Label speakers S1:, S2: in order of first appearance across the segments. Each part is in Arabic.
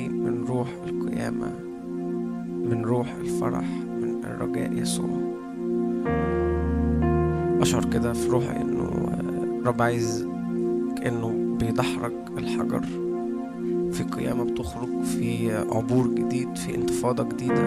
S1: بنتملي من روح القيامة، من روح الفرح، من الرجاء يسوع. أشعر كده في روحي إنه رب عايز كأنه بيدحرج الحجر في قيامة بتخرج، في عبور جديد، في انتفاضة جديدة.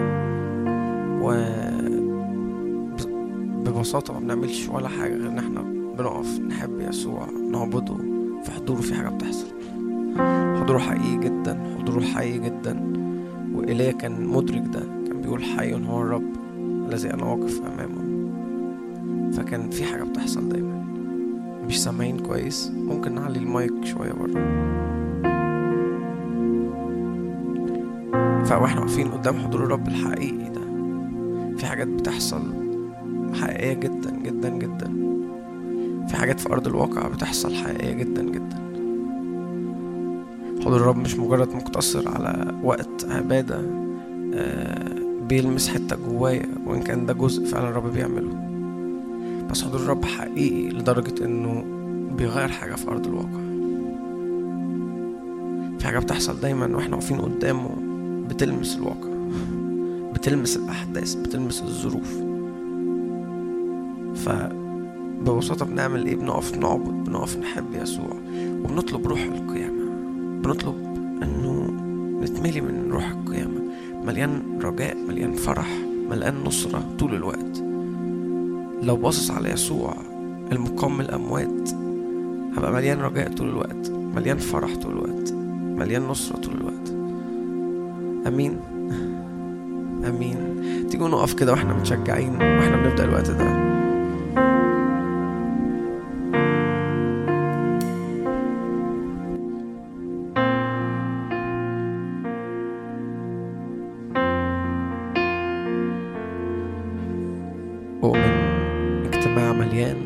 S1: وببساطة ما بنعملش ولا حاجة غير إن احنا بنقف نحب يسوع، نعبده في حضوره. في حاجة بتحصل، حضوره حقيقي جدا، حضوره حقيقي جدا. وإيليا كان مدرك ده، كان بيقول حي هو الرب الذي أنا واقف أمامه. فكان في حاجة بتحصل دايما. مش سامعين كويس؟ ممكن نعلي المايك شوية بره. فاحنا واقفين قدام حضور الرب الحقيقي ده، في حاجات بتحصل حقيقية جدا جدا جدا. في حاجات في أرض الواقع بتحصل حقيقية جدا جدا. حضور الرب مش مجرد مقتصر على وقت عبادة بيلمس حتة جوايا، وإن كان ده جزء فعلا الرب بيعمله، بس حضور الرب حقيقي لدرجة إنه بيغير حاجة في أرض الواقع. في حاجة بتحصل دايما وإحنا واقفين قدامه، بتلمس الواقع، بتلمس الأحداث، بتلمس الظروف. فببساطة بنعمل إيه؟ بنقف نعبد، بنقف نحب يسوع، وبنطلب روح القيامة. بنطلب أنه نتملي من روح القيامة، مليان رجاء، مليان فرح، مليان نصرة طول الوقت. لو باصص على يسوع المقام من الأموات، هبقى مليان رجاء طول الوقت، مليان فرح طول الوقت، مليان نصرة طول الوقت. أمين أمين. تيجوا نقف كده وإحنا متشجعين وإحنا بنبدأ الوقت ده. مليان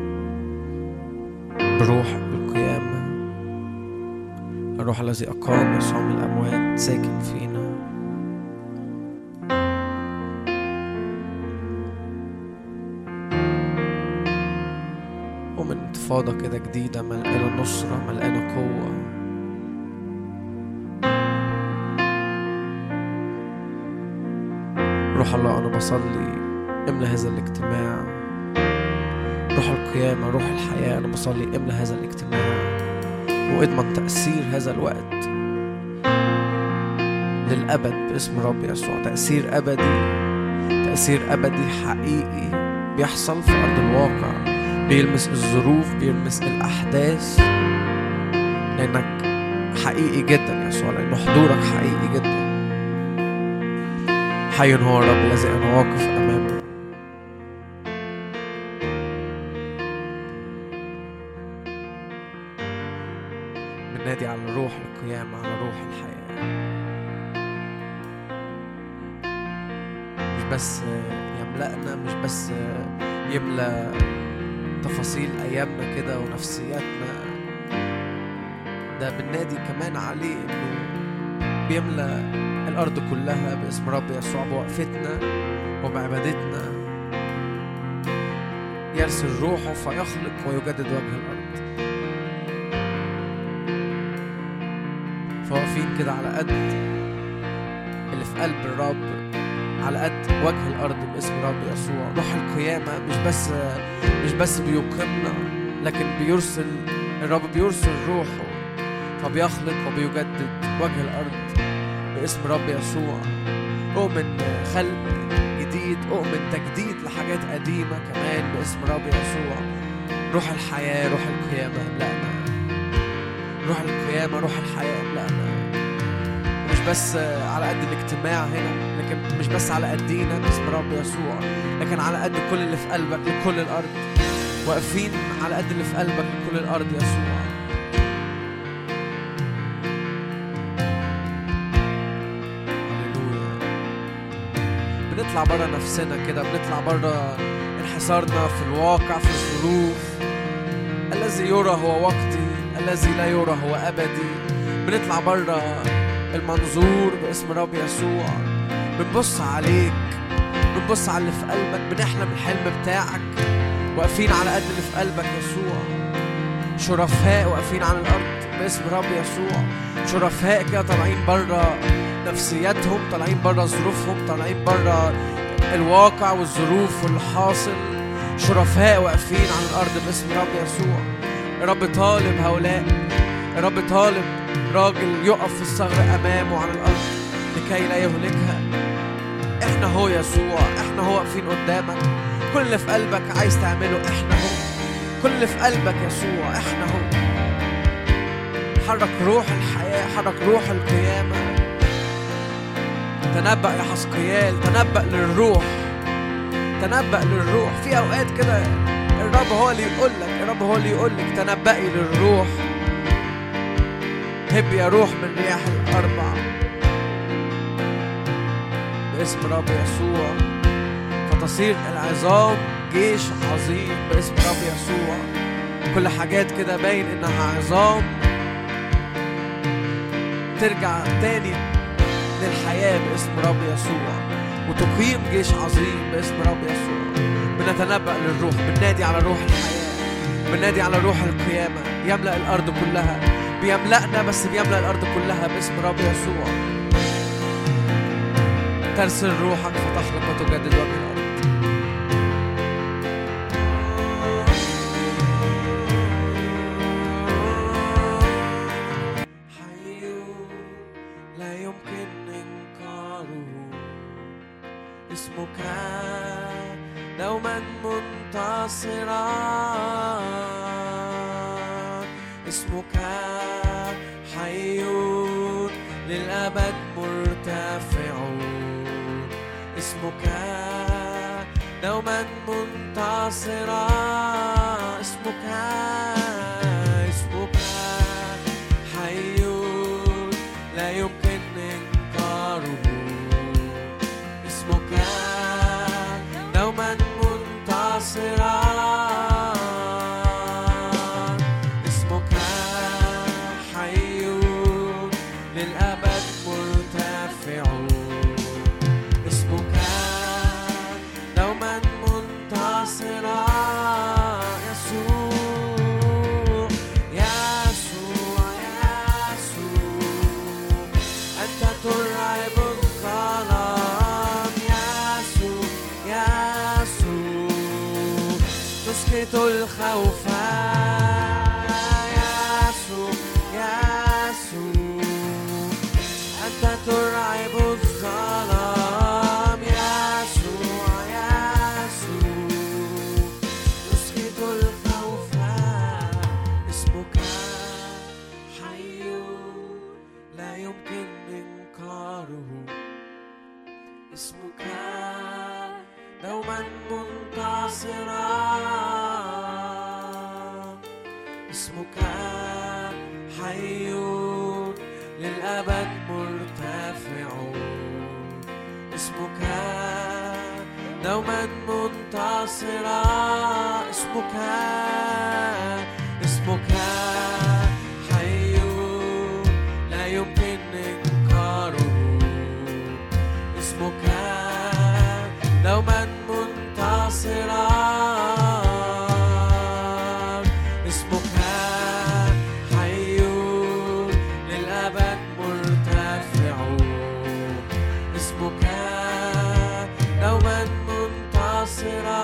S1: بروح القيامة، الروح الذي أقام يسوع من الأموات ساكن فينا. ومن انتفاضة كده جديدة ملقانة نصرة، ملقانة قوة. روح الله أنا بصلي املأ هذا الاجتماع. روح القيامة، روح الحياة، أنا بصلي املأ هذا الاجتماع، واضمن تأثير هذا الوقت للأبد باسم رب يسوع. تأثير أبدي، تأثير أبدي حقيقي بيحصل في أرض الواقع، بيلمس الظروف، بيلمس الأحداث، لأنك حقيقي جدا يسوع، لأن حضورك حقيقي جدا. حي هو الرب الذي أنا واقف أمامه. نادي على روح القيامة، على روح الحياة، مش بس يملأنا، مش بس يملأ تفاصيل أيامنا كده ونفسياتنا، ده بالنادي كمان عليه إنه بيملأ الأرض كلها باسم رب يسوع، بوقفتنا وبعبادتنا. يرسل روحه فيخلق ويجدد وجه الأرض. فواقفين كده على قد اللي في قلب الرب، على قد وجه الأرض باسم رب يسوع. روح القيامة مش بس بيقيمنا، لكن الرب بيرسل روحه فبيخلق وبيجدد وجه الأرض باسم رب يسوع. أؤمن خلق جديد، أؤمن تجديد لحاجات قديمة كمان باسم رب يسوع. روح الحياة، روح القيامة املأنا. روح القيامة، روح الحياة املأنا. مش بس على قد الاجتماع هنا، لكن مش بس على قدينا باسم رب يسوع، لكن على قد كل اللي في قلبك لكل الأرض. واقفين على قد اللي في قلبك لكل الأرض يسوع. هللويا. بنطلع برا نفسنا كده، بنطلع برا انحصارنا في الواقع، في الظروف. الذي يرى هو وقتي، الذي لا يرى هو أبدي. بنطلع برا المنظور باسم رب يسوع، بنبص عليك، بنبص على اللي في قلبك، بنحلم الحلم بتاعك. واقفين على قد اللي في قلبك يسوع، شرفاء واقفين على الأرض باسم رب يسوع. شرفاء كده طالعين بره نفسياتهم، طالعين بره ظروفهم، طالعين بره الواقع والظروف واللي حاصل. شرفاء واقفين على الأرض باسم رب يسوع. رب طالب هؤلاء، رب طالب راجل يقف في الثغر أمامه على الأرض لكي لا يهلكها. احنا هو يسوع، احنا هو واقفين قدامك. كل اللي في قلبك عايز تعمله احنا هو، كل اللي في قلبك يسوع احنا هو. حرك روح الحياة، حرك روح القيامة. تنبأ يا حسقيال، تنبأ للروح، تنبأ للروح. في أوقات كده الرب هو اللي يقولك، الرب هو اللي يقولك تنبأي للروح. هب يا روح من رياح الأربع باسم رب يسوع، فتصير العظام جيش عظيم باسم رب يسوع. كل حاجات كده باين إنها عظام ترجع تاني للحياة باسم رب يسوع، وتقيم جيش عظيم باسم رب يسوع. بنتنبأ للروح، بننادي على روح الحياة، بننادي على روح القيامة يملأ الأرض كلها. بيملأنا بس بيملأ الأرض كلها باسم رب يسوع. ترسل روحك فتخلق وتجدد وجه الأرض. اسمك دوما منتصرا، اسمك حي للأبد مرتفع، اسمك دوما منتصرا، اسمك حي لا يمكن إنكاره، اسمك دوما منتصرا، اسمك حي للأبد مرتفع، اسمك دوما منتصرا. يسوع يسوع يسوع أنت ترعب الظلام، تسكت الخوف، يسوع أنت ترعب الظلام، يسوع تسكت الخوف. اسمك حي لا يمكن إنكاره، اسمك دوما منتصرا، اسمك حي للأبد مرتفع، اسمك دوما منتصرا، اسمك حي لا يمكن إنكاره، اسمك دوما منتصرا، اسمك حي للأبد مرتفع، اسمك دوما منتصرا.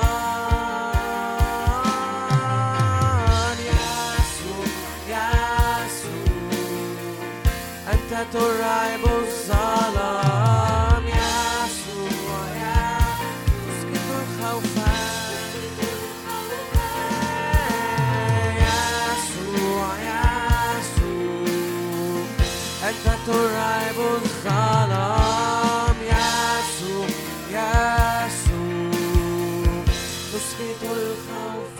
S1: يسوع أنت ترعب الظلام، تسكت الخوف، أنت ترعب الظلام، يسوع تسكت الخوف،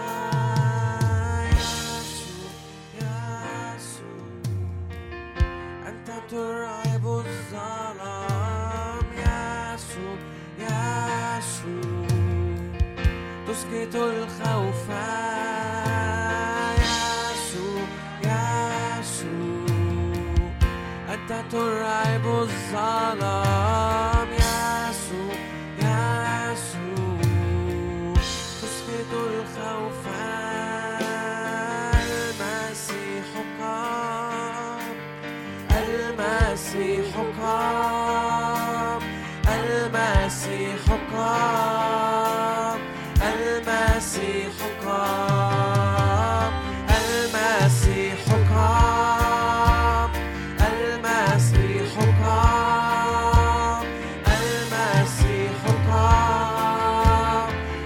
S1: يسوع أنت ترعب الظلام، يسوع تسكت الخوف، أنت ترعب الظلام، يسوع تسكت الخوف. المسيح قام المسيح قام، المسيح قام، المسيح قام، المسيح قام، المسيح قام، المسيح قام.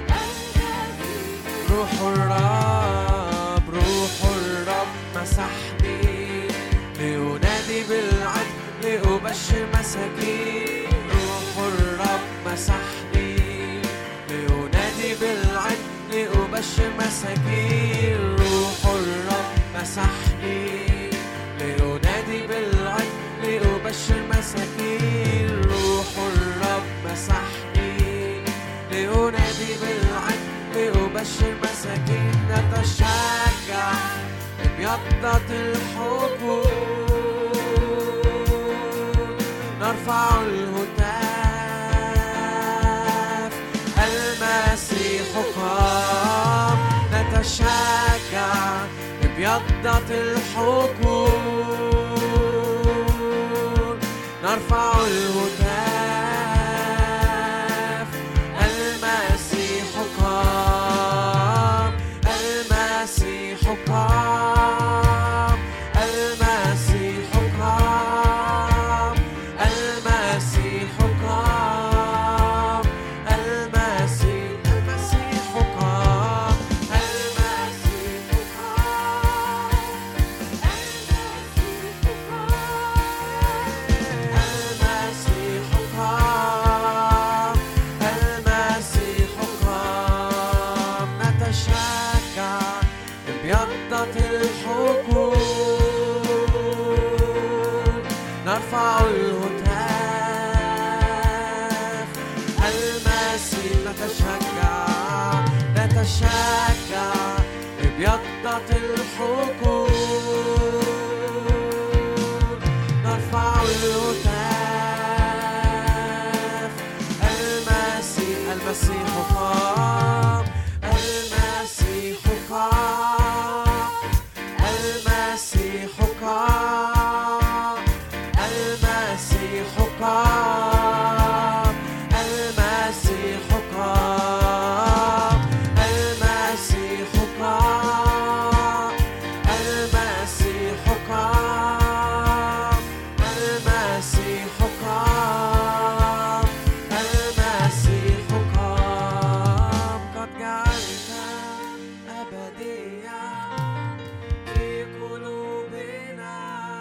S1: روح الرب، روح الرب مسحني لأنادي بالعدل لأبشر مساكين. روح الرب مسحني لأنادي بالعدل لأبشر مساكين. روح الرب مسحني لأنادي بالعدل لأبشر مساكين. روح الرب مسحني لأنادي بالعدل لأبشر مساكين. نتشجع بيضة الحقول، نرفع الهتاف، المسيح قام. نتشجع بيضة الحقول، نرفع الهتاف، المسيح قام، المسيح قام، المسيح قام، المسيح قام، المسيح قام، المسيح قام، المسيح قام. نتشجع بيضة الحقول، نرفع الهتاف، المسيح. نتشجع بيضة الحقول، نرفع الهتاف، المسيح قام، المسيح قام، المسيح قام، المسيح قام، المسيح قام، المسيح قام، المسيح قام، المسيح قام، المسيح قام. قد جعلت أبدية في قلوبنا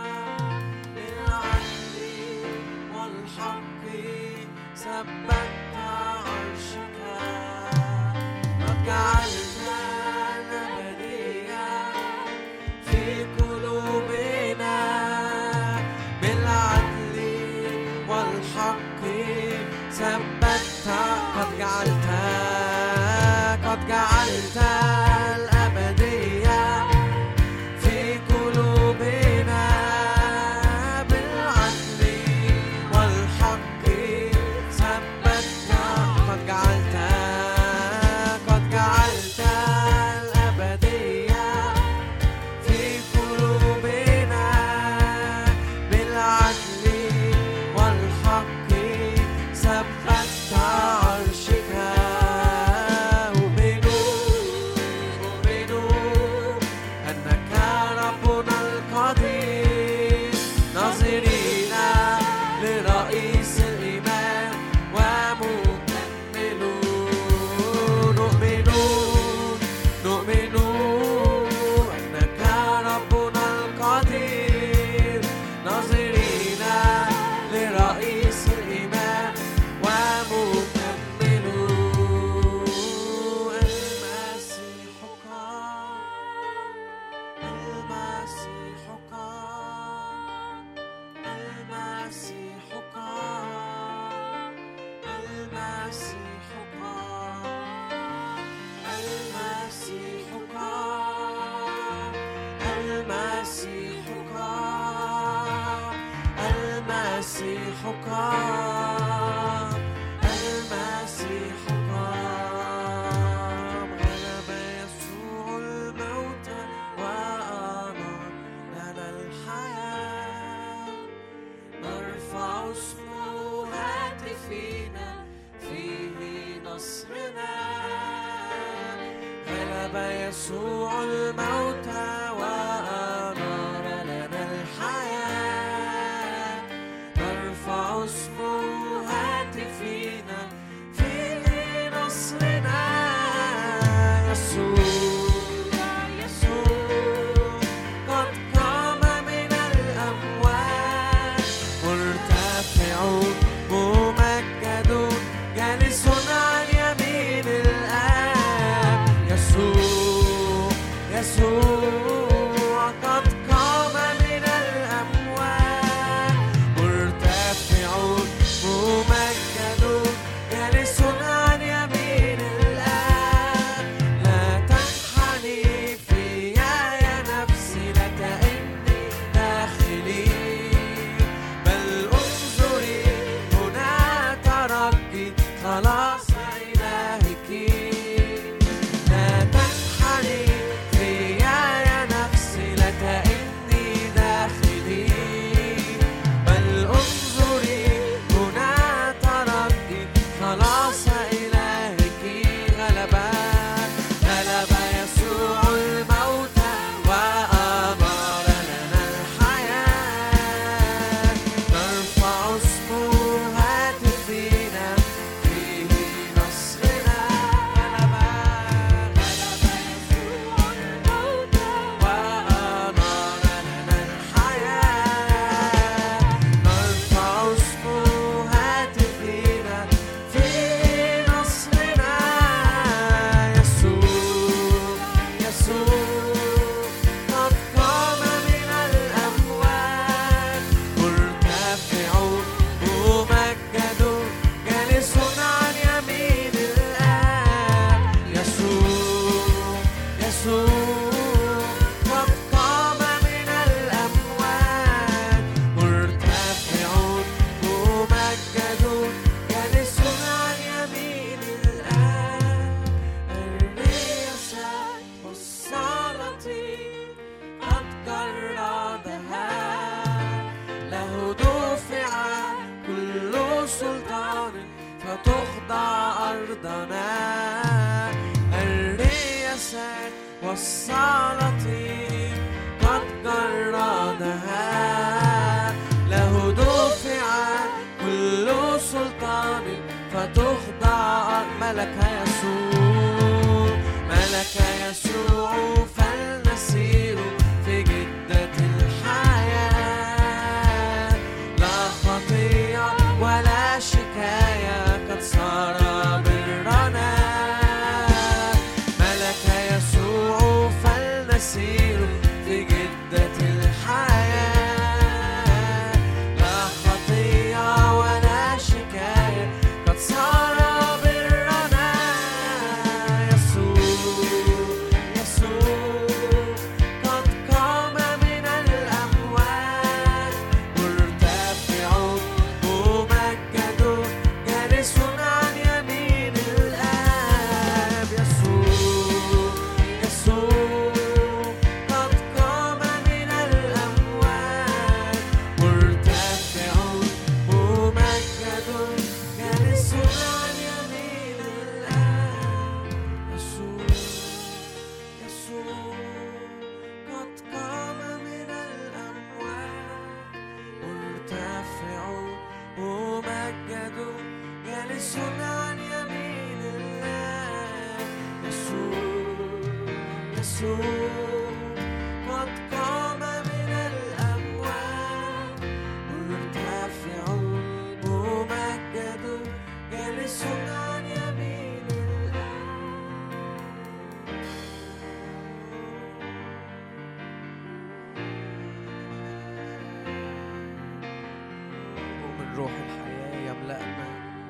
S1: بالعدل والحق ثبت عرشك. قد جعلت الأبدية في قلوبنا بالعدل والحق ثبت. قد جعلت الأبدية في قلوبنا بالعدل والحق ثبت. قد جعلت الأبدية في قلوبنا بالعدل والحق ثبت عرشك. أؤمنوا أنك ربنا القدير، ناظرين لرئيس الإيمان ومكمله. نؤمن أنك ربنا القدير، ناظرين لرئيس الإيمان ومكمله. المسيح قام، المسيح قام، المسيح قام، المسيح قام، المسيح قام، المسيح قام، المسيح قام، المسيح قام. غلب يسوع الموت وأنار لنا الحياة. نرفع اسمه هاتفينا فيه نصرنا. غلب يسوع الموت وأنار لنا الحياة. نرفع اسمه هاتفينا فيه نصرنا. يسوع ممجد جالس عن يمين الآب. يسوع يسوع قد قام من الأموات. مرتفع ممجد جالس عن يمين الآب. لا تنحني فيا يا نفسي لك إني داخلي، خلاص إلهك. لا تنحني فيا يا نفسي لك إني داخلي، بل انظري هنا تركي خلاص إلهك. غلب يسوع الموت وأنار لنا الحياة. نرفع اسمه هاتفينا والسلاطين قد جردها. له دفع كل سلطان فتخضع. ملك يسوع ملك يسوع فلنسير في جدة الحياة. لا خطية ولا شكاية قد صار برنا. نسير في جدة الحياة. لا خطية ولا شكاية قد صار برنا. يسوع قد قام من الأموات. مرتفع ممجد جالس عن يمين الآب. يسوع قد قام من الأموات. مرتفع ممجد جالس عن يمين الآب. ومن روح الحياة يملأنا.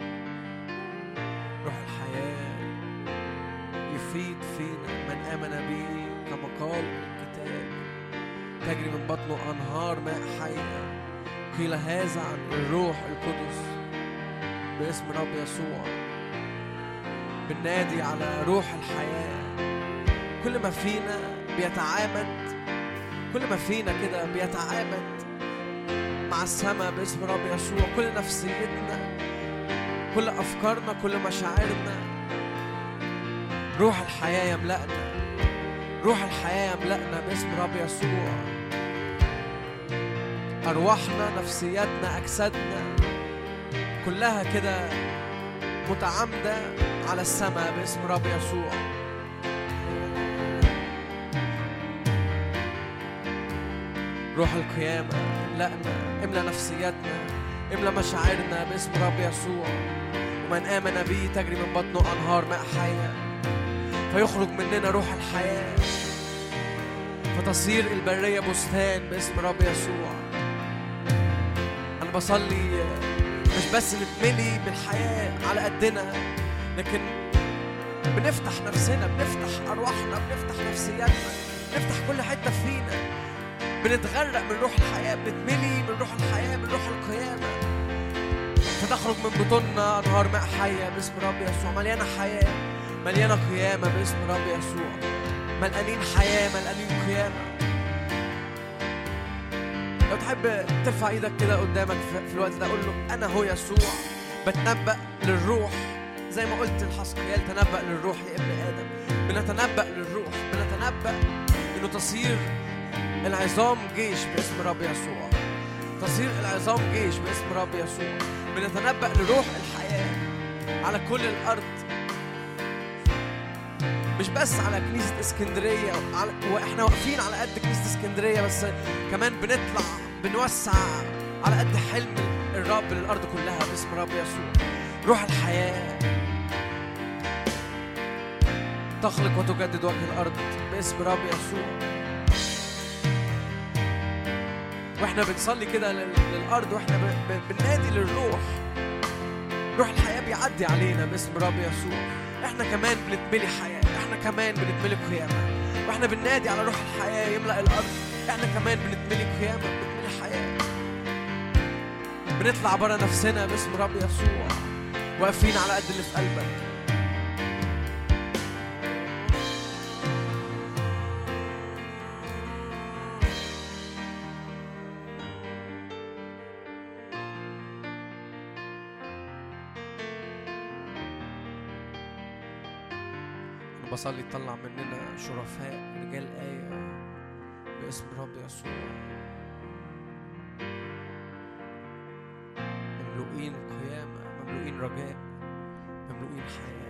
S1: روح الحياة يفيض فينا من آمن به، كما قال الكتاب تجري من بطنه أنهار ماء حية. قيل هذا عن الروح القدس. باسم رب يسوع بننادي على روح الحياة. كل ما فينا بيتعامد، كل ما فينا كده بيتعامد مع السماء باسم رب يسوع. كل نفسيتنا، كل أفكارنا، كل مشاعرنا، روح الحياة يملأنا، روح الحياة يملأنا باسم رب يسوع. أرواحنا، نفسياتنا، أجسادنا كلها كده متعامدة على السماء باسم رب يسوع. روح القيامة املأنا، املأ نفسياتنا، املأ مشاعرنا باسم رب يسوع. ومن آمن به تجري من بطنه أنهار ماء حية، فيخرج مننا روح الحياة، فتصير البرية بستان باسم رب يسوع. أنا بصلي مش بس نتملي بالحياة على قدنا، لكن بنفتح نفسنا، بنفتح أرواحنا، بنفتح نفسياتنا، بنفتح كل حتة فينا، بنتغرق من روح الحياة، بنتملي من روح الحياة، من روح القيامة، فتخرج من بطوننا أنهار ماء حية باسم رب يسوع. مليانة حياة، مليانة قيامة باسم رب يسوع. ملقانين حياة، ملقانين قيامة. لو تحب ترفع ايدك كده قدامك في الوقت ده، قول له أنا هو يسوع. بتنبأ للروح زي ما قلت لحسقيال، تنبأ للروح يا ابن آدم. بنتنبأ للروح، بنتنبأ إنه تصير العظام جيش باسم رب يسوع، تصير العظام جيش باسم رب يسوع. بنتنبأ لروح الحياة على كل الأرض، مش بس على كنيسة اسكندرية وإحنا واقفين على قد كنيسة اسكندرية، بس كمان بنطلع بنوسع على قد حلم الرب للأرض كلها باسم رب يسوع. روح الحياة تخلق وتجدد وجه الأرض باسم رب يسوع. واحنا بنصلي كده للأرض، واحنا بننادي للروح، روح الحياة بيعدي علينا باسم رب يسوع. احنا كمان بنتملي حياة، احنا كمان بنتملي قيامة، واحنا بننادي على روح الحياة يملأ الأرض. احنا كمان بنتملي قيامة، بنتملي حياة، بنطلع برا نفسنا باسم رب يسوع، واقفين على قد اللي في قلبك. بصلي تطلع مننا شرفاء رجال آية باسم رب يسوع، مملوئين قيامة، مملوئين رجاء، مملوئين حياة.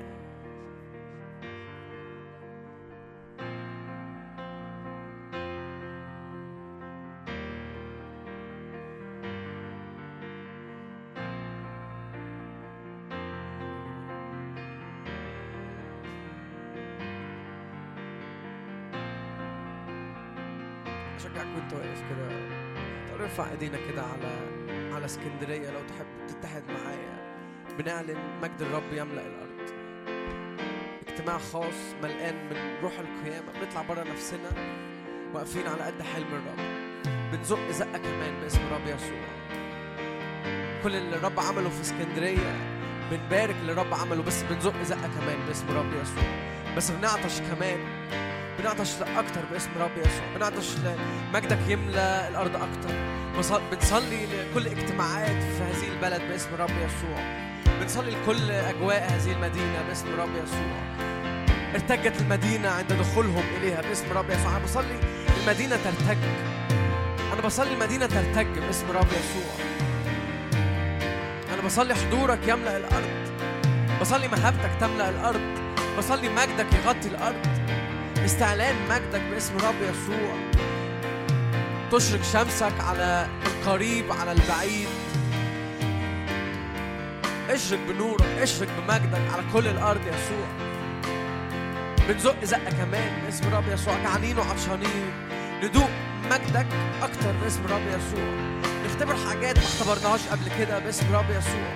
S1: أشجعك وأنت واقف كده ترفع ايدينا كده على اسكندرية. لو تحب تتحد معايا، بنعلن مجد الرب يملأ الأرض. اجتماع خاص ملقان من روح القيامة، بنطلع برا نفسنا واقفين على قد حلم الرب، بنزق زقة كمان باسم رب يسوع. كل اللي الرب عمله في اسكندرية بنبارك اللي الرب عمله، بس بنزق زقة كمان باسم رب يسوع. بس بنعطش كمان، بنعطش لأكتر باسم رب يسوع، بنعطش لمجدك يملأ الأرض أكتر. بنصلي لكل اجتماعات في هذه البلد باسم رب يسوع، بنصلي لكل أجواء هذه المدينة باسم رب يسوع. ارتجت المدينة عند دخولهم إليها باسم رب يسوع. أنا بصلي المدينة ترتج، أنا بصلي المدينة ترتج باسم رب يسوع. أنا بصلي حضورك يملأ الأرض، بصلي مهابتك تملأ الأرض، بصلي مجدك يغطي الأرض، استعلان مجدك باسم رب يسوع. تشرق شمسك على القريب على البعيد، اشرق بنورك، اشرق بمجدك على كل الأرض يسوع. بنزق زقة كمان باسم رب يسوع، جعانين وعطشانين ندوق مجدك أكتر باسم رب يسوع، نختبر حاجات ما اختبرناهاش قبل كده باسم رب يسوع.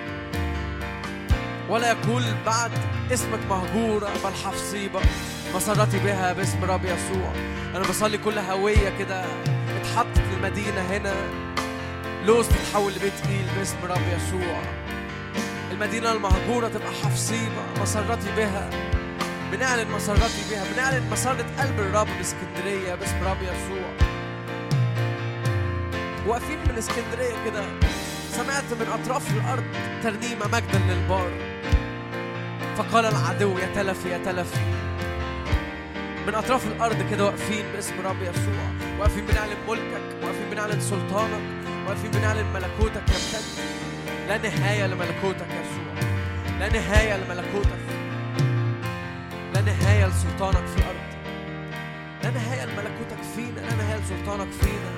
S1: ولا يقول بعد اسمك مهجورة بل حفصيبة مسرتي بها باسم رب يسوع. أنا بصلي كل هوية كده اتحطت للمدينة هنا لوز تتحول لبيت إيل باسم رب يسوع. المدينة المهجورة تبقى حفصيبة مسرتي بها، بنعلن مسرتي بها، بنعلن مسرة قلب الرب باسكندرية باسم رب يسوع. واقفين من اسكندرية كده، سمعت من أطراف الأرض ترنيمة مجدا للبار، فقال العدو يا تلفي يا تلفي. من أطراف الأرض كده واقفين باسم رب يسوع، واقفين بنعلن ملكك، واقفين بنعلن سلطانك، واقفين بنعلن ملكوتك يمتد. لا نهاية لملكوتك يا يسوع، لا نهاية لملكوتك، لا نهاية لسلطانك في الأرض، لا نهاية لملكوتك فينا، لا نهاية لسلطانك فينا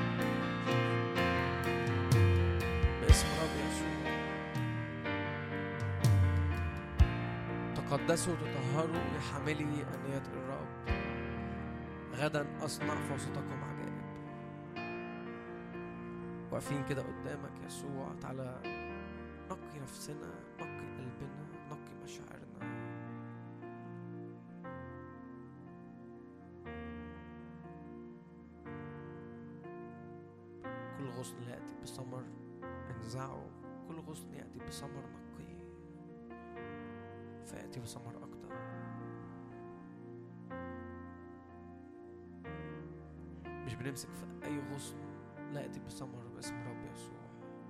S1: باسم رب يسوع. تقدسوا وتطهروا يا حاملي أنية الرب، غدا أصنع في وسطكم عجائب. واقفين كده قدامك يسوع، تعالى نقي نفسنا، نقي قلبنا، نقي مشاعرنا. كل غصن يأتي بثمر انزعه، كل غصن يأتي بثمر نقيه فيأتي بثمر أكتر. مش بنمسك في أي غصن لا يأتي بثمر باسم رب يسوع.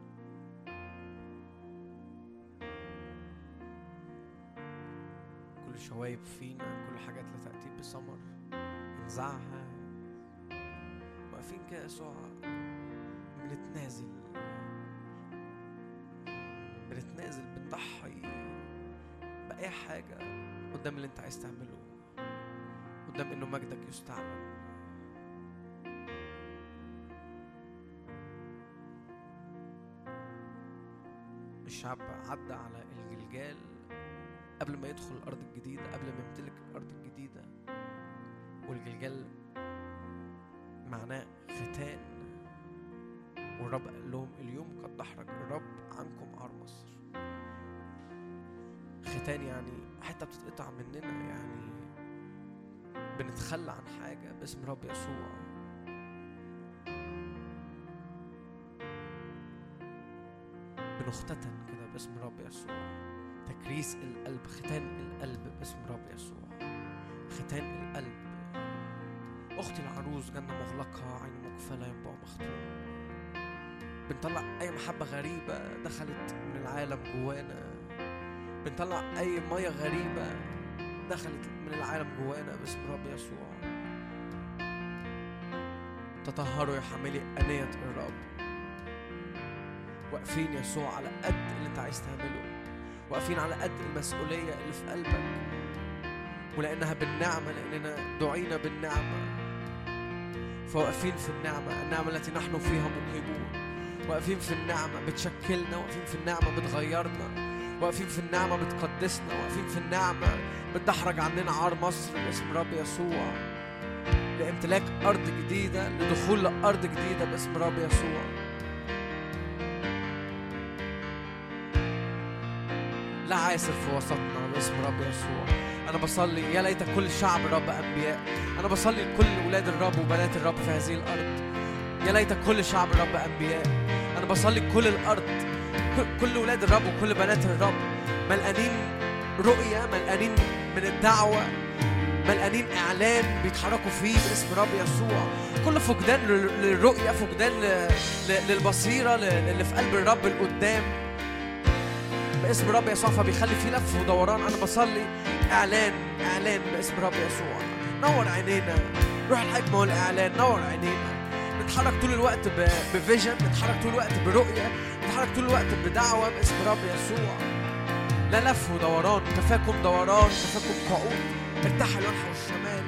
S1: كل شوايب فينا، كل حاجات لا تأتي بثمر انزعها. واقفين كده يسوع بنتنازل بنضحي بأي حاجة قدام اللي انت عايز تعمله، قدام انه مجدك يستعمل. الشعب عدى على الجلجال قبل ما يدخل الأرض الجديدة، قبل ما يمتلك الأرض الجديدة. والجلجال معناه ختان، والرب قال لهم اليوم قد دحرج الرب عنكم عار مصر. ختان يعني حتى بتتقطع مننا، يعني بنتخلى عن حاجة باسم رب يسوع. بنختتن كده باسم رب يسوع. تكريس القلب، ختان القلب باسم رب يسوع. ختان القلب. أختي العروس جنة مغلقة، عين مقفلة، ينبوع مختوم. بنطلع أي محبة غريبة دخلت من العالم جوانا، بنطلع أي مية غريبة دخلت من العالم جوانا باسم رب يسوع. تطهروا يا حاملي أنية الرب. واقفين يسوع على قد اللي انت عايز تعمله، واقفين على قد المسؤولية اللي في قلبك، ولأنها بالنعمة، لأننا دعينا بالنعمة، فواقفين في النعمة، النعمة التي نحن فيها منهبون. واقفين في النعمة بتشكلنا، واقفين في النعمة بتغيرنا، واقفين في النعمة بتقدسنا، واقفين في النعمة بتدحرج عننا عار مصر باسم رب يسوع، لامتلاك أرض جديدة، لدخول لأرض جديدة باسم رب يسوع. لا عاسر في وسطنا باسم رب يسوع. أنا بصلي يا ليت كل شعب الرب أنبياء. أنا بصلي لكل أولاد الرب وبنات الرب في هذه الأرض. يا ليت كل شعب الرب أنبياء. أنا بصلي لكل الأرض، كل أولاد الرب وكل بنات الرب ملقانين رؤية، ملقانين من الدعوة، ملقانين إعلان بيتحركوا فيه باسم رب يسوع. كل فقدان للرؤية، فقدان للبصيرة اللي في قلب الرب القدام باسم رب يسوع، فبيخلي فيه لف ودوران. أنا بصلي إعلان باسم رب يسوع. نور عينينا، روح الحكمة والإعلان، نور عينينا. نتحرك طول الوقت بفيجن، نتحرك طول الوقت برؤية، نتحرك طول الوقت بدعوة باسم رب يسوع. لا لف ودوران، كفاكم دوران، كفاكم قعود، ارتاحوا الوجه والشمال.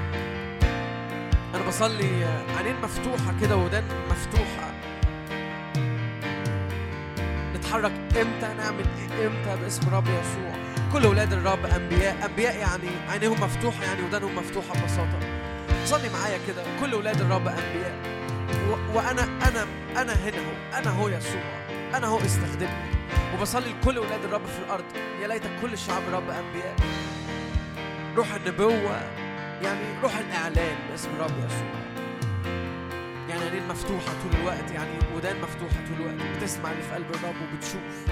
S1: أنا بصلي عينين مفتوحة كده ودان مفتوحة. نتحرك امتى، نعمل ايه امتى باسم رب يسوع. كل أولاد الرب أنبياء يعني عينيهم مفتوحة، يعني ودانهم مفتوحة ببساطة. صلي معايا كده، كل أولاد الرب أنبياء، وأنا هنا هو، أنا هو يسوع، أنا هو استخدمني. وبصلي لكل أولاد الرب في الأرض، يا ليت كل شعب الرب أنبياء. روح النبوة يعني روح الإعلان باسم رب يسوع. يعني عينين مفتوحة طول الوقت، يعني ودان مفتوحة طول الوقت، بتسمع اللي في قلب الرب وبتشوف.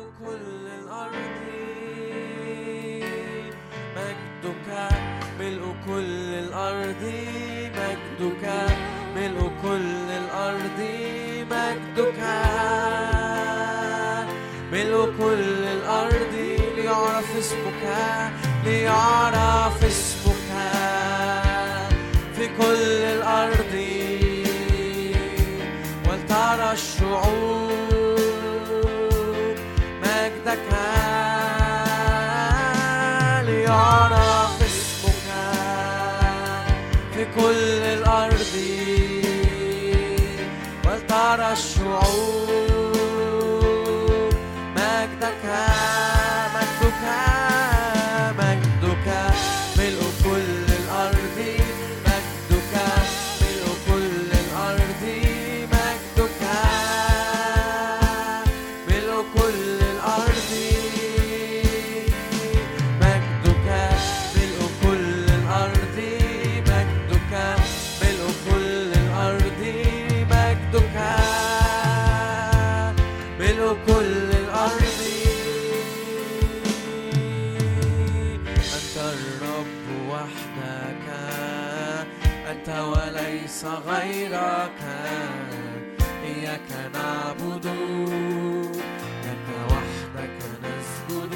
S1: كل الأرض مجدك ملء كل الأرض مجدك ملء كل الأرض مجدك ملء كل الأرض ليعرف اسمك ليعرف اسمك في كل الأرض ولترى الشعوب مجدك ليعرف اسمك في كل الأرض ولترى الشعوب مجدك مجدك مجدك ملء كل الأرض مجدك ملء كل الأرض مجدك ملء كل الأرض مجدك ملء كل الأرض مجدك ملء كل الأرض مجدك ملء كل الأرض أنت الرب وحدك أنت وليس غيرك إياك نعبد لك وحدك نسجد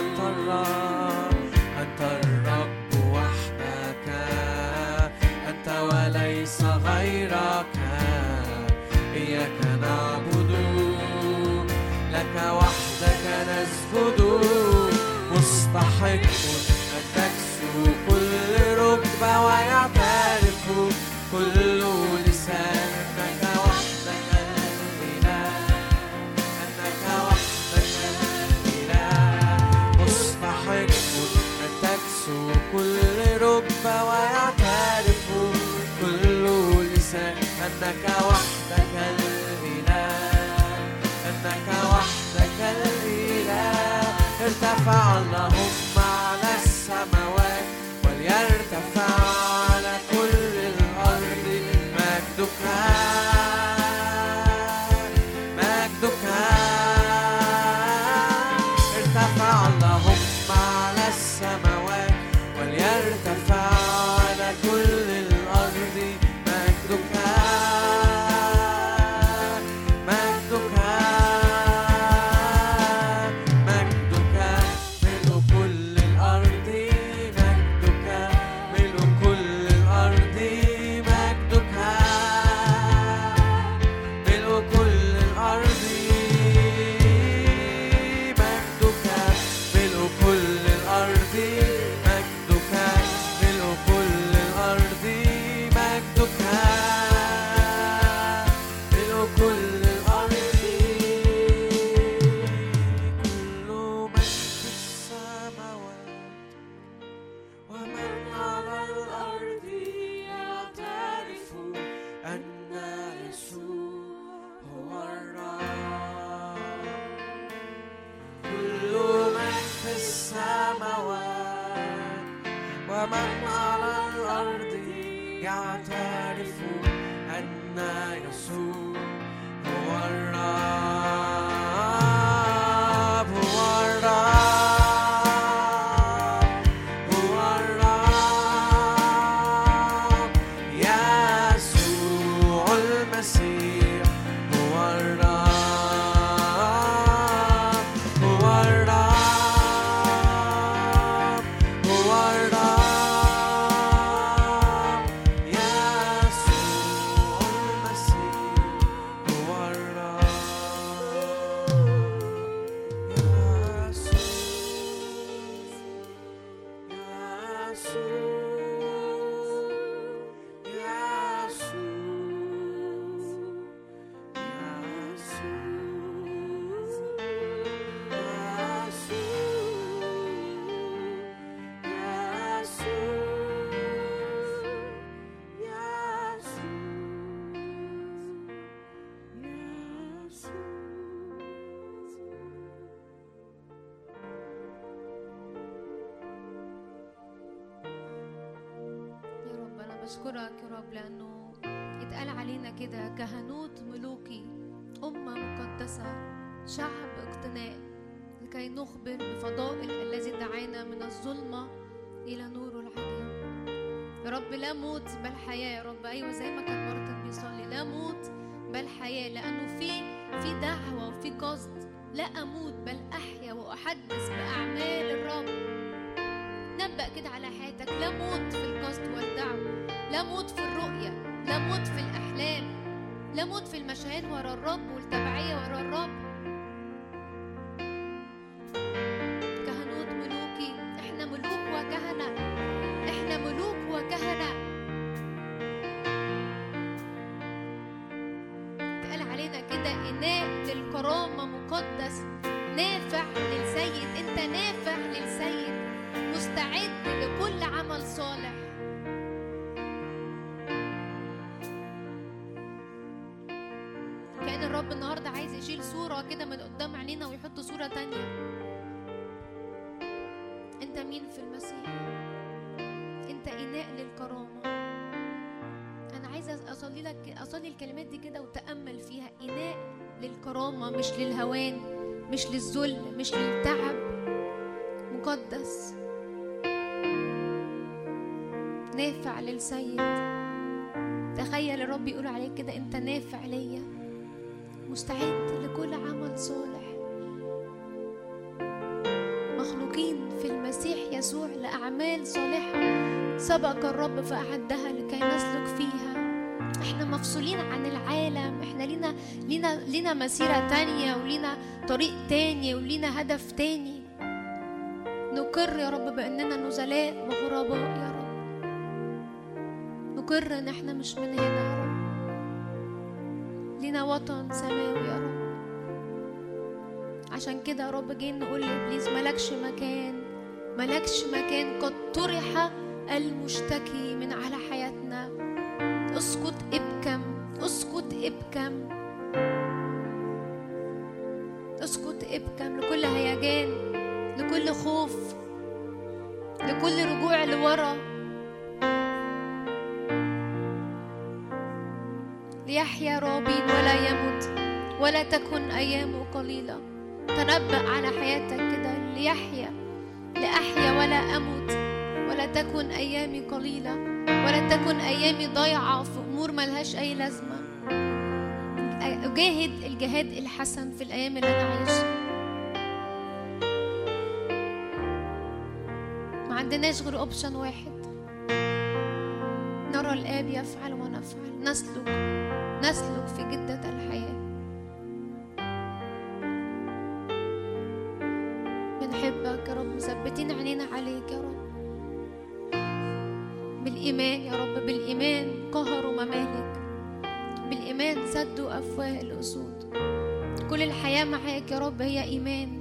S1: أنت الرب وحدك أنت وليس غيرك إياك نعبد لك وحدك نسجد مستحق أن تكسو كل ركبة ويعترف كل لسان أنك وحدك الإله أنك وحدك الإله مستحق أن تكسو كل ركبة ويعترف كل لسان أنك وحدك الإله أنك وحدك الإله ارتفع اللهم على السماوات وليرتفع على كل الأرض مجدك مجدك ارتفع اللهم على السماوات وليرتفع على كل الأرض مجدك مجدك مجدك ملء كل الأرض مجدك ملء كل الأرض مجدك ملء كل الأرض مجدك ملء كل الأرض مجدك ملء كل الأرض مجدك ملء كل الأرض كل من في السماوات ومن على الأرض يعترف أن يسوع هو الرب كل من في السماوات ومن على الأرض يعترف أن يسوع هو الرب هو الرب هو الرب يسوع المسيح هو الرب هو الرب هو الرب يسوع المسيح هو
S2: بشكرك يا رب لأنه يتقال علينا كده كهنوت ملوكي، أمة مقدسة، شعب اقتناء. لكي نخبر بفضائل الذي دعانا من الظلمة إلى نوره العجيب. يا رب لا موت بل حياة. يا رب أيوة زي ما كان مارتن بيصلي، لا موت بل حياة، لأنه في دعوة وفي قصد. لا أموت بل أحيا وأحدث بأعمال الرب. نبأ كده على حياتك، لا موت في القصد والدعوة، لا موت في الرؤية، لا موت في الأحلام، لا موت في المشاهد ورا الرب والتبعية ورا الرب. كهنوت ملوكي، احنا ملوك وكهنة، احنا ملوك وكهنة. اتقال علينا كده إناء للكرامة مقدس نافع للسيد. انت نافع للسيد، مستعد لكل عمل صالح. كأن الرب النهاردة عايز يشيل صورة كده من قدام عينينا ويحط صورة تانية. انت مين في المسيح؟ انت إناء للكرامة. انا عايزة اصلي الكلمات دي كده وتأمل فيها. إناء للكرامة، مش للهوان، مش للذل، مش للتعب. مقدس نافع للسيد. تخيل الرب يقول عليك كده انت نافع ليا، مستعد لكل عمل صالح. مخلوقين في المسيح يسوع لأعمال صالحة سبق الرب فأعدها لكي نسلك فيها. احنا مفصولين عن العالم، احنا لينا مسيرة تانية ولينا طريق تاني ولينا هدف تاني. نقر يا رب بأننا نزلاء وغرباء يا رب. نقر ان احنا مش من هنا يا رب، لينا وطن سماوي يا رب. عشان كده يا رب جايين نقول لإبليس ملكش مكان، ملكش مكان. قد طرح المشتكي من على حياتنا. اسكت ابكم، اسكت ابكم، اسكت ابكم لكل هيجان، لكل خوف، لكل رجوع لورا. ليحيا رابين ولا يموت ولا تكن أيامه قليلة. تنبأ على حياتك كده، ليحيا، لأحيا ولا أموت ولا تكن أيامي قليلة، ولا تكن أيامي ضايعة في أمور ملهاش أي لازمة. أجاهد الجهاد الحسن في الأيام اللي أنا عايشها. ما عندناش غير أوبشن واحد، نرى الآب يفعل ونفعل، نسلك في جدة الحياة. بنحبك يا رب، مثبتين عينينا عليك يا رب. بالإيمان يا رب، بالإيمان قهروا ممالك، بالإيمان سدوا أفواه الأسود. كل الحياة معاك يا رب هي إيمان.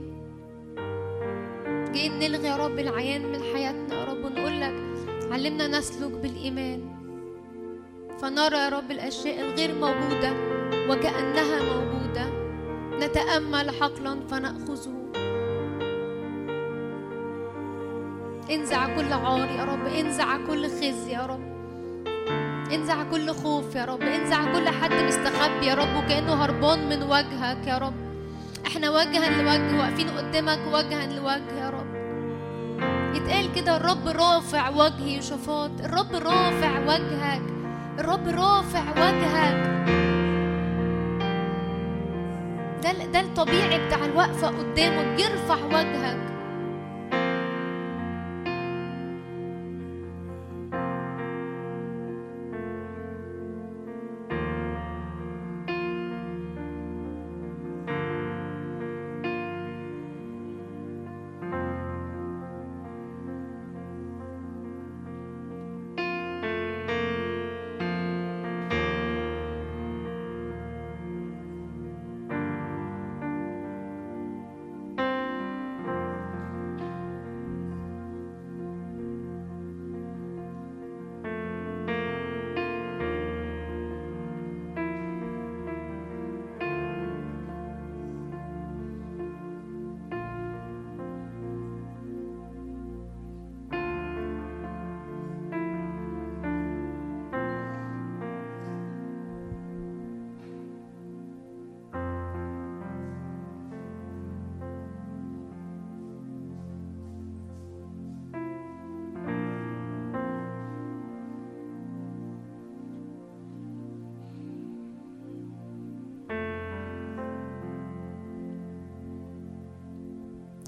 S2: جايين نلغي يا رب العيان من حياتنا يا رب، ونقول لك علمنا نسلك بالإيمان، فنرى يا رب الأشياء الغير موجودة وكأنها موجودة. نتأمل حقلا فنأخذه. انزع كل عار يا رب، انزع كل خزي يا رب، انزع كل خوف يا رب، انزع كل حد مستخبي يا رب وكأنه هربان من وجهك يا رب. احنا وجها لوجه واقفين قدامك وجها لوجه يا رب. يتقال كده الرب رافع وجهي يشفاط. الرب رافع وجهك، الرب رافع وجهك. ده الطبيعي بتاع الوقفة قدامه، يرفع وجهك.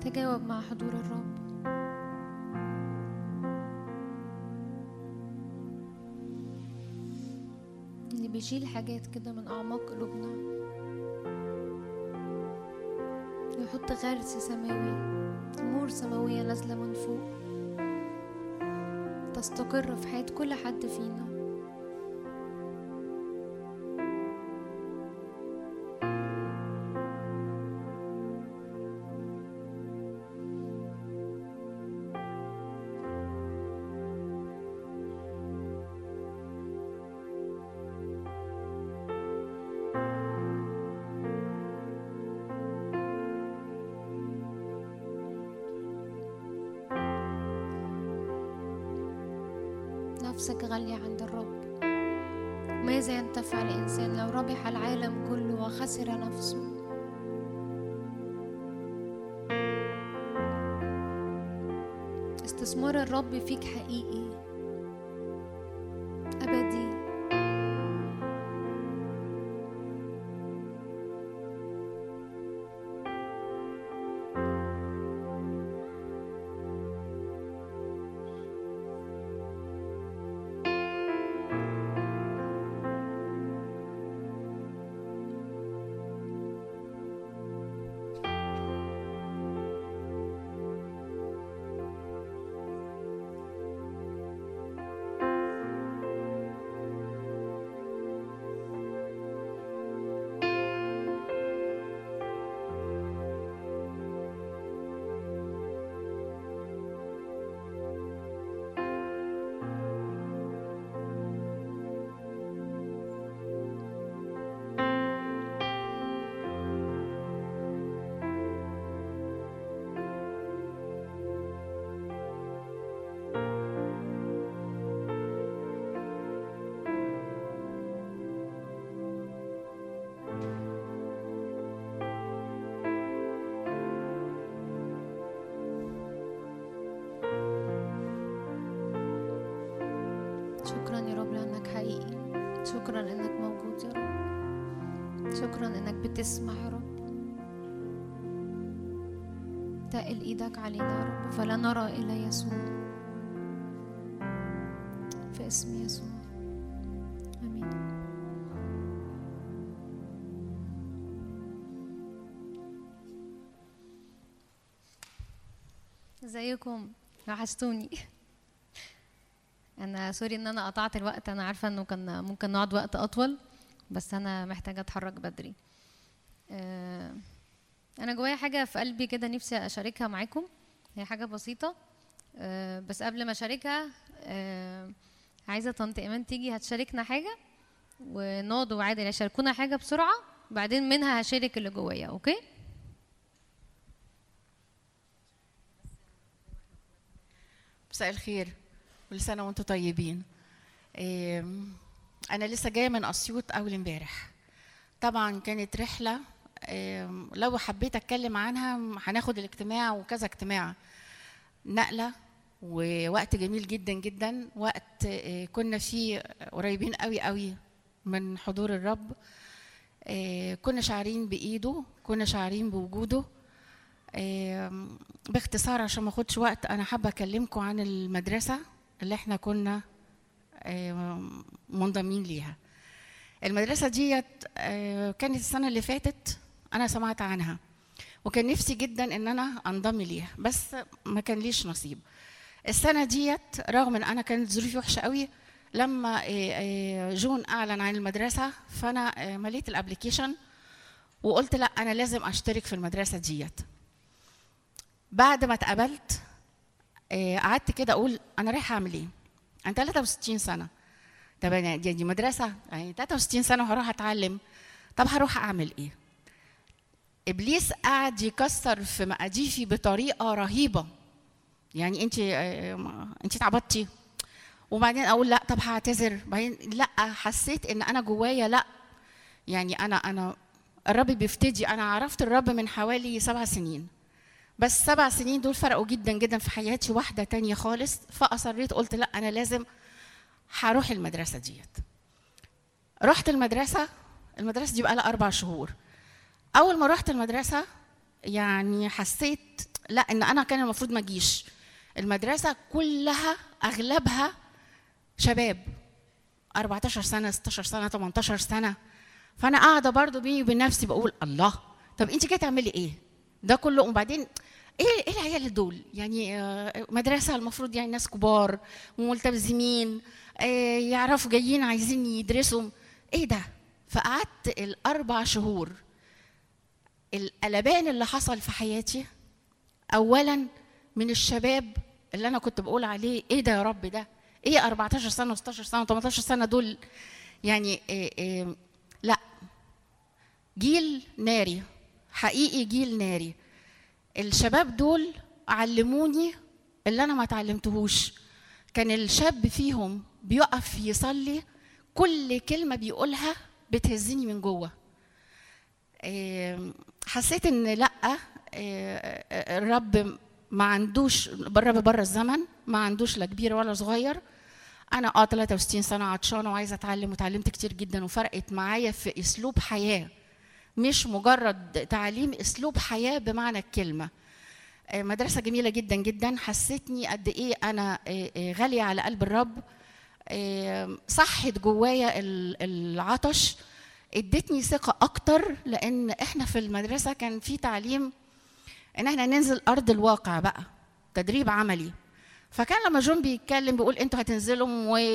S2: تجاوب مع حضور الرب. اللي بيشيل حاجات كده من أعماق قلوبنا، يحط غرس سماوي، أمور سماوية نازلة من فوق تستقر في حياة كل حد فينا. نفسك غالية عند الرب. ماذا ينتفع الإنسان لو ربح العالم كله وخسر نفسه؟ استثمار الرب فيك حقيقي أبدي. شكرا يا رب لأنك حقيقي. شكرا إنك موجود يا رب. شكرا إنك بتسمع يا رب. تقل إيدك علينا يا رب فلا نرى إلا يسوع، في اسم يسوع آمين. ازيكم؟ وحشتوني. انا سوري ان انا قطعت الوقت، انا عارفه انه كان ممكن نقعد وقت اطول بس انا محتاجه اتحرك بدري. انا جوايا حاجه في قلبي كده نفسي اشاركها معاكم. هي حاجه بسيطه بس قبل ما اشاركها عايزه طنط ايمان تيجي هتشاركنا حاجه ونقعد وعادل يشاركونا حاجه بسرعه بعدين منها هشارك اللي جوايا. اوكي؟
S3: مساء الخير، كل سنة وانتم طيبين. أنا لسه جاية من أسيوط أول امبارح. طبعا كانت رحلة لو حبيت أتكلم عنها هناخد الاجتماع وكذا اجتماع. نقلة ووقت جميل جدا جدا، وقت كنا فيه قريبين قوي قوي من حضور الرب. كنا شاعرين بإيده، كنا شاعرين بوجوده. باختصار عشان ما اخدش وقت، أنا حابة أكلمكم عن المدرسة اللي احنا كنا منضمين ليها. المدرسة ديت كانت السنة اللي فاتت أنا سمعت عنها وكان نفسي جدا إن أنا أنضم ليها بس ما كان ليش نصيب. السنة ديت رغم إن أنا كانت ظروفي وحشة قوي، لما جون أعلن عن المدرسة فأنا مليت الابليكيشن وقلت لا أنا لازم أشترك في المدرسة ديت. بعد ما اتقبلت قعدت كده أقول أنا رايحة أعمل إيه؟ أنا 63 سنة. طب أنا دي مدرسة يعني 63 سنة وهروح أتعلم، طب هروح أعمل إيه؟ إبليس قعد يكسر في مقاديفي بطريقة رهيبة. يعني أنت اتعبطتي، وبعدين أقول لا طب هعتذر، بعدين لا حسيت إن أنا جوايا لا، يعني أنا الرب بيفتدي. أنا عرفت الرب من حوالي 7 سنين، بس 7 سنين دول فرقوا جدا جدا في حياتي، واحدة تانية خالص. فأصريت قلت لا أنا لازم هروح المدرسة ديت. رحت المدرسة دي بقى لها 4 شهور. أول ما رحت المدرسة يعني حسيت لا، ان انا كان المفروض ما اجيش. المدرسه كلها اغلبها شباب 14 سنه 16 سنه 18 سنه. فانا قاعده برضو بيني وبين نفسي بقول الله، طب انت جايه تعملي ايه ده كله؟ وبعدين ايه العيال دول يعني؟ مدرسه المفروض يعني ناس كبار وملتزمين، يعرفوا جايين عايزين يدرسوا ايه ده. فقعدت ال4 شهور. القلبان اللي حصل في حياتي اولا من الشباب اللي انا كنت بقول عليه ايه ده يا رب، ده ايه 14 سنه و16 سنه و18 سنه دول يعني؟ لا، جيل ناري حقيقي، جيل ناري. الشباب دول علموني اللي انا ما اتعلمتهوش. كان الشاب فيهم بيقف يصلي، كل كلمه بيقولها بتهزني من جوه. حسيت ان لا، الرب ما عندوش، الرب بره الزمن، ما عندوش لا كبير ولا صغير. انا 63 سنه عطشانه وعايزه اتعلم، وتعلمت كتير جدا وفرقت معايا في اسلوب حياه، مش مجرد تعليم، اسلوب حياه بمعنى الكلمه. مدرسه جميله جدا جدا، حسيتني قد ايه انا غاليه على قلب الرب. صحت جوايا العطش، ادتني ثقه اكتر، لان احنا في المدرسه كان في تعليم ان احنا ننزل ارض الواقع بقى، تدريب عملي. فكان لما جون بيتكلم بيقول انتوا هتنزلوا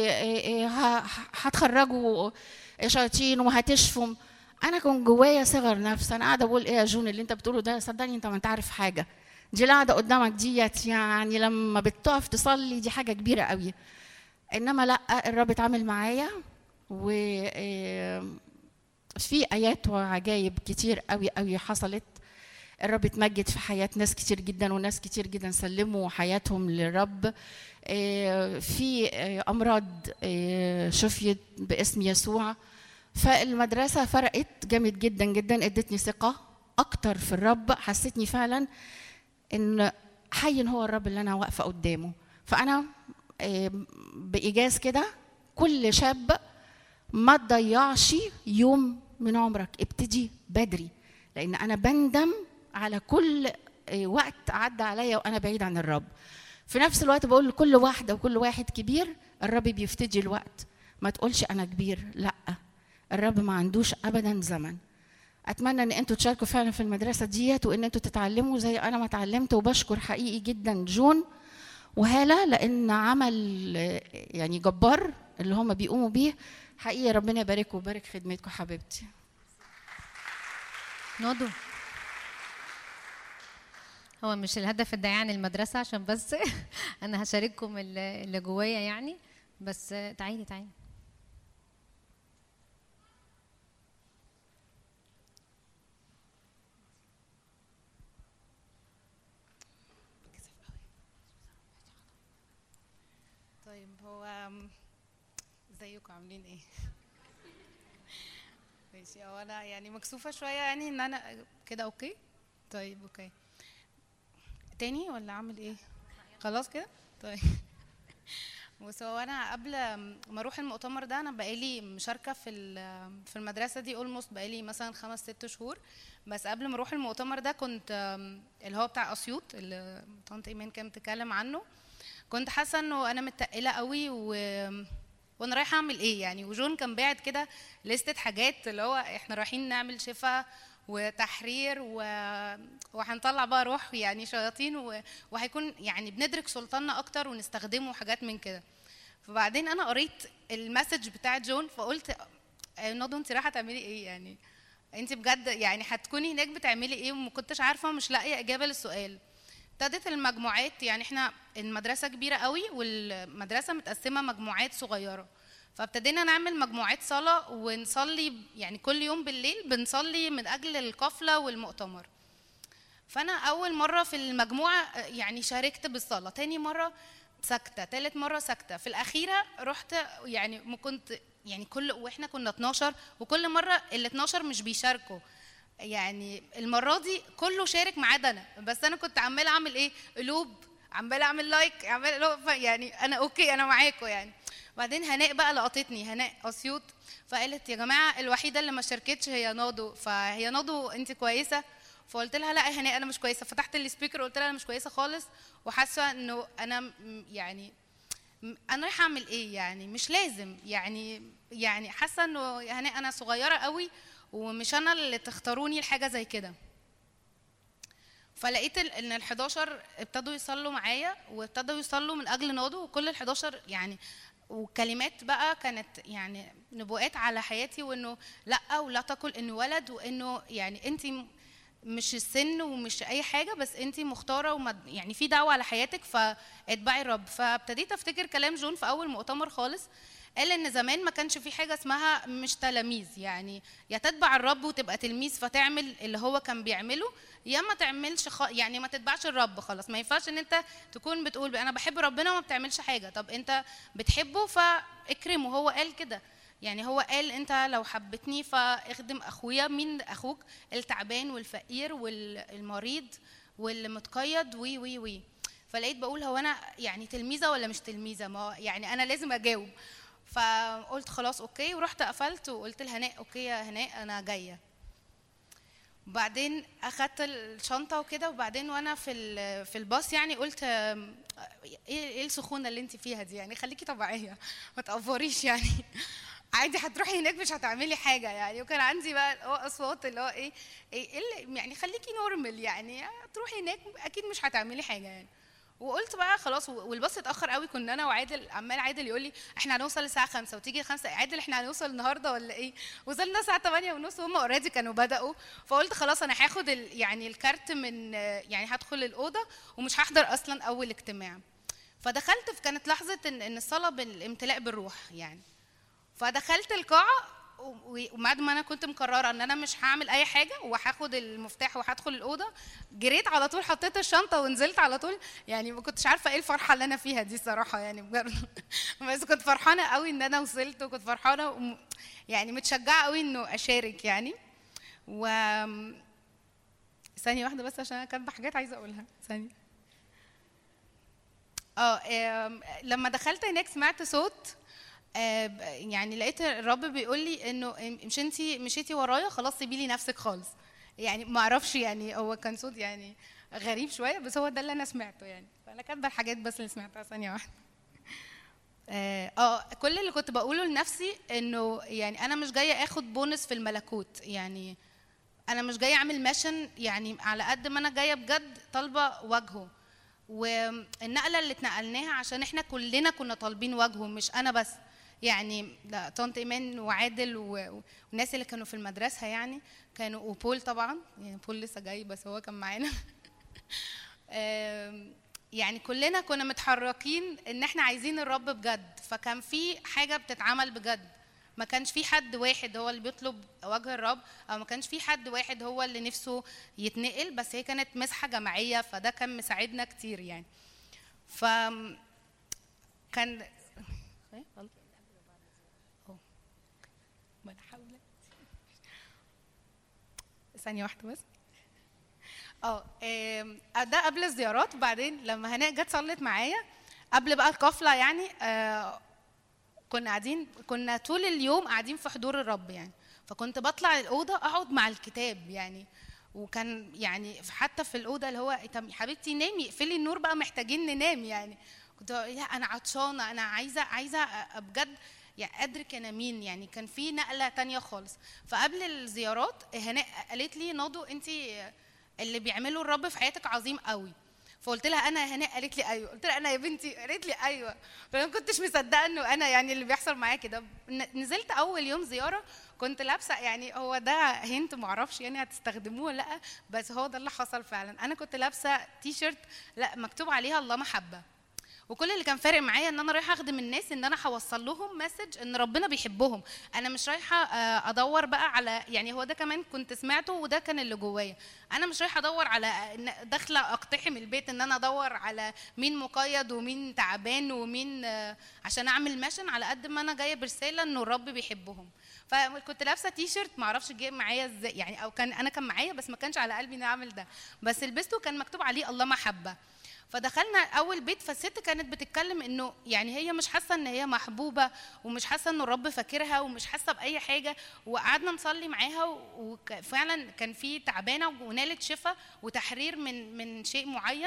S3: وهتخرجوا شياطين وهتشفوا، انا كان جوايا صغر نفس. انا قاعده بقول ايه يا جون اللي انت بتقوله ده؟ صدقني انت ما انت عارف حاجه، دي قاعده قدامك ديت يعني لما بتقف تصلي دي حاجه كبيره قوي. انما لا، الرب اتعامل معايا، وفي ايات وعجائب كتير قوي قوي حصلت. الرب اتمجد في حياة ناس كتير جدا، وناس كتير جدا سلموا حياتهم للرب. في أمراض شفيت باسم يسوع. فالمدرسة فرقت جامد جدا جدا، ادتني ثقة أكتر في الرب، حسيتني فعلا إن حي هو الرب اللي أنا واقفة قدامه. فأنا بإيجاز كده، كل شاب ما تضيعش يوم من عمرك، ابتدي بدري، لأن أنا بندم على كل وقت عدى عليا وانا بعيد عن الرب. في نفس الوقت بقول لكل واحده وكل واحد كبير، الرب بيفتدي الوقت. ما تقولش انا كبير، لا، الرب ما عندوش ابدا زمن. اتمنى ان انتوا تشاركوا فعلا في المدرسه ديت، وان انتوا تتعلموا زي انا ما اتعلمت. وبشكر حقيقي جدا جون وهاله، لان عمل يعني جبار اللي هم بيقوموا بيه. حقيقي ربنا يبارككم ويبارك خدمتكم حبيبتي.
S2: نودو، هو مش الهدف الداعي عن المدرسة عشان بس أنا هشارككم اللي جوايا يعني، بس تعالي
S4: طيب، هو ازيكم عاملين ايه؟ ماشي. هو انا يعني مكسوفة شوية يعني ان انا كده. اوكي طيب، اوكي تاني ولا اعمل ايه؟ خلاص كده طيب. بس هو انا قبل ما اروح المؤتمر ده، انا بقالي مشاركه في المدرسه دي اولموست بقالي مثلا 5-6 شهور. بس قبل ما اروح المؤتمر ده كنت اللي هو بتاع اسيوط اللي طنط ايمان كانت بتتكلم عنه، كنت حاسه انه انا متقله قوي وانا رايحه اعمل ايه يعني. وجون كان باعت كده لستة حاجات اللي هو احنا رايحين نعمل شفاء وتحرير وهنطلع بقى روح يعني شياطين وهيكون يعني بندرك سلطاننا اكتر ونستخدمه حاجات من كده. فبعدين انا قريت المسج بتاعت جون، فقلت نودو انت رايحه تعملي ايه يعني؟ انت بجد يعني هتكوني هناك بتعملي ايه؟ وما كنتش عارفه، مش لاقيه اجابه للسؤال. ابتدت المجموعات، يعني احنا المدرسه كبيره قوي والمدرسه متقسمه مجموعات صغيره، فابتدينا نعمل مجموعات صلاة ونصلي يعني كل يوم بالليل بنصلي من أجل القافلة والمؤتمر. فأنا أول مرة في المجموعة يعني شاركت بالصلاة، تاني مرة سكتة، تالت مرة سكتة، في الأخيرة رحت يعني ما كنت يعني وإحنا كنا 12 وكل مرة ال 12 مش بيشاركوا، يعني المرة دي كله شارك ما عدا أنا، بس أنا كنت عمالة أعمل إيه؟ قلوب، عمالة أعمل لايك، يعني أنا أوكي أنا معاكم يعني. بعدين هناء بقى لقطتني، هناء اسيوط، فقالت يا جماعه الوحيده اللي ما شاركتش هي نودو، فهي نودو انت كويسه؟ فقلت لها لا يا هناء انا مش كويسه، فتحت السبيكر وقلت لها انا مش كويسه خالص، وحاسه انه انا يعني انا رايحه اعمل ايه يعني، مش لازم يعني حاسه انه يا هناء انا صغيره قوي ومش انا اللي تختاروني لحاجه زي كده. فلقيت ان ال11 ابتدوا يصلوا معايا وابتدوا يصلوا من اجل ناضو، وكل ال11 يعني وكلمات بقى كانت يعني نبوءات على حياتي، وانه لا ولا تقل انه ولد، وانه يعني انت مش السن ومش اي حاجه، بس انت مختاره يعني في دعوه على حياتك فاتبعي الرب. فابتديت افتكر كلام جون في اول مؤتمر خالص، قال ان زمان ما كانش في حاجه اسمها مش تلاميذ، يعني يا تتبع الرب وتبقى تلميذ فتعمل اللي هو كان بيعمله، يا ما تعملش يعني ما تتبعش الرب خلاص. ما ينفعش ان انت تكون بتقول انا بحب ربنا وما بتعملش حاجه. طب انت بتحبه فاكرمه، هو قال كده يعني، هو قال انت لو حبتني فاخدم اخويا. مين اخوك؟ التعبان والفقير والمريض والمتقيد وي وي وي. فلقيت بقول هو انا يعني تلميذه ولا مش تلميذه؟ ما يعني انا لازم اجاوب. فقلت خلاص اوكي، ورحت قفلت وقلت لهناء اوكي يا هناء انا جايه. وبعدين اخدت الشنطه وكده، وبعدين وانا في الباص يعني قلت ايه السخونه اللي انت فيها دي يعني، خليكي طبيعيه ما تقفريش يعني عادي هتروحي هناك مش هتعملي حاجه يعني. وكان عندي بقى اصوات اللي هو ايه اللي يعني خليكي نورمال يعني، تروحي هناك اكيد مش هتعملي حاجه يعني. وقلت بقى خلاص، والباص اتاخر قوي، كنا انا وعادل عمال عادل يقول لي احنا هنوصل الساعه 5 وتيجي 5، عادل احنا هنوصل النهارده ولا ايه؟ وصلنا الساعه 8:30 وهم اوريدي كانوا بداوا. فقلت خلاص انا هاخد يعني الكارت من يعني هدخل الاوضه ومش هحضر اصلا اول اجتماع. فدخلت، كانت لحظه ان الصلاه بالامتلاء بالروح يعني. فدخلت القاعه، وبعد ما انا كنت مقرره ان انا مش هعمل اي حاجه وهاخد المفتاح وهدخل الاوضه، جريت على طول حطيت الشنطه ونزلت على طول يعني. ما كنتش عارفه ايه الفرحه اللي انا فيها دي صراحه يعني بجد بس كنت فرحانه قوي ان انا وصلت، وكنت فرحانه يعني متشجعه قوي انه اشارك يعني. و ثانيه واحده بس عشان انا كاتبه حاجات عايزه اقولها. ثانيه. لما دخلت هناك سمعت صوت، يعني لقيت الرب بيقول لي انه مش انتي مشيتي ورايا خلاص سيبي لي نفسك خالص يعني. ما اعرفش يعني، هو كان صوت يعني غريب شويه، بس هو ده اللي انا سمعته يعني. فانا كاتبه الحاجات بس اللي سمعتها. ثانيه واحده. كل اللي كنت بقوله لنفسي انه يعني انا مش جايه اخد بونس في الملكوت يعني، انا مش جايه اعمل ميشن يعني، على قد ما انا جايه بجد طالبه وجهه. والنقله اللي اتنقلناها عشان احنا كلنا كنا طالبين وجهه، مش انا بس يعني. لا طنط ايمان وعادل والناس اللي كانوا في المدرسه يعني كانوا، وبول طبعا يعني، بول لسه جاي بس هو كان معانا يعني كلنا كنا متحركين ان احنا عايزين الرب بجد. فكان في حاجه بتتعمل بجد، ما كانش في حد واحد هو اللي بيطلب وجه الرب، او ما كانش في حد واحد هو اللي نفسه يتنقل، بس هي كانت مسحه جماعيه، فده كان مساعدنا كتير يعني. ف كان ثانية واحدة بس. ده قبل الزيارات. وبعدين لما هناء جت صلت معايا قبل بقى القفلة يعني، كنا قاعدين، كنا طول اليوم قاعدين في حضور الرب يعني. فكنت بطلع الأوضة أقعد مع الكتاب يعني، وكان يعني حتى في الأوضة اللي هو طب حبيبتي نامي اقفلي النور بقى محتاجين ننام يعني. كنت لا أنا عطشانة، أنا عايزة بجد يعني أدرك أنا مين يعني. كان في نقلة تانية خالص. فقبل الزيارات هناء قالت لي ناضو أنت اللي بيعمله الرب في حياتك عظيم قوي. فقلت لها أنا هناء؟ قالت لي أيوه. قلت لها أنا يا بنتي؟ قالت لي أيوه. فأنا ما كنتش مصدقة إنه أنا يعني اللي بيحصل معايا كده. نزلت أول يوم زيارة كنت لابسة يعني، هو ده هنت معرفش يعني هتستخدموه ولا لأ، بس هو ده اللي حصل فعلا. أنا كنت لابسة تي شيرت لا مكتوب عليها الله محبة، وكل اللي كان فارق معايا ان انا رايحه اخدم الناس، ان انا هوصل لهم مسج ان ربنا بيحبهم. انا مش رايحه ادور بقى على يعني، هو ده كمان كنت سمعته وده كان اللي جوايا. انا مش رايحه ادور على داخله اقتحم البيت ان انا ادور على مين مقيد ومين تعبان ومين عشان اعمل ماشن، على قد ما انا جايه برساله انه الرب بيحبهم. فكنت لابسه تي شيرت ما اعرفش جه معايا ازاي يعني، او كان معايا بس ما كانش على قلبي اني اعمل ده، بس لبسته كان مكتوب عليه الله محبه. فدخلنا اول بيت، فالست كانت بتتكلم انه يعني هي مش حاسه ان هي محبوبه، ومش حاسه ان الرب فاكرها، ومش حاسه باي حاجه. وقعدنا نصلي معاها، وفعلا كان في تعبانه ونالت شفاء وتحرير من شيء معين.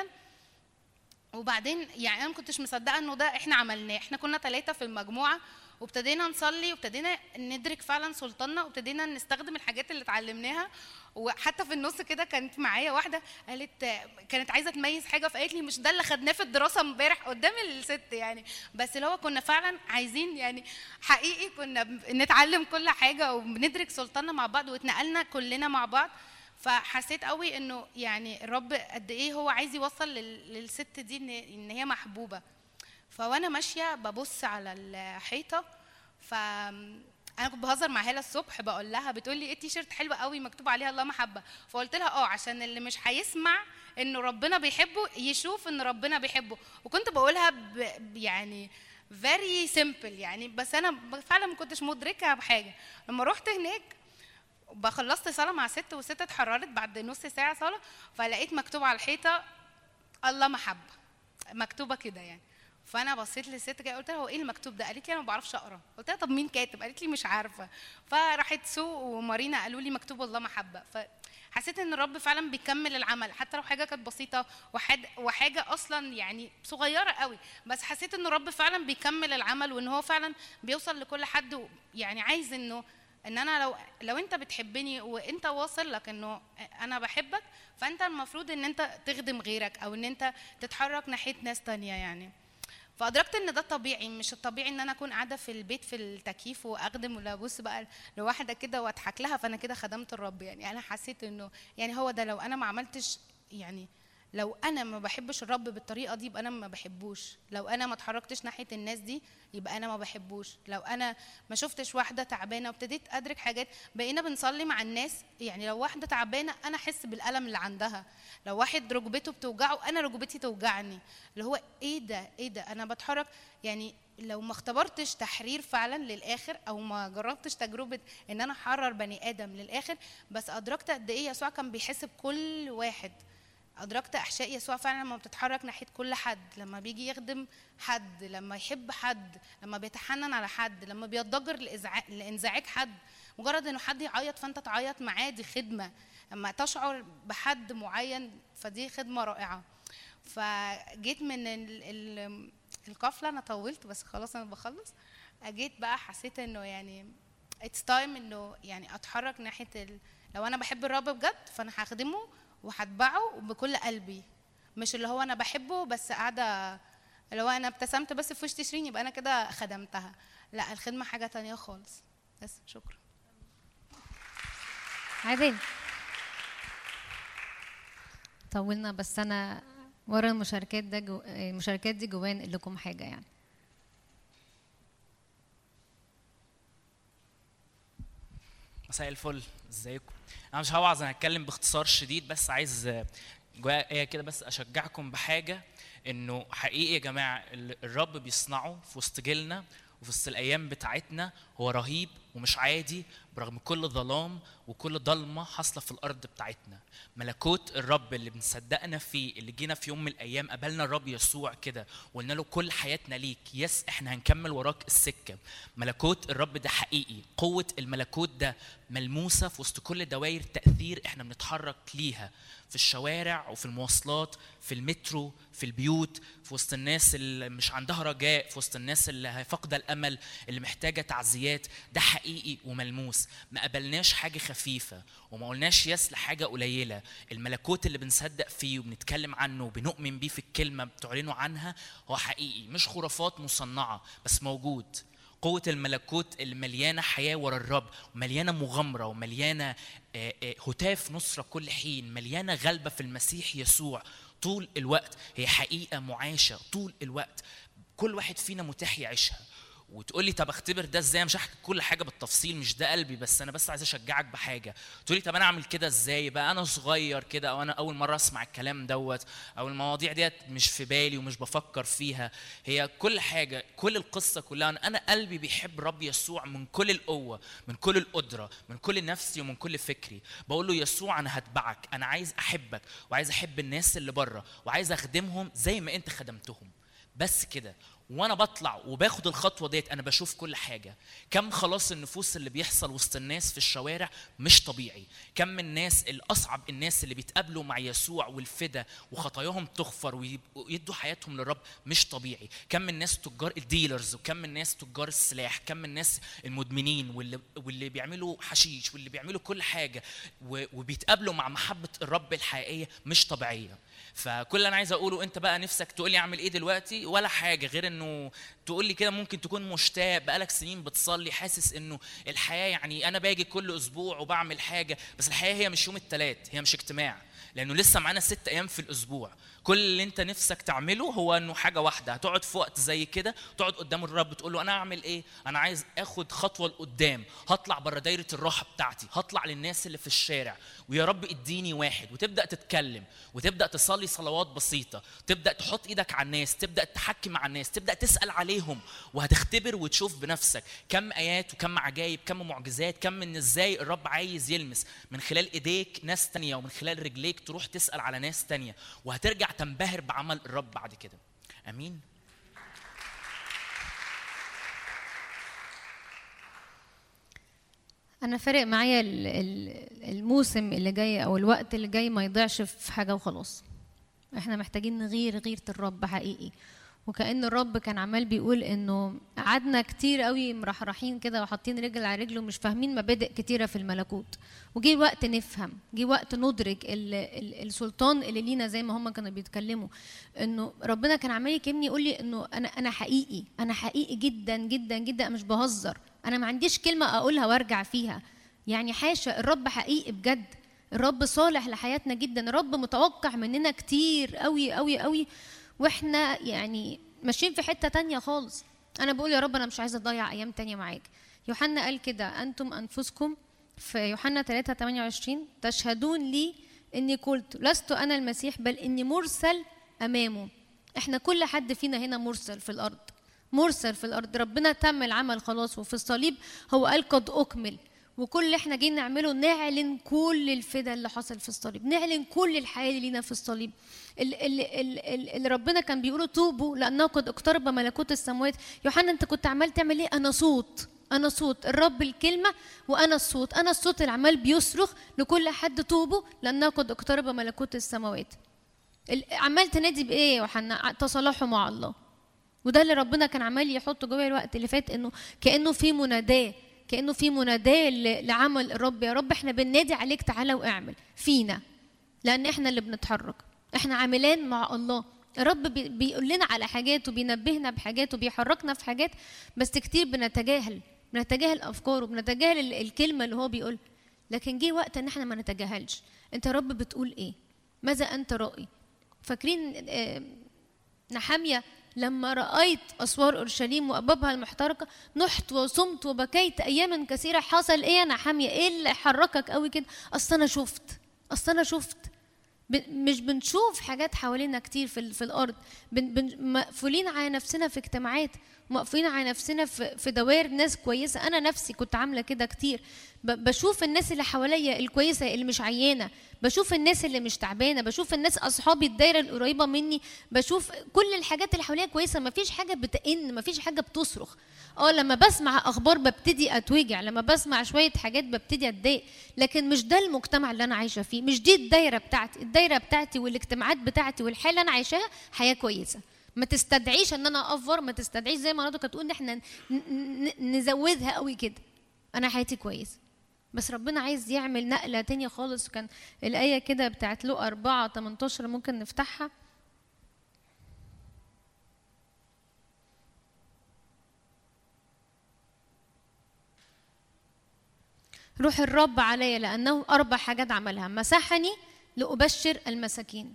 S4: وبعدين يعني انا ما كنتش مصدقه انه ده احنا عملناه. احنا كنا 3 في المجموعه، وابتدينا نصلي، وابتدينا ندرك فعلا سلطاننا، وابتدينا نستخدم الحاجات اللي اتعلمناها. وحتى في النص كده كانت معايا واحده قالت، كانت عايزه تميز حاجه، فقالت لي مش ده اللي خدناه في الدراسه امبارح قدام الست يعني. بس اللي هو كنا فعلا عايزين يعني حقيقي كنا نتعلم كل حاجه وبندرك سلطاننا مع بعض، واتنقلنا كلنا مع بعض. فحسيت قوي انه يعني الرب قد ايه هو عايز يوصل للست دي ان هي محبوبه. فوانا ماشيه ببص على الحيطه، انا كنت بهزر مع هاله الصبح، بقول لها، بتقول لي ايه التيشيرت حلو قوي مكتوب عليها الله محبه. فقلت لها عشان اللي مش هيسمع انه ربنا بيحبه يشوف ان ربنا بيحبه. وكنت بقولها يعني very simple يعني، بس انا فعلا ما كنتش مدركه بحاجه. لما رحت هناك خلصت صلاه مع ست، والست اتحررت بعد نص ساعه صلاه، فلقيت مكتوب على الحيطه الله محبه، مكتوبه كده يعني. فانا بصيت للست كده قلت لها هو ايه المكتوب ده؟ قالت لي انا ما بعرفش اقرا. قلت لها طب مين كاتب؟ قالت لي مش عارفه. فراحت سو ومارينا قالوا لي مكتوب الله محبه. فحسيت ان الرب فعلا بيكمل العمل، حتى لو حاجه كانت بسيطه وحاجه اصلا يعني صغيره قوي، بس حسيت ان الرب فعلا بيكمل العمل، وان هو فعلا بيوصل لكل حد. يعني عايز ان انا لو انت بتحبني وانت واصل لك انه انا بحبك، فانت المفروض ان انت تخدم غيرك، او ان انت تتحرك ناحيه ناس تانية يعني. فادركت ان ده طبيعي، مش الطبيعي ان انا اكون قاعده في البيت في التكييف واخدم، ولا ابص بقى لواحده كده واضحك لها فانا كده خدمت الرب يعني. انا حسيت انه يعني هو ده، لو انا ما عملتش يعني، لو انا ما بحبش الرب بالطريقه دي يبقى انا ما بحبوش. لو انا ما اتحركتش ناحيه الناس دي يبقى انا ما بحبوش. لو انا ما شفتش واحده تعبانه وابتديت ادرك حاجات، بقينا بنصلي مع الناس يعني، لو واحده تعبانه انا احس بالالم اللي عندها، لو واحد ركبته بتوجعه انا ركبتي توجعني، اللي هو ايه ده انا بتحرك يعني. لو ما اختبرتش تحرير فعلا للاخر، او ما جربتش تجربه ان انا احرر بني ادم للاخر، بس ادركت قد ايه يسوع كان بيحس بكل واحد. أدركت أحشاء يسوع فعلا لما بتتحرك ناحية كل حد، لما بيجي يخدم حد، لما يحب حد، لما بيتحنن على حد، لما بيضجر لإنزعاج حد. مجرد إنه حد يعيط فأنت تعيط معاه، دي خدمة. لما تشعر بحد معين فدي خدمة رائعة. فجيت من القفلة، أنا طولت بس خلاص أنا بخلص. جيت بقى حسيت إنه يعني it's time إنه يعني أتحرك ناحية لو أنا بحب الرب بجد فأنا هخدمه وهتبعه بكل قلبي، مش اللي هو انا بحبه بس قاعده اللي هو انا ابتسمت بس في وش تشرين يبقى انا كده خدمتها. لا، الخدمه حاجه تانية خالص. بس شكرا.
S2: عادل طولنا، بس انا ورا المشاركات المشاركات دي جوايا نقول لكم حاجه يعني.
S5: مساء الفل، ازيكم؟ انا مش هوعظ، انا هتكلم باختصار شديد، بس عايز جوايا كده بس اشجعكم بحاجه، انه حقيقي يا جماعه الرب بيصنعه في وسط جيلنا وفي وسط الايام بتاعتنا هو رهيب ومش عادي، برغم كل ظلام وكل ضلمه حاصله في الارض بتاعتنا. ملكوت الرب اللي بنصدقنا فيه، اللي جينا في يوم من الايام قابلنا الرب يسوع كده وقلنا له كل حياتنا ليك، يس احنا هنكمل وراك السكه. ملكوت الرب ده حقيقي، قوه الملكوت ده ملموسه في وسط كل دوائر تاثير احنا بنتحرك ليها، في الشوارع وفي المواصلات، في المترو، في البيوت، في وسط الناس اللي مش عندها رجاء، في وسط الناس اللي فاقده الامل، اللي محتاجه تعزيات. ده حقيقي وملموس. ما قبلناش حاجه خفيفه وما قلناش يس لحاجه قليله. الملكوت اللي بنصدق فيه وبنتكلم عنه وبنؤمن بيه في الكلمه بتعلنوا عنها هو حقيقي، مش خرافات مصنعه بس موجود. قوة الملكوت اللي مليانة حياة ورا الرب، ومليانة مغامرة، ومليانة هتاف نصرة كل حين، مليانة غلبة في المسيح يسوع طول الوقت. هي حقيقة معاشة طول الوقت، كل واحد فينا متاح يعيشها. وتقولي طب اختبر ده ازاي؟ مش هحكي كل حاجه بالتفصيل، مش ده قلبي، بس انا بس عايز اشجعك بحاجه. تقولي طب انا اعمل كده ازاي بقى؟ انا صغير كده، او انا اول مره اسمع الكلام دوت، او المواضيع ديت مش في بالي ومش بفكر فيها. هي كل حاجه، كل القصه كلها انا قلبي بيحب رب يسوع من كل القوه، من كل القدره، من كل نفسي ومن كل فكري. بقول له يسوع انا هتبعك، انا عايز احبك وعايز احب الناس اللي بره وعايز اخدمهم زي ما انت خدمتهم. بس كده. وانا بطلع وباخد الخطوه ديت انا بشوف كل حاجه. كم خلاص النفوس اللي بيحصل وسط الناس في الشوارع مش طبيعي. كم من الناس الاصعب، الناس اللي بيتقابلوا مع يسوع والفدا وخطاياهم تغفر ويدوا حياتهم للرب مش طبيعي. كم من الناس تجار الديلرز، وكم من الناس تجار السلاح، كم من الناس المدمنين واللي بيعملوا حشيش واللي بيعملوا كل حاجه وبيتقابلوا مع محبه الرب الحقيقيه مش طبيعيه. فكل اللي انا عايز اقوله، انت بقى نفسك تقول لي اعمل ايه دلوقتي؟ ولا حاجه غير انه تقول لي كده ممكن تكون مشتاق بقالك سنين بتصلي، حاسس انه الحياه يعني انا باجي كل اسبوع وبعمل حاجه، بس الحياه هي مش يوم الثلاث، هي مش اجتماع، لانه لسه معانا 6 ايام في الاسبوع. كل اللي انت نفسك تعمله هو انه حاجه واحده، هتقعد في وقت زي كده تقعد قدام الرب تقول له انا اعمل ايه؟ انا عايز اخد خطوه لقدام، هطلع بره دايره الراحه بتاعتي، هطلع للناس اللي في الشارع، ويا رب اديني واحد. وتبدا تتكلم وتبدا تصلي صلوات بسيطه، تبدا تحط ايدك على الناس، تبدا تحكي مع الناس، تبدا تسال عليهم، وهتختبر وتشوف بنفسك كم ايات وكم عجائب، كم معجزات، كم من ازاي الرب عايز يلمس من خلال ايديك ناس تانية، ومن خلال رجليك تروح تسال على ناس تانية، وهترجع تنبهر بعمل الرب بعد كده. امين.
S2: انا فارق معايا الموسم اللي جاي او الوقت اللي جاي ما يضيعش في حاجه وخلاص. احنا محتاجين نغير غيرة الرب حقيقي. وكأن الرب كان عمال بيقول انه قعدنا كتير قوي مرحرحين كده وحاطين رجل على رجل ومش فاهمين مبادئ كتيره في الملكوت. وجي وقت نفهم، جي وقت ندرك السلطان اللي لينا زي ما هم كانوا بيتكلموا. انه ربنا كان عمال يكلمني يقول لي انه انا حقيقي، انا حقيقي جدا جدا جدا، مش بهزر. انا ما عنديش كلمه اقولها وارجع فيها. يعني حاشا، الرب حقيقي بجد. الرب صالح لحياتنا جدا. الرب متوقع مننا كتير قوي قوي قوي، واحنا يعني ماشيين في حته تانية خالص. انا بقول يا رب انا مش عايزه اضيع ايام تانية معاك. يوحنا قال كده، انتم انفسكم في يوحنا 3:28 تشهدون لي اني قلت لست انا المسيح بل اني مرسل امامه. احنا كل حد فينا هنا مرسل في الارض، مرسل في الارض. ربنا تم العمل خلاص، وفي الصليب هو قال قد اكمل. وكل اللي احنا جايين نعمله نعلن كل الفدا اللي حصل في الصليب، نعلن كل الحياه اللي لينا في الصليب. اللي ربنا كان بيقوله توبوا لانه قد اقترب ملكوت السماوات. يوحنا انت كنت عمال تعمل ايه؟ انا صوت، انا صوت الرب الكلمه، وانا الصوت، انا الصوت اللي عمال بيصرخ لكل حد توبوا لانه قد اقترب ملكوت السماوات. عمال تنادي بايه يا يوحنا؟ تصالحوا مع الله. وده اللي ربنا كان عمال يحطه جوه الوقت اللي فات، انه كانه في مناداه، كأنه في مناداة لعمل الرب. يا رب احنا بننادي عليك تعالى واعمل فينا، لأن احنا اللي بنتحرك، احنا عاملين مع الله. الرب بيقول لنا على حاجات وبينبهنا بحاجات وبيحركنا في حاجات، بس كتير بنتجاهل أفكاره، وبنتجاهل الكلمة اللي هو بيقول. لكن جه وقت ان احنا ما نتجاهلش. انت يا رب بتقول ايه؟ ماذا انت رأي؟ فاكرين نحمية لما رأيت أسوار أورشليم وأبوابها المحترقة نحت وصمت وبكيت أياما كثيرة. حصل إيه يا نحمية؟ إيه اللي حركك قوي كده؟ أصل أنا شفت. مش بنشوف حاجات حوالينا كتير في الأرض. مقفولين على نفسنا في اجتماعات، مقفولين على نفسنا في دوائر ناس كويسة. أنا نفسي كنت عاملة كده كتير. بشوف الناس اللي حواليا الكويسة اللي مش عيانة، بشوف الناس اللي مش تعبانة، بشوف الناس أصحابي الدايرة القريبة مني، بشوف كل الحاجات اللي حواليا كويسة. مفيش حاجة بتئن، مفيش حاجة بتصرخ. لما بسمع أخبار ببتدي أتوجع، لما بسمع شوية حاجات ببتدي أتضايق. لكن مش ده المجتمع اللي أنا عايشة فيه، مش دي الدايرة بتاعتي. الدايرة بتاعتي والاجتماعات بتاعتي والحياة اللي أنا عايشاها حياة كويسة. ما تستدعيش ان انا افور، ما تستدعيش زي ما رضوى كانت تقول ان احنا نزودها قوي كده. انا حياتي كويسه، بس ربنا عايز يعمل نقله تانية خالص. كان الايه كده بتاعت لوقا 4:18 ممكن نفتحها. روح الرب علي لانه 4 حاجات عملها. مسحني لأبشر المساكين،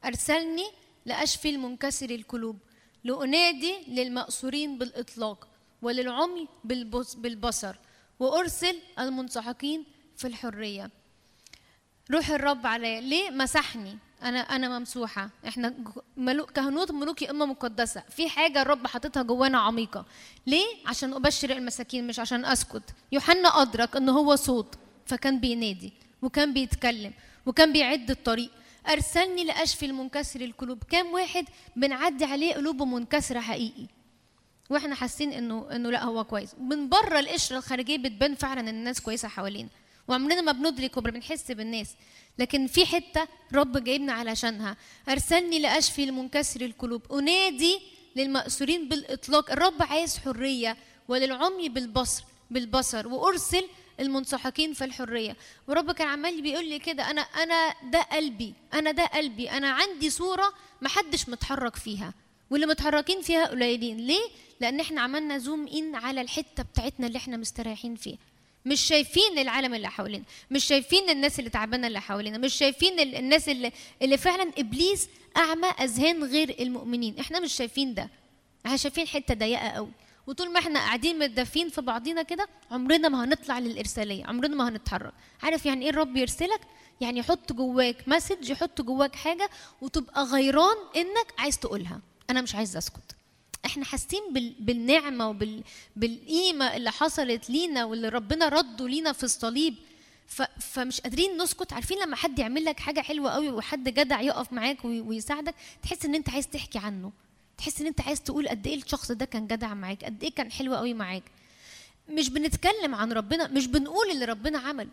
S2: ارسلني لأشفي المنكسر القلوب، لأنادي للمأسورين بالإطلاق، وللعمي بالبصر وأرسل المنسحقين في الحرية. روح الرب عليا. ليه مسحني؟ أنا ممسوحة. إحنا كهنوت ملوكي أمة مقدسة، في حاجة الرب حاططها جوانا عميقة. ليه؟ عشان أبشر المساكين مش عشان أسكت. يوحنا أدرك إن هو صوت، فكان بينادي وكان بيتكلم وكان بيعد الطريق. أرسلني لأشفي المنكسر القلوب. كام واحد بنعدي عليه قلوبه منكسرة حقيقي واحنا حاسين انه لا هو كويس. من بره القشره الخارجيه بتبان فعلا ان الناس كويسه حوالينا، وعمرنا ما بندرك وبنحس بالناس، لكن في حته رب جايبنا علشانها. ارسلني لاشفي المنكسر القلوب، انادي للمأسورين بالاطلاق. الرب عايز حريه، وللعمي بالبصر وارسل المنسحقين في الحريه. ورب كان عمال بيقول لي كده، انا ده قلبي، انا عندي صوره محدش متحرك فيها، واللي متحركين فيها قليلين. ليه؟ لان احنا عملنا زوم ان على الحته بتاعتنا اللي احنا مستريحين فيها. مش شايفين العالم اللي حوالينا، مش شايفين الناس اللي تعبانه اللي حوالينا، مش شايفين الناس اللي فعلا ابليس اعمى اذهان غير المؤمنين. احنا مش شايفين ده، احنا شايفين حته ضيقه قوي. وطول ما احنا قاعدين متدفين في بعضينا كده عمرنا ما هنطلع للارساليه، عمرنا ما هنتحرك. عارف يعني ايه الرب يرسلك؟ يعني يحط جواك مسج، يحط جواك حاجه وتبقى غيران انك عايز تقولها. انا مش عايز اسكت. احنا حاسين بالنعمه وبالقيمه اللي حصلت لينا واللي ربنا رده لينا في الصليب، فمش قادرين نسكت. عارفين لما حد يعمل لك حاجه حلوه قوي وحد جدع يقف معاك ويساعدك، تحس ان انت عايز تحكي عنه، تحس ان انت عايز تقول قد ايه الشخص ده كان جدع معاك، قد ايه كان حلو قوي معاك. مش بنتكلم عن ربنا، مش بنقول اللي ربنا عمل،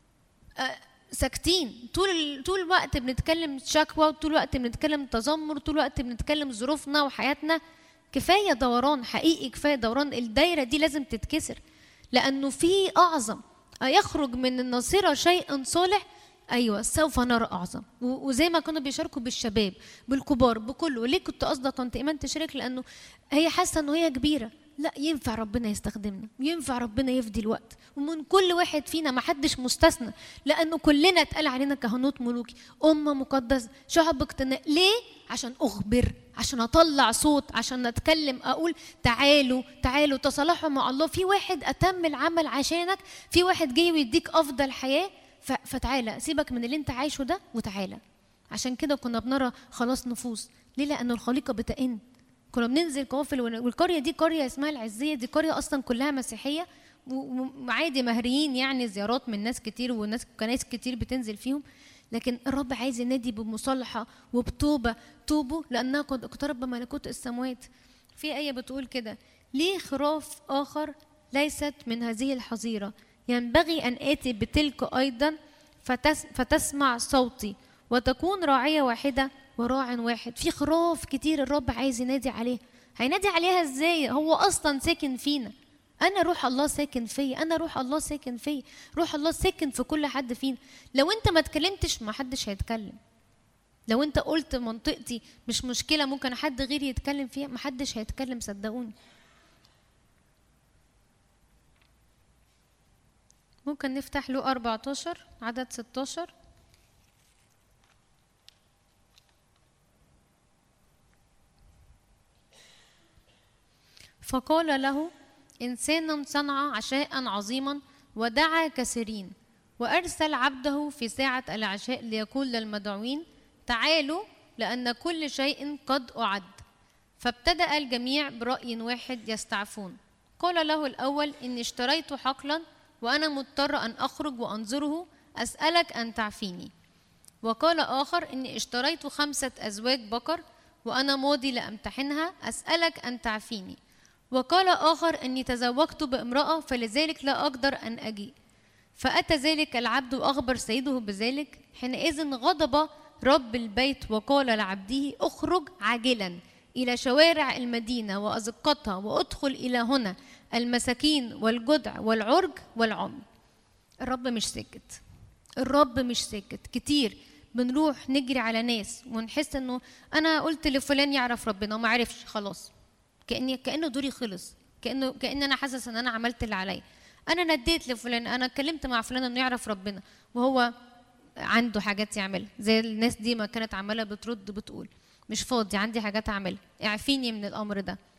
S2: ساكتين طول الوقت بنتكلم شكوى، وطول الوقت بنتكلم تذمر، طول الوقت بنتكلم ظروفنا وحياتنا. كفايه دوران حقيقي، كفايه دوران. الدايره دي لازم تتكسر، لانه في اعظم. يخرج من الناصره شيء صالح، ايوه سوف نرى اعظم. وزي ما كانوا بيشاركوا بالشباب بالكبار بكله. ليه كنت قصده طنط ايمان تشارك؟ لانه هي حاسه انه هي كبيره. لا، ينفع ربنا يستخدمنا، ينفع ربنا يفدي الوقت، ومن كل واحد فينا ما حدش مستثنى، لانه كلنا اتقال علينا كهنوت ملوكي، امه مقدسه، شعب اقتناء. ليه؟ عشان اخبر، عشان اطلع صوت، عشان اتكلم، اقول تعالوا تصالحوا مع الله. في واحد اتم العمل عشانك، في واحد جاي ويديك افضل حياه، فتعالى سيبك من اللي انت عايشه ده وتعالى. عشان كده كنا بنرى خلاص نفوس. ليه؟ لانه الخليقه بتئن. كنا بننزل قوافل، والقريه دي قريه اسمها العزيه، دي قريه اصلا كلها مسيحيه، وعادي مهريين يعني زيارات من ناس كتير، وناس كنايس كتير بتنزل فيهم. لكن الرب عايز ينادي بمصالحه وبتوبه. توبوا لانها قد اقترب ملكوت السماوات. في ايه بتقول كده: ليه خراف اخر ليست من هذه الحظيره، ينبغي ان اتي بتلك ايضا فتسمع صوتي، وتكون راعيه واحده وراع واحد. في خراف كتير الرب عايز ينادي عليه. هينادي عليها ازاي؟ هو اصلا ساكن فينا. انا روح الله ساكن فيا، انا روح الله ساكن فيا، روح الله ساكن في كل حد فينا. لو انت ما اتكلمتش ما حدش هيتكلم. لو انت قلت منطقتي مش مشكله، ممكن حد غيري يتكلم فيها، ما حدش هيتكلم صدقوني. ممكن نفتح له 14 عدد 16. فقال له: إنسان صنع عشاء عظيما ودعا كثيرين، وأرسل عبده في ساعة العشاء ليقول للمدعوين: تعالوا لأن كل شيء قد أعد. فابتدأ الجميع برأي واحد يستعفون. قال له الأول: إني اشتريت حقلا وأنا مضطر أن أخرج وأنظره، أسألك أن تعفيني. وقال آخر: إني اشتريت 5 أزواج بقر وأنا ماضي لأمتحنها، أسألك أن تعفيني. وقال آخر: إني تزوجت بامرأة فلذلك لا أقدر أن أجيء. فأتى ذلك العبد وأخبر سيده بذلك. حينئذ غضب رب البيت وقال لعبده: اخرج عاجلا إلى شوارع المدينة وأزقتها، وأدخل إلى هنا المساكين والجدع والعرج والعمي. الرب مش ساكت، الرب مش ساكت. كتير بنروح نجري على ناس ونحس إنه أنا قلت لفلان يعرف ربنا وما عرفش، خلاص كأنه دوري خلص، كأن أنا حاسس إن أنا عملت اللي عليا. أنا نديت لفلان، أنا اتكلمت مع فلان إنه يعرف ربنا وهو عنده حاجات يعملها، زي الناس دي ما كانت عمالة بترد بتقول: مش فاضي، عندي حاجات أعملها، اعفيني من الأمر ده.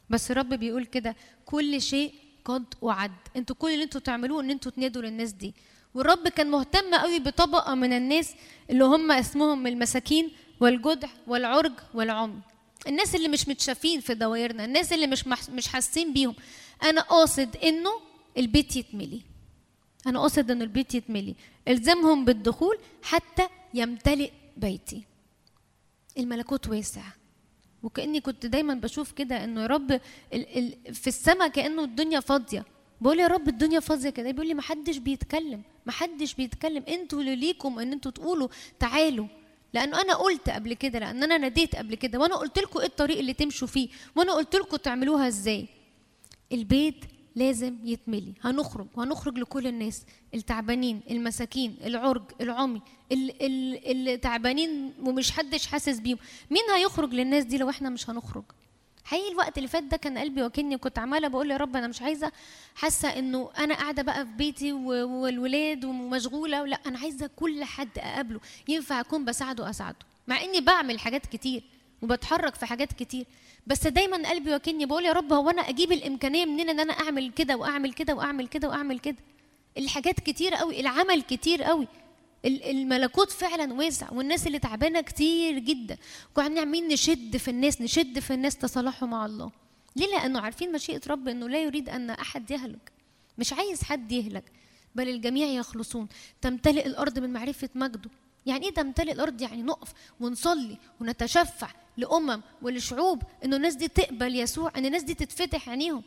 S2: بس الرب بيقول كده كل شيء قد وعد. انتوا كل اللي انتوا تعملوه ان انتوا تنادوا للناس دي. والرب كان مهتم قوي بطبقه من الناس اللي هم اسمهم المساكين والجدع والعرج والعمي، الناس اللي مش متشافين في دوائرنا، الناس اللي مش حاسين بيهم. انا قاصد انه البيت يتملي، انا قاصد انه البيت يتملي. الزمهم بالدخول حتى يمتلئ بيتي. الملكوت واسع، وكأني كنت دايما بشوف كده انه يا رب في السماء كأنه الدنيا فاضية. بقول يا رب الدنيا فاضية كده، بيقول لي محدش بيتكلم، محدش بيتكلم. انتوا اللي ليكم ان انتوا تقولوا تعالوا، لانه انا قلت قبل كده، لان انا ناديت قبل كده، وانا قلت لكم ايه الطريق اللي تمشوا فيه، وانا قلت لكم تعملوها ازاي. البيت لازم يتملي. هنخرج لكل الناس التعبانين، المساكين، العرج، العمي، اللي تعبانين ومش حدش حاسس بيهم. مين هيخرج للناس دي لو احنا مش هنخرج؟ حقيقي الوقت اللي فات ده كان قلبي وكني كنت عماله بقول يا رب انا مش عايزه، حاسه انه انا قاعده بقى في بيتي والولاد ومشغوله، لا انا عايزه كل حد اقابله ينفع اكون بساعده اساعده، مع اني بعمل حاجات كتير وبتحرك في حاجات كتير، بس دايما قلبي وكني بقول يا رب هو انا اجيب الامكانيه منين ان انا اعمل كده واعمل كده واعمل كده واعمل كده. الحاجات كتير قوي، العمل كتير قوي، الملكوت فعلا واسع، والناس اللي تعبانه كتير جدا. وقاعدين عاملين نشد في الناس تصالحوا مع الله. ليه؟ لانه عارفين مشيئه رب انه لا يريد ان احد يهلك، مش عايز حد يهلك بل الجميع يخلصون. تمتلئ الارض من معرفه مجده. يعني ايه تمتلئ الارض؟ يعني نقف ونصلي ونتشفع لامم ولشعوب انه الناس دي تقبل يسوع، ان الناس دي تتفتح عينيهم.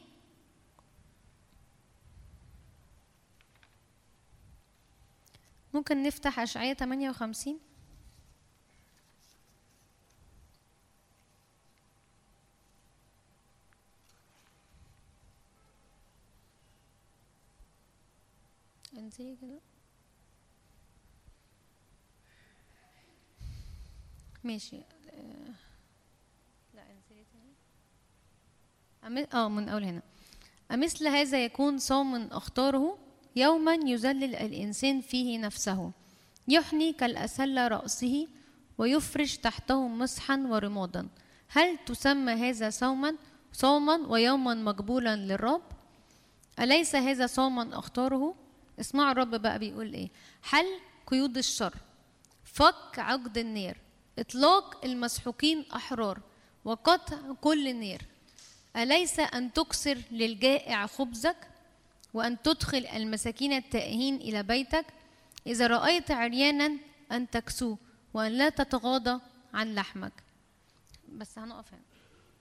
S2: ممكن نفتح اشعياء 58. انزلي كده ماشي. لا انزلي تاني. من اول هنا. أمثل هذا يكون صوم اختاره، يوما يذلل الإنسان فيه نفسه، يحني كالأسلة رأسه ويفرش تحته مسحا ورمادا. هل تسمى هذا صوما ويوما مقبولا للرب؟ أليس هذا صوما اختاره؟ اسمعوا الرب بقى بيقول ايه. حل قيود الشر، فك عقد النار، إطلاق المسحوقين أحرار، وقطع كل نار. أليس أن تكسر للجائع خبزك وأن تدخل المساكين التائهين إلى بيتك؟ إذا رأيت عريانا أن تكسوه وأن لا تتغاضى عن لحمك. بس هنقف هنا.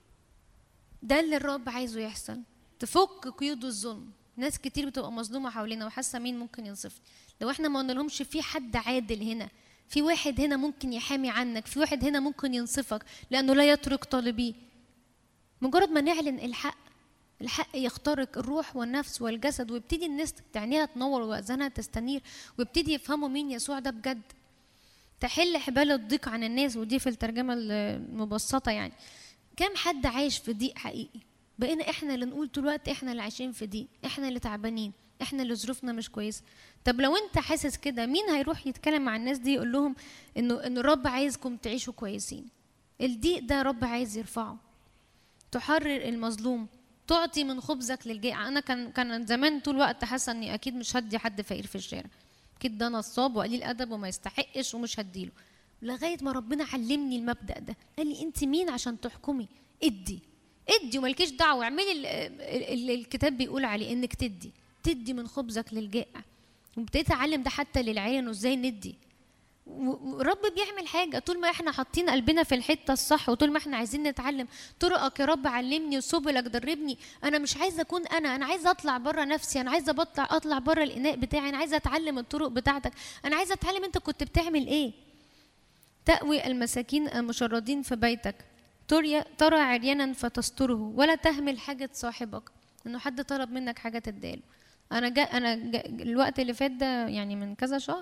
S2: ده اللي الرب عايزه يحصل، تفك قيود الظلم. ناس كتير بتبقى مظلومة حوالينا وحاسة مين ممكن ينصفني. لو احنا ما قلنالهمش في حد عادل هنا، في واحد هنا ممكن يحامي عنك، في واحد هنا ممكن ينصفك لأنه لا يترك طالبيه. مجرد ما نعلن الحق يخترق الروح والنفس والجسد، ويبتدي الناس عينيها تنور وأذانها تستنير، ويبتدي يفهموا مين يسوع ده بجد. تحل حبال الضيق عن الناس، ودي في الترجمة المبسطة. يعني كم حد عايش في ضيق حقيقي؟ بقينا احنا اللي نقول طول الوقت احنا اللي عايشين في ضيق، احنا اللي تعبانين، احنا اللي ظروفنا مش كويسه. طب لو انت حاسس كده، مين هيروح يتكلم مع الناس دي يقول لهم ان الرب عايزكم تعيشوا كويسين؟ الضيق ده رب عايز يرفعه. تحرر المظلوم، تعطي من خبزك للجائع. انا كان زمان طول الوقت حاسه اني اكيد مش هدي حد فقير في الشارع، اكيد ده نصاب وقليل ادب وما يستحقش ومش هديله، لغايه ما ربنا علمني المبدأ ده. قال لي انت مين عشان تحكمي؟ ادي ومالكيش دعوه، اعملي اللي الكتاب بيقول عليه، انك تدي من خبزك للجائع. وابتديت اعلم ده حتى للعيال انه ازاي ندي. ورب بيعمل حاجه طول ما احنا حاطين قلبنا في الحته الصح، وطول ما احنا عايزين نتعلم. طرقك يا رب علمني وسبلك دربني. انا مش عايزه اكون انا عايزه اطلع بره نفسي، انا عايزه اطلع بره الاناء بتاعي، انا عايزه اتعلم الطرق بتاعتك، انا عايزه اتعلم انت كنت بتعمل ايه. تأوي المساكين المشردين في بيتك، ترى عريانا فتستره، ولا تهمل حاجه صاحبك، انه حد طلب منك حاجه تديله. انا الوقت اللي فات ده يعني من كذا شهر،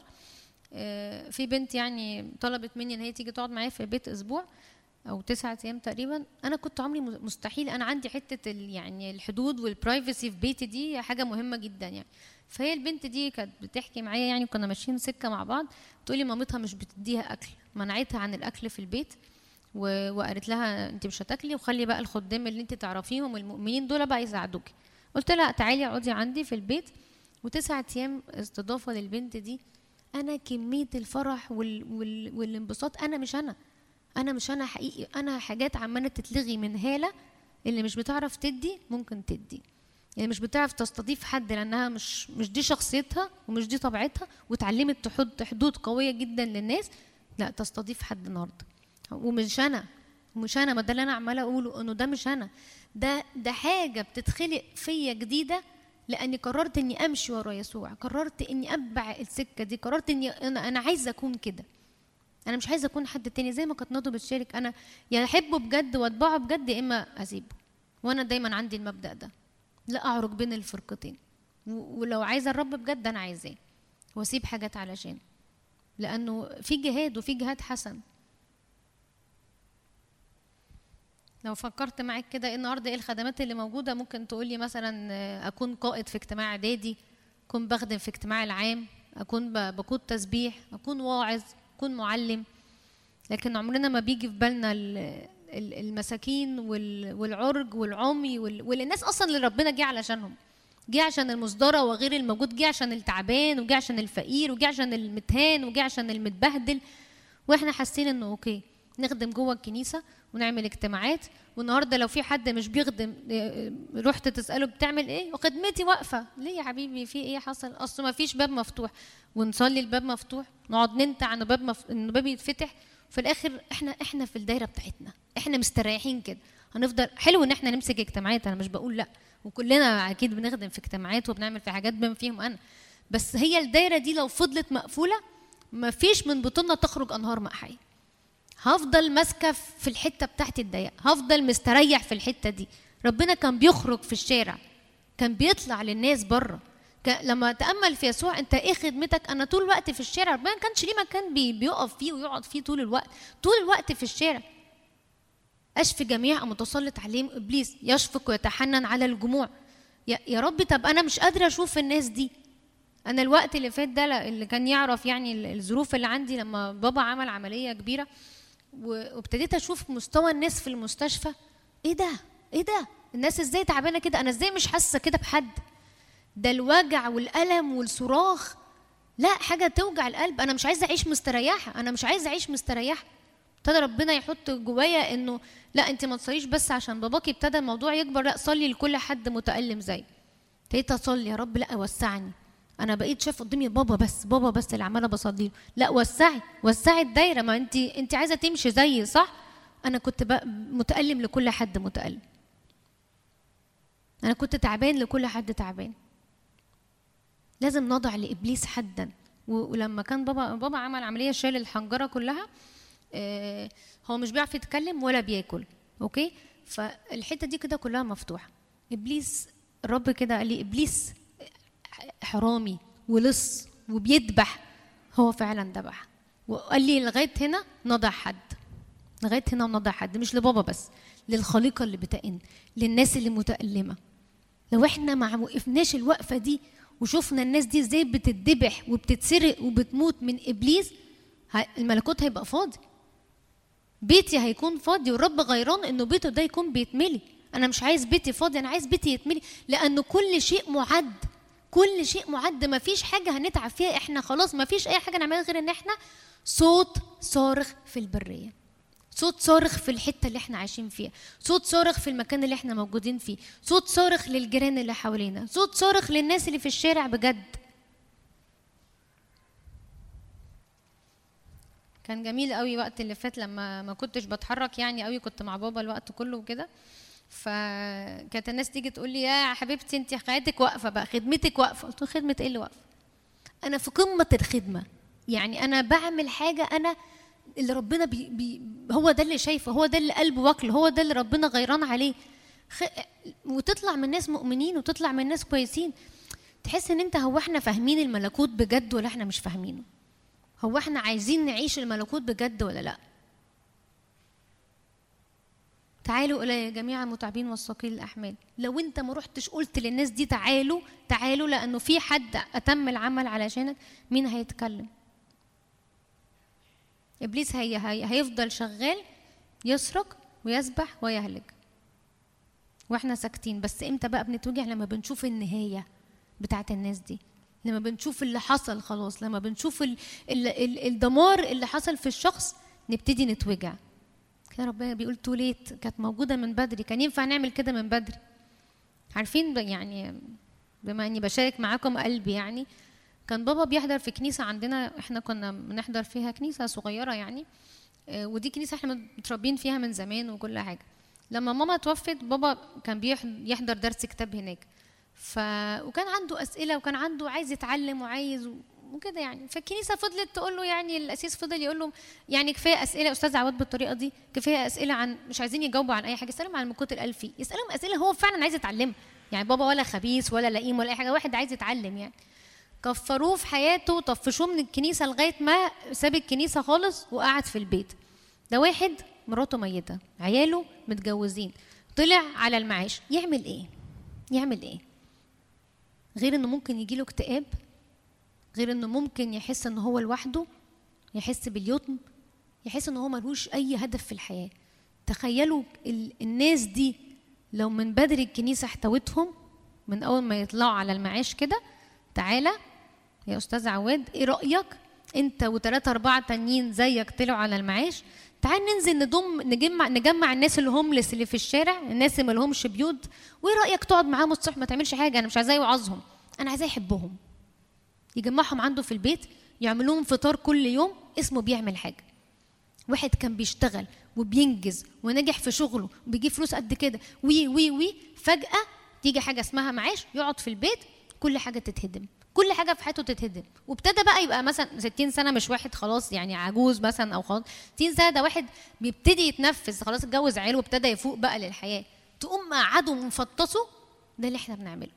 S2: في بنت يعني طلبت مني ان هي تيجي تقعد معايا في البيت اسبوع او 9 ايام تقريبا. انا كنت عمري مستحيل، انا عندي حته يعني الحدود والبرايفسي في بيتي دي حاجه مهمه جدا يعني. فهي البنت دي كانت بتحكي معايا، يعني كنا ماشيين سكه مع بعض، تقولي مامتها مش بتديها اكل، منعتها عن الاكل في البيت،
S6: وقالت لها انت مش هتاكلي، وخلي بقى الخدام اللي انت تعرفيهم المؤمنين دول بقى يساعدوكي. قلت لها تعالي اقعدي عندي في البيت. و9 ايام استضافه للبنت دي. انا كميه الفرح والانبساط، انا مش انا حقيقي، انا حاجات عماله تتلغي من هاله اللي مش بتعرف تدي ممكن تدي، يعني مش بتعرف تستضيف حد لانها مش دي شخصيتها ومش دي طبيعتها، وتعلمت تحط حدود قويه جدا للناس. لا تستضيف حد النهارده، ومش انا ما ده اللي انا عماله اقوله، انه ده مش انا، ده حاجه بتتخلق فيا جديده، لاني قررت اني امشي ورا يسوع، قررت اني اتبع السكه دي، قررت اني انا عايزه اكون كده، انا مش عايزه اكون حد تاني. زي ما كانت ندى بتشارك، انا يا احبه بجد واتبعه بجد يا اما اسيبه. وانا دايما عندي المبدا ده، لا اعرج بين الفرقتين، ولو عايزه الرب بجد انا عايزاه، واسيب حاجات علشان، لانه في جهاد وفي جهاد حسن. لو فكرت معاك كده النهارده ايه الخدمات اللي موجوده، ممكن تقولي مثلا اكون قائد في اجتماع اعدادي، اكون بخدم في اجتماع العام، اكون بقود تسبيح، اكون واعظ، اكون معلم. لكن عمرنا ما بيجي في بالنا المساكين والعرج والعمي والناس اصلا اللي ربنا جه علشانهم، جه عشان المصدره وغير الموجود، جه عشان التعبان، وجه عشان الفقير، وجه عشان المتهان، وجه عشان المتبهدل. واحنا حاسين انه اوكي نخدم جوه الكنيسه ونعمل اجتماعات. والنهارده لو في حد مش بيخدم رحت تساله بتعمل ايه، وخدمتي واقفه. ليه يا حبيبي في ايه حصل؟ اصل ما فيش باب مفتوح. ونصلي الباب مفتوح، نقعد ننتع انه انه باب يتفتح. في الاخر احنا في الدايره بتاعتنا، احنا مستريحين كده. هنفضل حلو ان احنا نمسك اجتماعات، انا مش بقول لا، وكلنا اكيد بنخدم في اجتماعات وبنعمل في حاجات بما فيهم انا، بس هي الدايره دي لو فضلت مقفوله ما فيش من بطوننا تخرج انهار ماء حي. هفضل ماسكه في الحته بتاعتي الضيقه، هفضل مستريح في الحته دي. ربنا كان بيخرج في الشارع، كان بيطلع للناس بره. لما تامل في يسوع، انت ايه خدمتك؟ انا طول الوقت في الشارع. ربنا ما كانش ليه مكان بيقف فيه ويقعد فيه طول الوقت في الشارع. اشفي جميع متسلط عليهم ابليس، يشفق ويتحنن على الجموع. يا رب، طب انا مش قادره اشوف الناس دي. انا الوقت اللي فات ده اللي كان يعرف يعني الظروف اللي عندي، لما بابا عمل عمليه كبيره وابتديت اشوف مستوى الناس في المستشفى. ايه ده الناس ازاي تعبانه كده؟ انا ازاي مش حاسه كده بحد؟ ده الوجع والالم والصراخ، لا حاجه توجع القلب. انا مش عايزه اعيش مستريحه. ابتدى ربنا يحط جوايا انه لا، انت ما تصليش بس عشان باباكي ابتدى الموضوع يكبر، لا صلي لكل حد متألم زي. ابتديت اصلي، يا رب لا وسعني. انا بقيت شايف قدامي بابا بس اللي عماله بصلي له. لا وسعي الدايره، ما انت عايزه تمشي زيي صح؟ انا كنت متألم لكل حد متألم، انا كنت تعبان لكل حد تعبان. لازم نضع لابليس حدا. ولما كان بابا عمل عمليه شال الحنجره كلها، هو مش بيعرف يتكلم ولا بياكل، اوكي؟ فالحته دي كده كلها مفتوحه. ابليس، الرب كده قال لي ابليس حرامي ولص وبيذبح. هو فعلا ذبح، وقال لي لغايه هنا ونضع حد، مش لبابا بس، للخليقه اللي بتئن، للناس اللي متألمه. لو احنا ما وقفناش الوقفه دي وشوفنا الناس دي ازاي بتتذبح وبتتسرق وبتموت من ابليس، الملكوت هيبقى فاضي، بيتي هيكون فاضي. والرب غيران انه بيته ده يكون بيتملي. انا مش عايز بيتي فاضي، انا عايز بيتي يتملي، لانه كل شيء معد، ما فيش حاجه هنتعب فيها. احنا خلاص ما فيش اي حاجه نعملها غير ان احنا صوت صارخ في البريه، صوت صارخ في الحته اللي احنا عايشين فيها، صوت صارخ في المكان اللي احنا موجودين فيه، صوت صارخ للجيران اللي حوالينا، صوت صارخ للناس اللي في الشارع بجد. كان جميل قوي وقت اللي فات لما ما كنتش بتحرك يعني قوي، كنت مع بابا الوقت كله وكده. فكانت الناس تيجي تقول لي يا حبيبتي انت حياتك واقفه بقى، خدمتك واقفه. قلت له خدمه ايه اللي واقفه؟ انا في قمه الخدمه، يعني انا بعمل حاجه انا اللي ربنا هو ده اللي شايفه، هو ده اللي قلبه واكله، هو ده اللي ربنا غيران عليه. وتطلع من ناس مؤمنين وتطلع من ناس كويسين، تحس ان انت هو احنا فاهمين الملكوت بجد ولا احنا مش فاهمينه؟ هو احنا عايزين نعيش الملكوت بجد ولا لا؟ تعالوا الي جميعا متعبين والثقيل الاحمال. لو انت ما رحتش قلت للناس دي تعالوا لانه في حد اتم العمل علشانك، مين هيتكلم؟ ابليس هيفضل شغال يسرق ويذبح ويهلك، واحنا ساكتين. بس امتى بقى بنتوجع؟ لما بنشوف النهايه بتاعت الناس دي، لما بنشوف اللي حصل خلاص، لما بنشوف الدمار اللي حصل في الشخص نبتدي نتوجع. كده ربنا بيقول توليت، كانت موجوده من بدري، كان ينفع نعمل كده من بدري. عارفين يعني بما اني بشارك معاكم قلبي، يعني كان بابا بيحضر في كنيسه عندنا، احنا كنا بنحضر فيها كنيسه صغيره يعني، ودي كنيسه احنا متربين فيها من زمان وكل حاجه. لما ماما توفت بابا كان يحضر درس كتاب هناك، وكان عنده اسئله وكان عنده عايز يتعلم وعايز وكده يعني. فالكنيسه فضلت تقول له، يعني الاسيس فضل يقول له يعني كفايه اسئله يا استاذ عواد بالطريقه دي، كفايه اسئله عن مش عايزين يجاوبوا عن اي حاجه، يسالهم عن الملكوت الالفي، يسالهم اسئله هو فعلا عايز يتعلمها. يعني بابا ولا خبيث ولا لئيم ولا اي حاجه، واحد عايز يتعلم يعني. كفروه في حياته، طفشوه من الكنيسه لغايه ما ساب الكنيسه خالص وقعد في البيت. ده واحد مراته ميته، عياله متجوزين، طلع على المعاش، يعمل ايه؟ يعمل ايه؟ غير انه ممكن يجيله اكتئاب، غير انه ممكن يحس ان هو لوحده، يحس باليتم، يحس ان هو ملوش اي هدف في الحياه. تخيلوا الناس دي لو من بدري الكنيسه احتوتهم من اول ما يطلعوا على المعاش كده. تعالى يا استاذ عواد، ايه رايك انت وثلاثة 4 تانيين زيك طلعوا على المعاش، تعال ننزل نجمع الناس اللي هوملس اللي في الشارع، الناس اللي مالهمش بيوت، وايه رايك تقعد معاهم الصبح ما تعملش حاجه، انا مش عايزاه يوعظهم، انا عايزاه يحبهم. يجمعهم عنده في البيت، يعمل لهم فطار كل يوم، اسمه بيعمل حاجه. واحد كان بيشتغل وبينجز ونجح في شغله وبيجيب فلوس قد كده وي وي وي، فجاه تيجي حاجه اسمها معاش، يقعد في البيت، كل حاجه تتهدم، كل حاجه في حياته تتهدم. وابتدى بقى يبقى مثلا 60 سنه، مش واحد خلاص يعني عجوز مثلا او خلاص 60 سنه، ده واحد بيبتدي يتنفس خلاص، اتجوز عيله وابتدى يفوق بقى للحياه، تقوم قعدوا مفطسوا. ده اللي احنا بنعمله.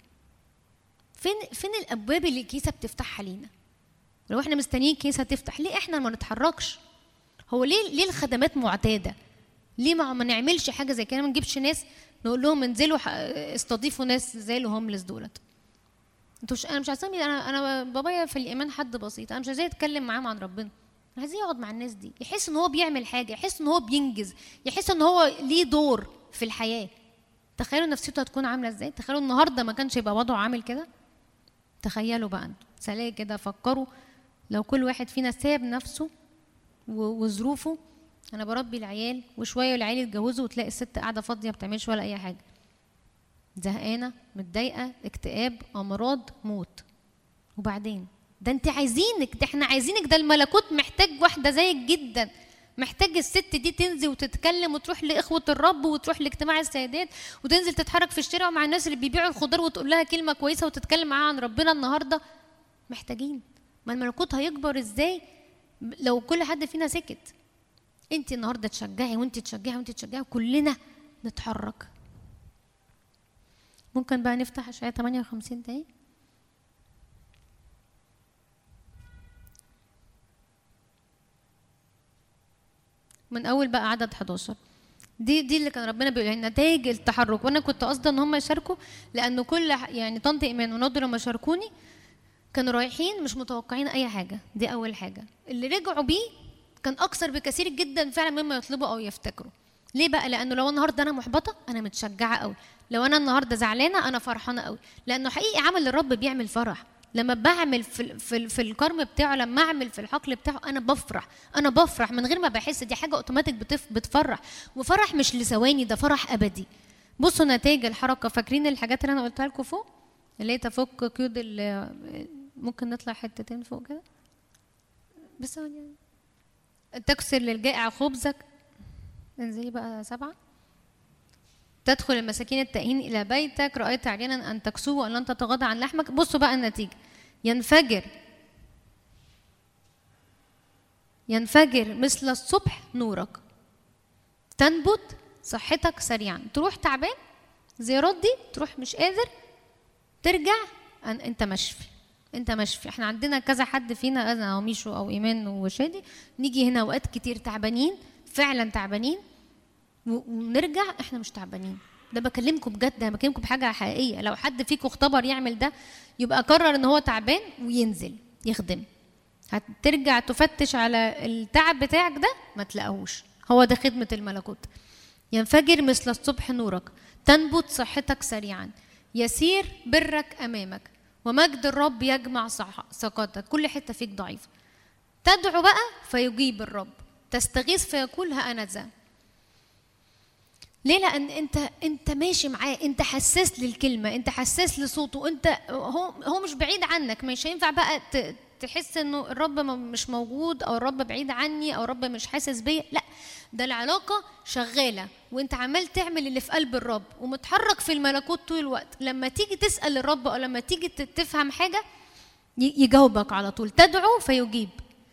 S6: فين الابواب اللي الكنيسه بتفتحها لينا؟ لو احنا مستنيين الكنيسه تفتح، ليه احنا ما نتحركش؟ هو ليه الخدمات معتاده؟ ليه ما نعملش حاجه زي كده؟ ما نجيبش ناس نقول لهم انزلوا استضيفوا ناس زي الهوملس دولت. انا مش عايزاه، انا بابايا في الايمان حد بسيط، انا مش عايزاه يتكلم معاهم عن ربنا، انا عايزاه يقعد مع الناس دي، يحس ان هو بيعمل حاجه، يحس ان هو بينجز، يحس ان هو ليه دور في الحياه. تخيلوا نفسيته هتكون عامله ازاي؟ تخيلوا النهارده ما كانش يبقى وضعه عامل كده. تخيلوا بقى انتوا سلام كده، فكروا لو كل واحد فينا ساب نفسه وظروفه. انا بربي العيال وشويه العيال يتجوزوا وتلاقي الست قاعده فاضيه ما بتعملش ولا اي حاجه، زهقانه، متضايقه، اكتئاب، امراض، موت. وبعدين ده انت عايزينك، ده احنا عايزينك، ده الملكوت محتاج واحده زيك جدا، محتاج الست دي تنزل وتتكلم وتروح لاخوه الرب وتروح لاجتماع السيدات وتنزل تتحرك في الشارع مع الناس اللي بيبيعوا الخضار وتقول لها كلمه كويسه وتتكلم معاها عن ربنا. النهارده محتاجين. ما الملكوت هيكبر ازاي لو كل حد فينا سكت؟ انت النهارده تشجعي وانت تشجعي وانت تشجعي وكلنا نتحرك. ممكن بقى نفتح اشعياء 58 تاني. من اول بقى عدد 11. دي اللي كان ربنا بيقول لنا نتائج التحرك، وانا كنت قصدي ان هم يشاركوا، لانه كل يعني طنط ايمان ونضر لما شاركوني كانوا رايحين مش متوقعين اي حاجه. دي اول حاجه. اللي رجعوا بيه كان اكثر بكثير جدا فعلا مما يطلبوا او يفتكروا. ليه بقى؟ لانه لو النهارده انا محبطه انا متشجعه قوي، لو انا النهارده زعلانه انا فرحانه قوي، لانه حقيقي عمل الرب بيعمل فرح. لما بعمل في الكرم بتاعه، لما اعمل في الحقل بتاعه، انا بفرح من غير ما بحس. دي حاجه اوتوماتيك بتفرح، وفرح مش لثواني، ده فرح ابدي. بصوا نتائج الحركه. فاكرين الحاجات اللي انا قلتها لكم فوق اللي هي تفك قيود؟ ممكن نطلع حتتين فوق كده بس. تكسر للجائع خبزك. انزلي بقى 7. تدخل المساكين التائهين الى بيتك، رايت عريانا ان تكسوه وان لن تتغاضى عن لحمك. بصوا بقى النتيجه. ينفجر مثل الصبح نورك، تنبت صحتك سريعا. تروح تعبان زيارات دي، تروح مش قادر، ترجع انت مشفي. احنا عندنا كذا حد فينا، انا وميشو او ايمان وشادي، نيجي هنا اوقات كتير تعبانين، فعلا تعبانين، ونرجع احنا مش تعبانين. ده بكلمكم بجد، ده بكلمكم بحاجه حقيقيه. لو حد فيكم اختبر يعمل ده، يبقى قرر ان هو تعبان وينزل يخدم. هترجع تفتش على التعب بتاعك ده ما تلاقوش، هو ده خدمة الملكوت. ينفجر مثل الصبح نورك، تنبت صحتك سريعا، يسير برك أمامك، ومجد الرب يجمع سقطك. كل حتة فيك ضعيف. تدعو بقى فيجيب الرب، تستغيث فيقول ها أنا ذا. ليه؟ لأن أنت ماشي معاه، أنت حساس للكلمة، أنت حساس لصوته، أنت هو مش بعيد عنك. مش هينفع بقى تحس إنه الرب مش موجود، أو الرب بعيد عني، أو الرب مش حاسس بيا. لا، ده العلاقة شغالة، وأنت عمال تعمل اللي في قلب الرب ومتحرك في الملكوت طول الوقت. لما تيجي تسأل الرب أو لما تيجي تفهم حاجة يجاوبك على طول. تدعو فيجيب.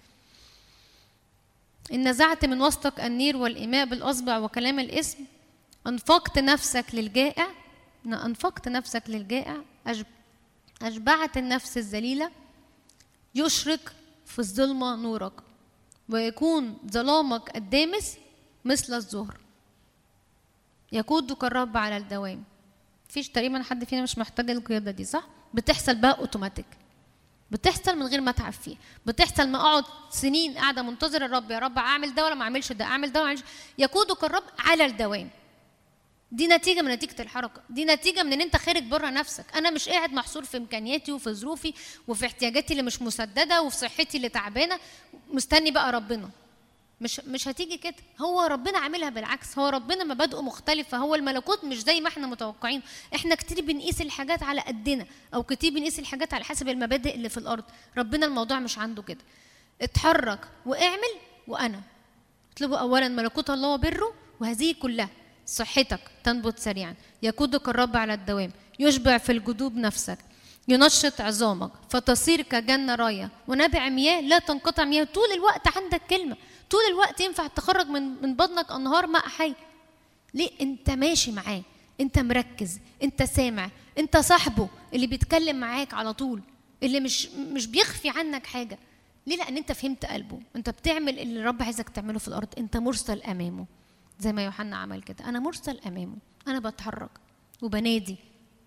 S6: إن نزعت من وسطك النير والإيماء بالأصبع وكلام الاسم، أنفقت نفسك للجائع، أنفقت نفسك للجائع، أشبعت النفس الذليلة. يشرق في الظلمة نورك، ويكون ظلامك الدامس مثل الظهر. يقودك الرب على الدوام. مفيش تقريبا حد فينا مش محتاج القيادة دي، صح؟ بتحصل بقى اوتوماتيك، بتحصل من غير ما اتعب فيه، بتحصل ما اقعد سنين قاعده منتظر الرب، يا رب اعمل ده ولا ما اعملش ده، اعمل ده ولا ما اعملش. يقودك الرب على الدوام. دي نتيجه من نتيجه الحركه، دي نتيجه من ان انت خارج بره نفسك. انا مش قاعد محصور في امكانياتي وفي ظروفي وفي احتياجاتي اللي مش مسدده وفي صحتي اللي تعبانه مستني بقى ربنا. مش هتيجي كده. هو ربنا عاملها بالعكس، هو ربنا مبادئه مختلفه. هو الملكوت مش زي ما احنا متوقعين. احنا كتير بنقيس الحاجات على قدنا، او كتير بنقيس الحاجات على حسب المبادئ اللي في الارض. ربنا الموضوع مش عنده كده. اتحرك واعمل. وانا اطلبوا اولا ملكوت الله وبره، وهذه كلها صحتك تنبت سريعا. يقودك الرب على الدوام، يشبع في الجدوب نفسك، ينشط عظامك فتصير كجنة راية ونبع مياه لا تنقطع مياه. طول الوقت عندك كلمة، طول الوقت ينفع تخرج من بطنك أنهار ماء حي. ليه؟ أنت ماشي معاه، أنت مركز، أنت سامع، أنت صاحبه اللي بيتكلم معاك على طول، اللي مش بيخفي عنك حاجة. ليه؟ لأن أنت فهمت قلبه، أنت بتعمل اللي الرب عايزك تعمله في الأرض. أنت مرسل أمامه زي ما يوحنا عمل كده. أنا مرسل أمامه، أنا بتحرك وبنادي.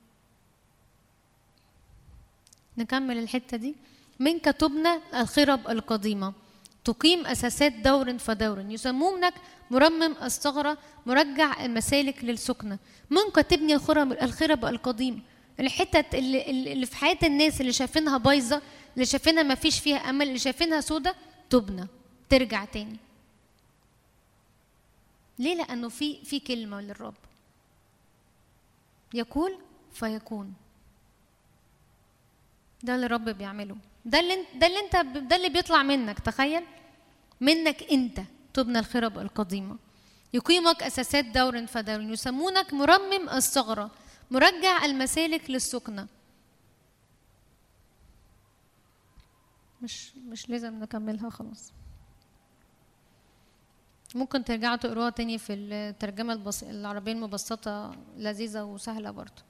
S6: نكمل الحتة دي. منك تبنى الخرب القديمة، تقيم أساسات دور فدور. يسمونك مرمم الثغرة، مرجع المسالك للسكنة. منك تبني الخرب القديمة. الحتت اللي في حياة الناس اللي شايفينها بايظة، اللي شايفينها ما فيش فيها أمل، اللي شايفينها سودة، تبنى ترجع تاني. ليه؟ لأنه في كلمة للرب، يقول فيكون. ده اللي الرب بيعمله، ده اللي بيطلع منك. تخيل منك انت تبنى الخرب القديمه، يقيمك اساسات دور فدور. يسمونك مرمم الثغره، مرجع المسالك للسكنه. مش لازم نكملها خلاص، ممكن ترجعوا تقروها تاني في الترجمه العربيه المبسطه، لذيذه وسهله برضه.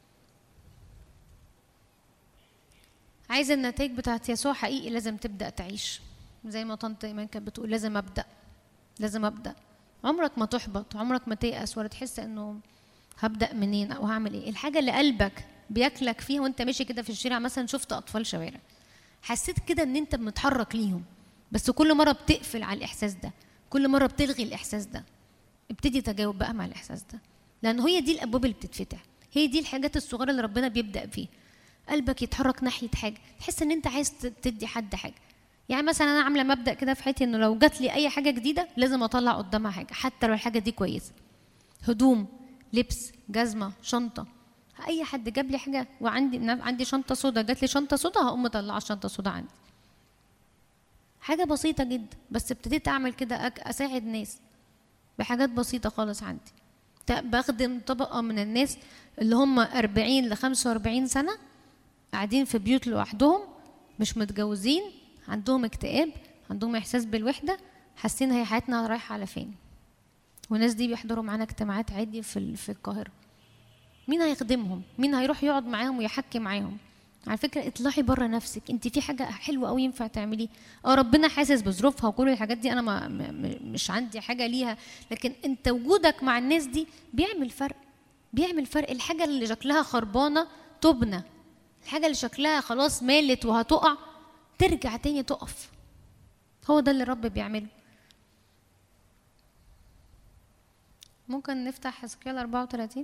S6: عايز النتائج بتاعت يسوع حقيقي لازم تبدأ تعيش زي ما طنط إيمان كانت بتقول. لازم أبدأ. عمرك ما تحبط، عمرك ما تيأس ولا تحس إنه هبدأ منين أو هعمل إيه. الحاجة اللي قلبك بياكلك فيها وأنت ماشي كده في الشارع، مثلا شفت أطفال شوارع، حسيت كده إن أنت متحرك ليهم، بس كل مرة بتقفل على الإحساس ده، كل مرة بتلغي الإحساس ده. ابتدي تجاوب بقى مع الإحساس ده، لأن هي دي الأبواب اللي بتتفتح، هي دي الحاجات الصغيرة اللي ربنا بيبدأ فيها. قلبك يتحرك ناحيه حاجه، تحس ان انت عايز تدي حد حاجه. يعني مثلا انا عامله مبدا كده في حياتي، انه لو جات لي اي حاجه جديده لازم اطلع قدامها حاجه، حتى لو الحاجه دي كويسه. هدوم، لبس، جزمه، شنطه. اي حد جاب لي حاجه وعندي شنطه سودا، جات لي شنطه سودا، هقوم مطلعه الشنطه سودا عندي. حاجه بسيطه جدا، بس ابتديت اعمل كده، اساعد ناس بحاجات بسيطه خالص عندي. بخدم طبقه من الناس اللي هم 40 ل 45 سنه، قاعدين في بيوت لوحدهم، مش متجوزين، عندهم اكتئاب، عندهم احساس بالوحده، حاسين هي حياتنا رايحه على فين. والناس دي بيحضروا معانا اجتماعات عادي في القاهره. مين هيخدمهم؟ مين هيروح يقعد معاهم ويحكي معاهم؟ على فكره اطلعي بره نفسك، انت في حاجه حلوه قوي ينفع تعمليه. ربنا حاسس بظروفها وكل الحاجات دي، انا مش عندي حاجه ليها، لكن انت وجودك مع الناس دي بيعمل فرق. الحاجه اللي شكلها خربانه تبنى، الحاجة اللي شكلها خلاص مالت وهتقع ترجع تاني تقف. هو ده اللي الرب بيعمله. ممكن نفتح حزقيال 34.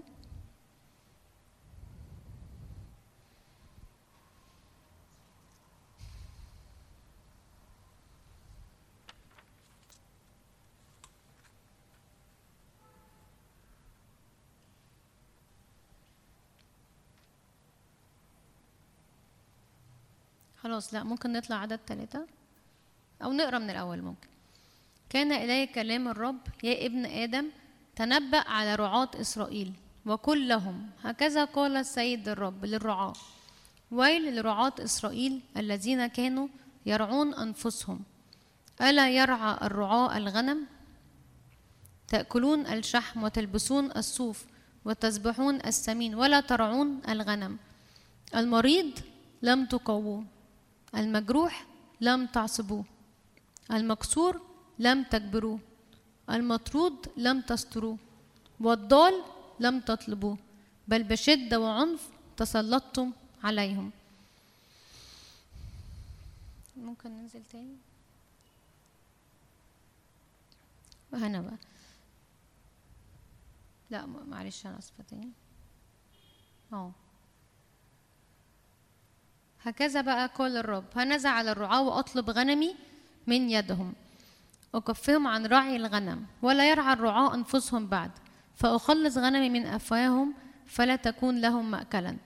S6: خلاص لا، ممكن نطلع عدد 3 أو نقرأ من الأول. ممكن. كان إلي كلام الرب: يا ابن آدم، تنبأ على رعاة إسرائيل وقل لهم: هكذا قال السيد الرب للرعاة: ويل لرعاة إسرائيل الذين كانوا يرعون أنفسهم. ألا يرعى الرعاة الغنم؟ تأكلون الشحم وتلبسون الصوف وتذبحون السمين ولا ترعون الغنم. المريض لم تقووه، المجروح لم تعصبوه، المكسور لم تجبروه، المطرود لم تستروه، والضال لم تطلبوه، بل بشدة وعنف تسلطتم عليهم. ممكن ننزل تاني وهنا بقى. لا معلش انا اسفه تاني. هكذا بقى قال الرب: هنزع على الرعاة واطلب غنمي من يدهم، أكفهم عن رعي الغنم، ولا يرعى الرعاة أنفسهم بعد، فأخلص غنمي من أفواههم فلا تكون لهم مأكلا.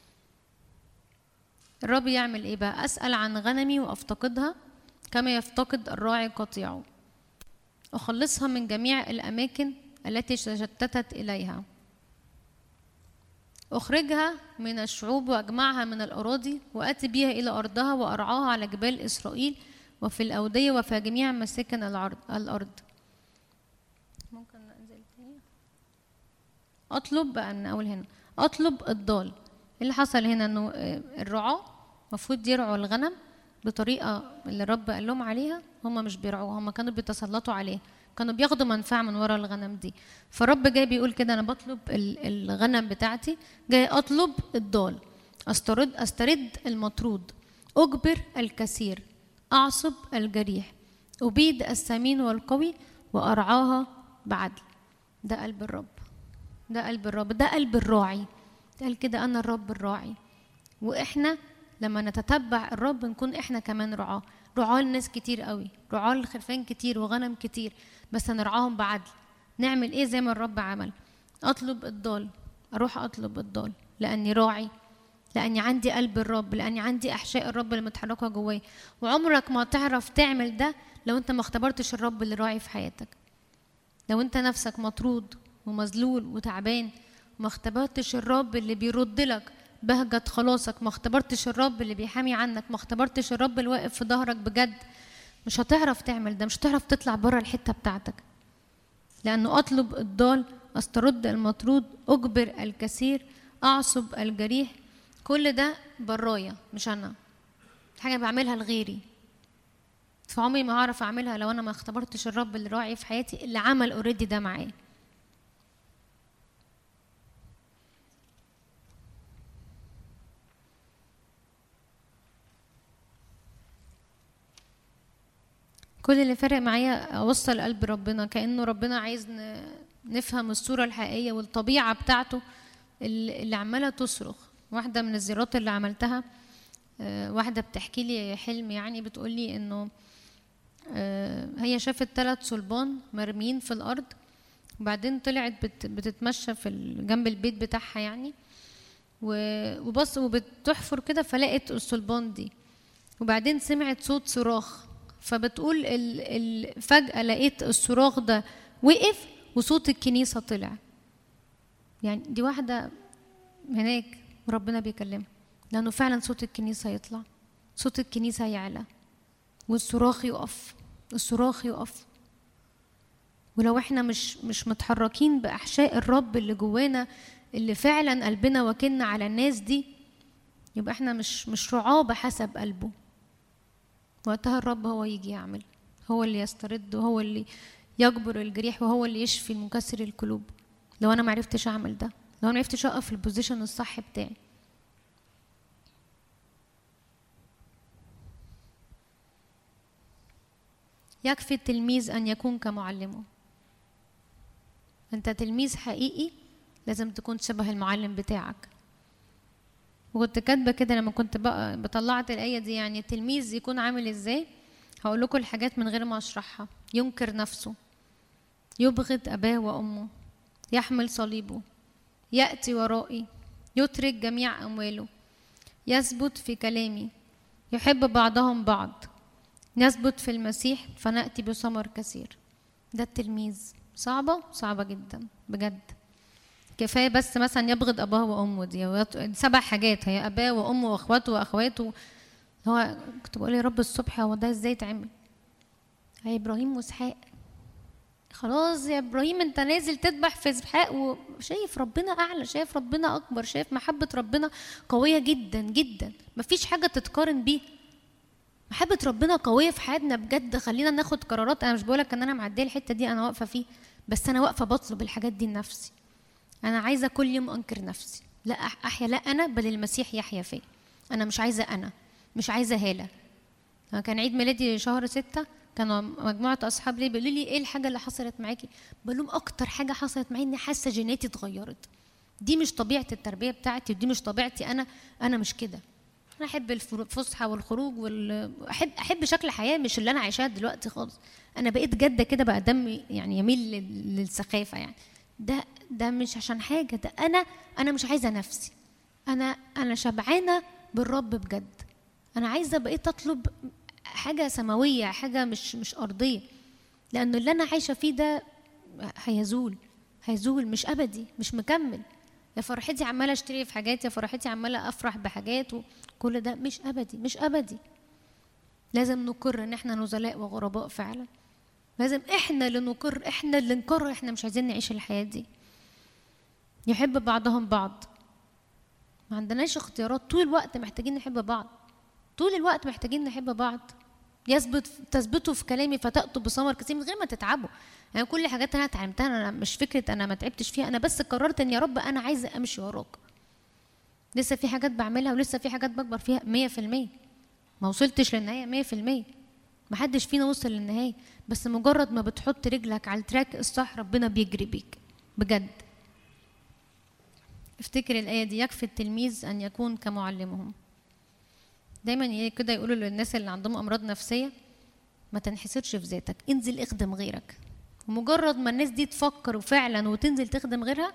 S6: الرب يعمل إيه بقى؟ أسأل عن غنمي وأفتقدها كما يفتقد الراعي قطيعه، أخلصها من جميع الأماكن التي تشتتت إليها، أخرجها من الشعوب وأجمعها من الأراضي، وأتي بها إلى أرضها وأرعاها على جبال إسرائيل وفي الأودية وفي جميع مساكن الأرض. ممكن ننزل تاني. أطلب بقى من أول هنا، أطلب الضال. اللي حصل هنا إنه الرعاة المفروض يرعوا الغنم بطريقة اللي الرب قال لهم عليها، هم مش بيرعوها، هم كانوا بيتسلطوا عليه، كانوا بياخدوا منفعة من ورا الغنم دي. فالرب جاي بيقول كده: أنا بطلب الغنم بتاعتي، جاي أطلب الضال، أسترد المطرود، أجبر الكثير، أعصب الجريح، أبيد السمين والقوي، وأرعاها بعدل. ده قلب الرب، ده قلب الرب، ده قلب الراعي. قال كده: أنا الرب الراعي. وإحنا لما نتتبع الرب نكون إحنا كمان رعاه. رعاه الناس كتير قوي، رعاه الخرفان كتير وغنم كتير، بس هنرعاهم بعدل. نعمل إيه زي ما الرب عمل؟ أطلب الضال، أروح أطلب الضال لأني راعي، لأني عندي قلب الرب، لأني عندي أحشاء الرب اللي متحركة جواي. وعمرك ما تعرف تعمل ده لو أنت ما اختبرتش الرب اللي راعي في حياتك. لو أنت نفسك مطرود ومذلول وتعبان، ما اختبرتش الرب اللي بيرد لك بهجة خلاصك، ما اختبرتش الرب اللي بيحامي عنك، ما اختبرتش الرب اللي واقف في ظهرك بجد، مش هتعرف تعمل ده، مش هتعرف تطلع بره الحتة بتاعتك. لأنه أطلب الضال، أسترد المطرود، أجبر الكثير، أعصب الجريح. كل ده برايا، مش أنا، حاجة بعملها لغيري، فعمري ما هعرف أعملها لو أنا ما اختبرتش الرب اللي راعي في حياتي، اللي عمل اوريدي ده معايا. كل اللي فارق معايا أوصل قلب ربنا، كأنه ربنا عايز نفهم الصورة الحقيقية والطبيعة بتاعته اللي عمالة تصرخ. واحدة من الزيارات اللي عملتها، واحدة بتحكي لي حلم، يعني بتقول لي إنه هي شافت 3 صلبان مرميين في الأرض، وبعدين طلعت بتتمشى في جنب البيت بتاعها يعني، وبص وبتحفر كده فلقت الصلبان دي، وبعدين سمعت صوت صراخ، فبتقول فجأة لقيت الصراخ ده وقف وصوت الكنيسة طلع. يعني دي واحدة هناك وربنا بيكلمها، لأنه فعلا صوت الكنيسة يطلع، صوت الكنيسة يعلى، والصراخ يقف، الصراخ يقف. ولو احنا مش متحركين بأحشاء الرب اللي جوانا، اللي فعلا قلبنا وكلنا على الناس دي، يبقى احنا مش رعاه بحسب قلبه. وقتها الرب هو يجي يعمل، هو اللي يسترد، وهو اللي يجبر الجريح، وهو اللي يشفي المكسر القلوب. لو انا معرفتش اعمل ده، لو انا معرفتش اقف في البوزيشن الصح بتاعي. يكفي التلميذ ان يكون كمعلمه. انت تلميذ حقيقي لازم تكون شبه المعلم بتاعك. وكنت كاتبه كده لما كنت بقى بطلعت الايه دي، يعني التلميذ يكون عامل ازاي. هقول لكم الحاجات من غير ما اشرحها. ينكر نفسه، يبغض اباه وامه، يحمل صليبه، ياتي ورائي، يترك جميع امواله، يثبت في كلامي، يحب بعضهم بعض، نثبت في المسيح فناتي بثمر كثير. ده التلميذ. صعبه جدا بجد. كفايه بس مثلا يبغض اباه وامه، دي 7 حاجات، هي اباه وامه واخواته واخواته. هو كنت بقول يا رب الصبح هو ده ازاي يتعمل؟ يا ابراهيم واسحاق، خلاص يا ابراهيم انت نازل تذبح في اسحاق وشايف ربنا اعلى، شايف ربنا اكبر، شايف محبه ربنا قويه جدا جدا، مفيش حاجه تتقارن بيه. محبه ربنا قويه في حياتنا بجد. خلينا ناخد قرارات. انا مش بقولك ان انا معديه الحته دي، انا واقفه فيه، بس انا واقفه بطلب الحاجات دي لنفسي. انا عايزه كل يوم انكر نفسي، لا احيا لا انا بل المسيح يحيا فيا. انا مش عايزه انا، مش عايزه هاله. كان عيد ميلادي شهر 6، كانوا مجموعه اصحاب لي بيقولوا لي ايه الحاجه اللي حصلت معاكي؟ بقول لهم اكتر حاجه حصلت معايا اني حاسه جيناتي اتغيرت. دي مش طبيعه التربيه بتاعتي، ودي مش طبيعتي. انا مش كده. انا احب الفسحه والخروج احب شكل حياه مش اللي انا عايشاه دلوقتي خالص. انا بقيت جاده كده، بقى دمي يعني يميل للسخافه. يعني ده مش عشان حاجه، ده انا مش عايزه نفسي. انا شبعانه بالرب بجد. انا عايزه بقيت اطلب حاجه سماويه، حاجه مش ارضيه، لانه اللي انا عايشه فيه ده هيزول مش ابدي، مش مكمل. يا فرحتي عماله اشتري في حاجات، يا فرحتي عماله افرح بحاجات، وكل ده مش ابدي. لازم نقر ان احنا نزلاء وغرباء فعلا. لازم احنا اللي نقر، احنا اللي نقرر احنا مش عايزين نعيش الحياه دي. يحب بعضهم بعض. ما عندناش اختيارات، طول الوقت محتاجين نحب بعض، طول الوقت محتاجين نحب بعض. تثبتوا في كلامي فتأتوا بثمر كثير من غير ما تتعبوا. يعني كل حاجات انا اتعلمتها، انا مش فكره انا ما تعبتش فيها، انا بس قررت ان يا رب انا عايزه امشي وراك. لسه في حاجات بعملها ولسه في حاجات بكبر فيها 100%. ما وصلتش للنهايه 100%. ما حدش فينا وصل للنهايه، بس مجرد ما بتحط رجلك على التراك الصح ربنا بيجري بيك بجد. افتكر الآية دي، يكفي التلميذ أن يكون كمعلمهم. دايما كده يقولوا للناس اللي عندهم أمراض نفسية ما تنحسرش في ذاتك، انزل اخدم غيرك. ومجرد ما الناس دي تفكر وفعلا وتنزل تخدم غيرها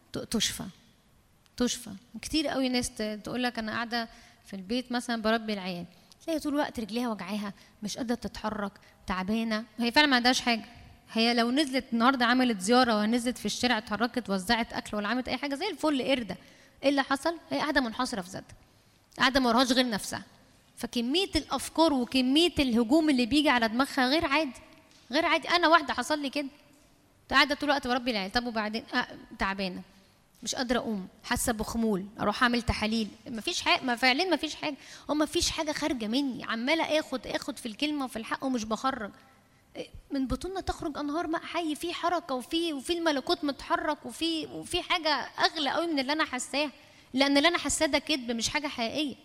S6: تشفى. كتير قوي ناس تقول لك أنا قاعدة في البيت مثلا بربي العيال، تلاقي طول الوقت رجليها وجعاها، مش قادرة تتحرك، تعبانة. هي فعلا ما عندهاش حاجة. هي لو نزلت النهارده عملت زياره ونزلت في الشارع اتحركت وزعت اكل ولا عملت اي حاجه زي الفل قرده، ايه اللي حصل؟ هي قاعده منحصره في ذاتها، قاعده ما وراهاش غير نفسها. فكميه الافكار وكميه الهجوم اللي بيجي على دماغها غير عادي. انا واحده حصل لي كده، قاعده طول الوقت بربي العيال، طب وبعدين تعبانه، مش قادره اقوم، حاسه بخمول، اروح اعمل تحاليل، مفيش حاجه، ما فعلا مفيش حاجه، مفيش حاجه خارجه مني، عماله اخد في الكلمه وفي الحق ومش بخرج. من بطوننا تخرج انهار ماء حي، في حركه وفي الملكوت متحرك، وفي حاجه اغلى قوي من اللي انا حاساه، لان اللي انا حاساه ده كذب مش حاجه حقيقيه.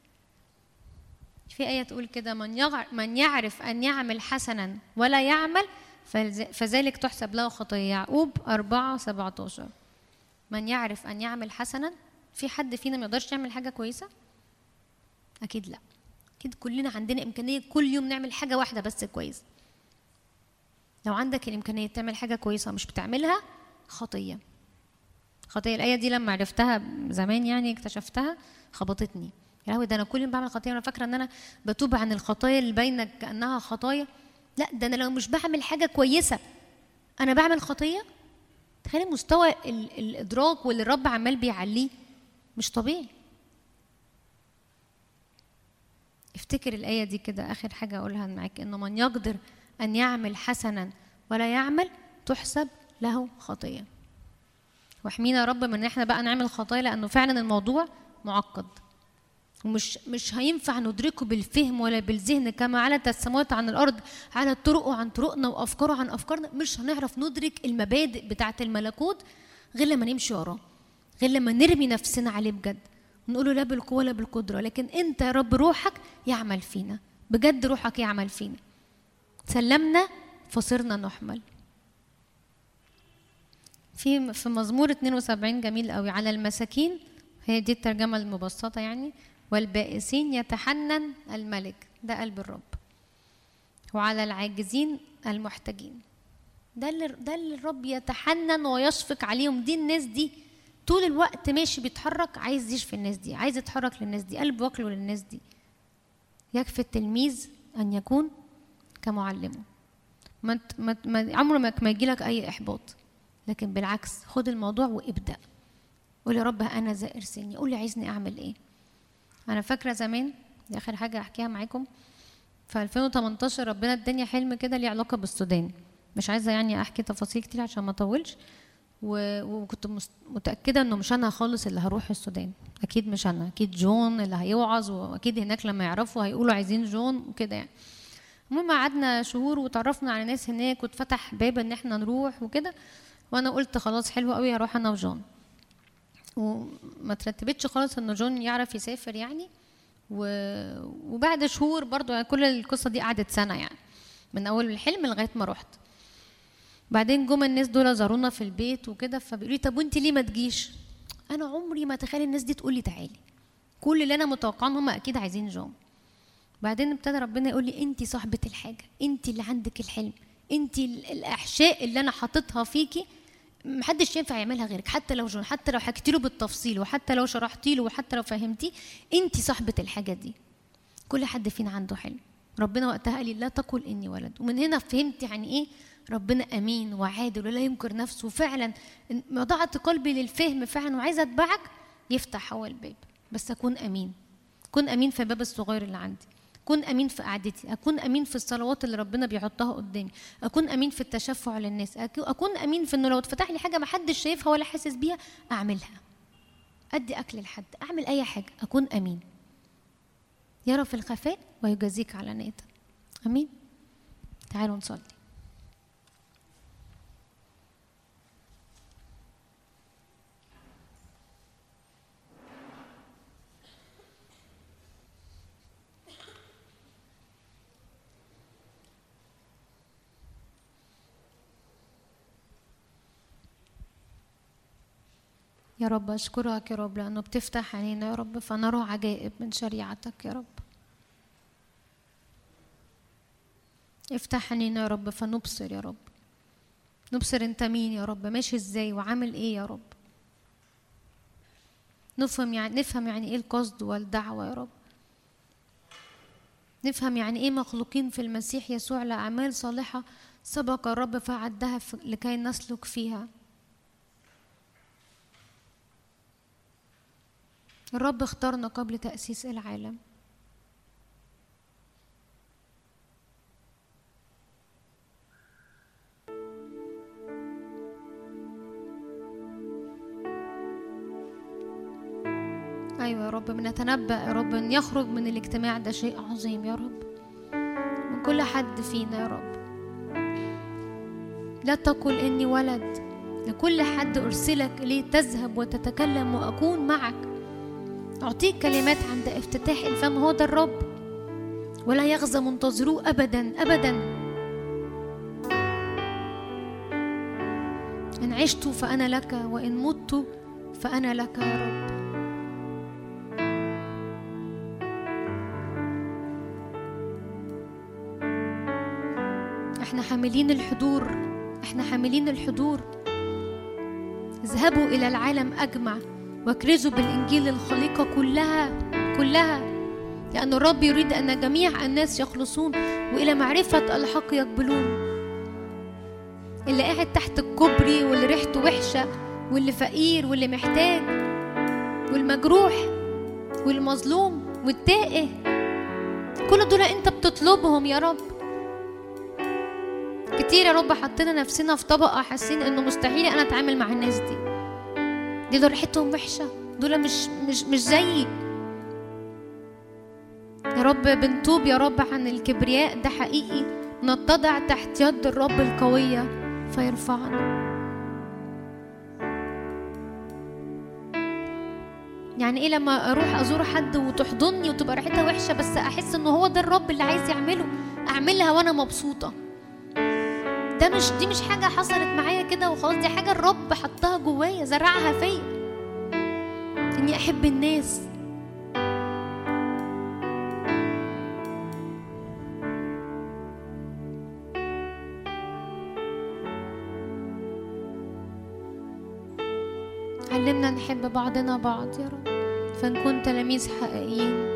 S6: في ايه تقول كده، من يعرف ان يعمل حسنا ولا يعمل فذلك تحسب له خطيه. يعقوب 4:17. من يعرف ان يعمل حسنا. في حد فينا ما يقدرش يعمل حاجه كويسه؟ اكيد لا. اكيد كلنا عندنا امكانيه كل يوم نعمل حاجه واحده بس كويسه. لو عندك الإمكانية تعمل حاجة كويسة مش بتعملها، خطية. الآية دي لما عرفتها زمان يعني اكتشفتها خبطتني. يا لهوي، ده أنا كل يوم بعمل خطية، أنا فاكرة إن أنا بتوب عن الخطايا اللي باينة كأنها خطايا. لا، ده أنا لو مش بعمل حاجة كويسة أنا بعمل خطية. تخيل مستوى الإدراك واللي الرب عمال بيعليه مش طبيعي. افتكر الآية دي كده، آخر حاجة أقولها معاك، إنه من يقدر أن يعمل حسنا ولا يعمل تحسب له خطية. واحمينا يا رب من ان احنا بقى نعمل خطايا، لأنه فعلا الموضوع معقد ومش هينفع ندركه بالفهم ولا بالذهن. كما علت السماوات عن الأرض على الطرق عن طرقنا وأفكاره عن أفكارنا. مش هنعرف ندرك المبادئ بتاعة الملكوت غير لما نمشي وراه، غير لما نرمي نفسنا عليه بجد ونقوله لا بالقوة ولا بالقدرة. لكن انت يا رب روحك يعمل فينا بجد، روحك يعمل فينا. سلمنا فصرنا نحمل. في مزمور 72 جميل قوي، على المساكين، هي دي الترجمة المبسطة يعني، والبائسين يتحنن الملك، ده قلب الرب، وعلى العاجزين المحتاجين، ده اللي الرب يتحنن ويشفق عليهم. دي الناس دي طول الوقت ماشي بيتحرك، عايز يشفي الناس دي، عايز يتحرك للناس دي، قلب واكله للناس دي. يكفي التلميذ أن يكون كمعلمه. عمره ما يجيلك أي إحباط، لكن بالعكس خد الموضوع وابدأ. قول يا رب أنا ذا ارسلني، قول لي عايزني أعمل إيه. أنا فاكرة زمان، دي آخر حاجة أحكيها معاكم، في 2018 ربنا اداني حلم كده ليه علاقة بالسودان. مش عايزة يعني أحكي تفاصيل كتير عشان ما أطولش، وكنت متأكدة إنه مش أنا خالص اللي هروح السودان، أكيد مش أنا، أكيد جون اللي هيوعظ، وأكيد هناك لما يعرفوا هيقولوا عايزين جون وكده يعني. المهم قعدنا شهور وتعرفنا على ناس هناك، واتفتح باب إن إحنا نروح وكده، وأنا قلت خلاص حلو قوي هروح أنا وجون. وما ترتبتش خالص إنه جون يعرف يسافر يعني. وبعد شهور برضو يعني، كل القصة دي قعدت سنة يعني، من أول الحلم لغاية ما رحت. بعدين جم الناس دول زارونا في البيت وكده، فبيقولوا لي طب وانت ليه ما تجيش؟ انا عمري ما اتخيل الناس دي تقول لي تعالي، كل اللي انا متوقعه ان هم اكيد عايزين جون. بعدين ابتدى ربنا يقول لي انت صاحبه الحاجه، انت اللي عندك الحلم، انت الاحشاء اللي انا حاططها فيكي محدش ينفع يعملها غيرك، حتى لو جون، حتى لو حكيتي له بالتفصيل، وحتى لو شرحتي له، وحتى لو فهمتيه، انت صاحبه الحاجه دي. كل حد فينا عنده حلم. ربنا وقتها قال لي لا تقل اني ولد، ومن هنا فهمت يعني ايه ربنا امين وعادل ولا ينكر نفسه. فعلا وضعت قلبي للفهم فعلا، وعايزه اتبعك، يفتح هو الباب، بس اكون امين. اكون امين في الباب الصغير اللي عندي، اكون امين في قعدتي، اكون امين في الصلوات اللي ربنا بيحطها قدامي، اكون امين في التشفع للناس، اكون امين في انه لو اتفتح لي حاجه ما حدش شايفها ولا حاسس بيها اعملها، ادي اكل لحد، اعمل اي حاجه، اكون امين. يرى في الخفاء ويجازيك على نيتك. امين. تعالوا نصلي. يا رب أشكرك يا رب لأنه بتفتح علينا يا رب فنرى عجائب من شريعتك يا رب. افتح علينا يا رب فنبصر يا رب، نبصر انت مين يا رب، ماشي ازاي وعامل ايه يا رب. نفهم يعني ايه القصد والدعوة يا رب. نفهم يعني ايه مخلوقين في المسيح يسوع لأعمال صالحة سبق الرب فعدها لكي نسلك فيها. الرب اختارنا قبل تأسيس العالم. أيوة يا رب، بنتنبأ يا رب أن يخرج من الاجتماع ده شيء عظيم يا رب من كل حد فينا يا رب. لا تقل إني ولد، لكل حد أرسلك إليه تذهب وتتكلم وأكون معك. أعطيك كلمات عند افتتاح الفم، هو ده الرب، ولا يغزى منتظروه أبدا أبدا. إن عشت فأنا لك وإن مت فأنا لك يا رب. احنا حاملين الحضور، احنا حاملين الحضور. اذهبوا إلى العالم أجمع واكرزوا بالإنجيل الخليقة كلها، لأن الرب يريد أن جميع الناس يخلصون وإلى معرفة الحق يقبلون. اللي قاعد تحت الكوبري واللي ريحته وحشة واللي فقير واللي محتاج والمجروح والمظلوم والتائه، كل دول أنت بتطلبهم يا رب. كتير يا رب حطينا نفسنا في طبقة حاسين إنه مستحيل أنا أتعامل مع الناس دي دول ريحتهم وحشة، دول مش زيي يا رب. بنتوب يا رب عن الكبرياء ده حقيقي، نتضع تحت يد الرب القوية فيرفعنا. يعني ايه لما اروح ازور حد وتحضني وتبقى ريحتها وحشة بس احس انه هو ده الرب اللي عايز يعمله، اعملها وانا مبسوطة. دي مش حاجة حصلت معايا كده وخلاص، دي حاجة الرب حطها جوايا، زرعها فيا، إني أحب الناس. علمنا نحب بعضنا بعض يا رب، فنكون تلاميذ حقيقيين.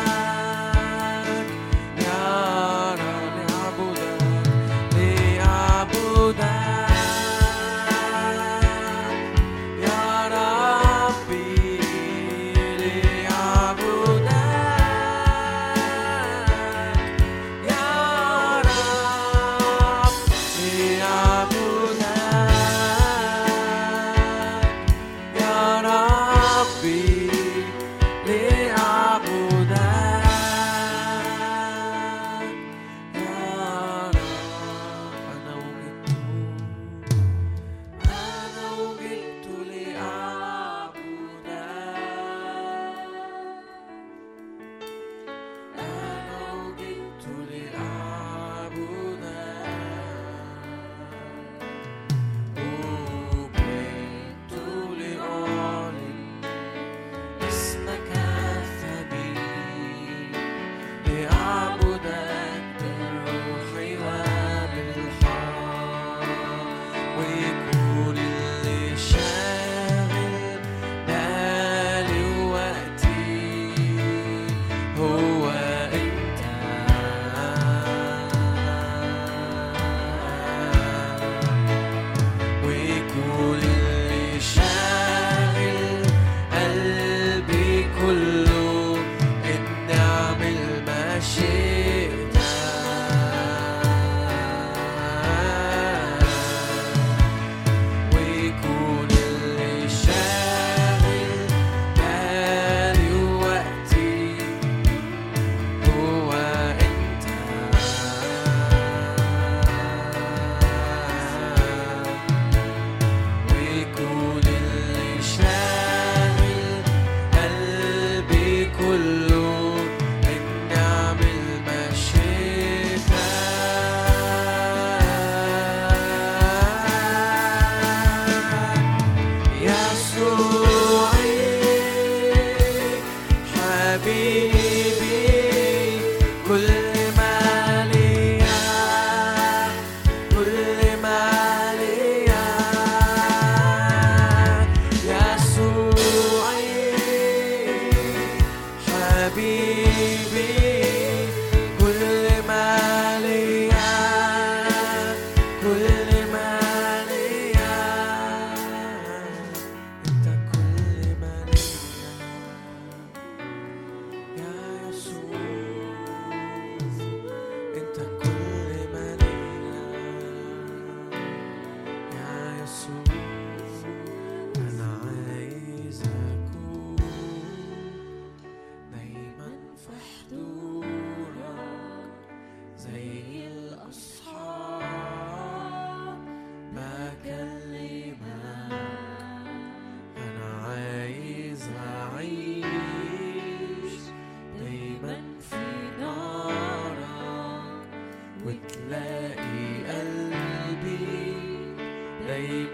S7: لأعبدك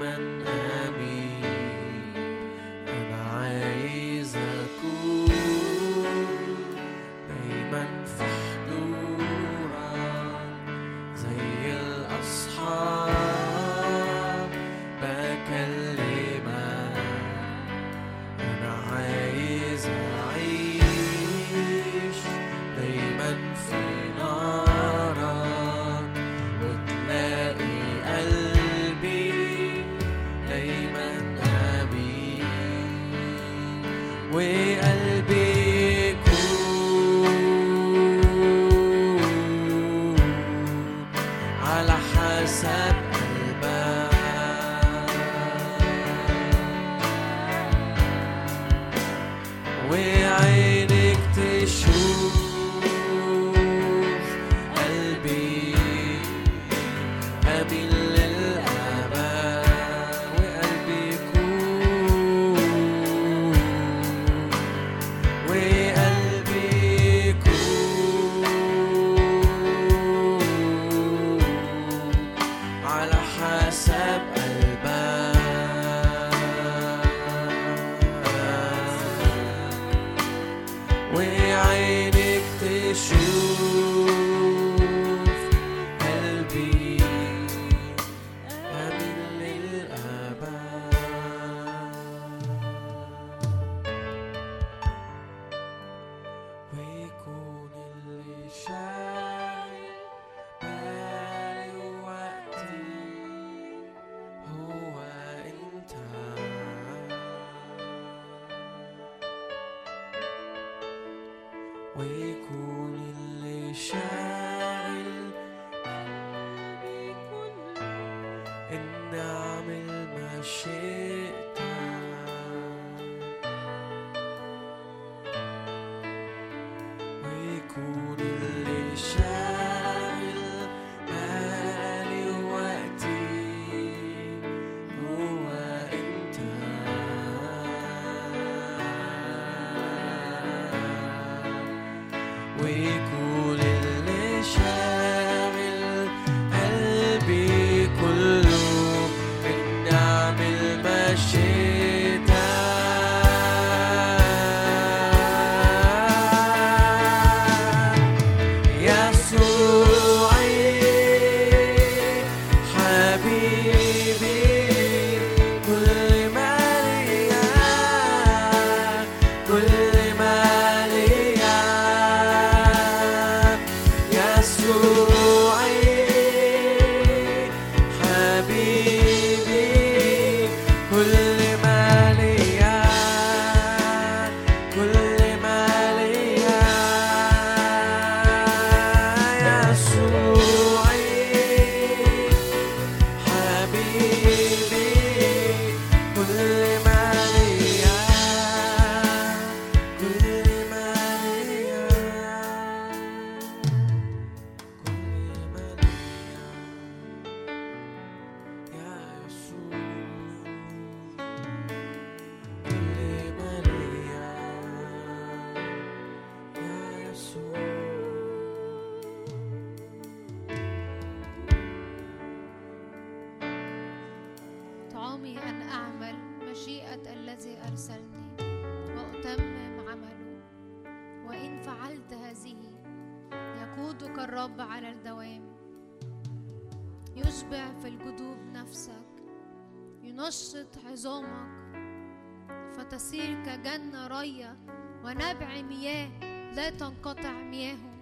S2: تصير كجنة رية ونبع مياه لا تنقطع مياهه.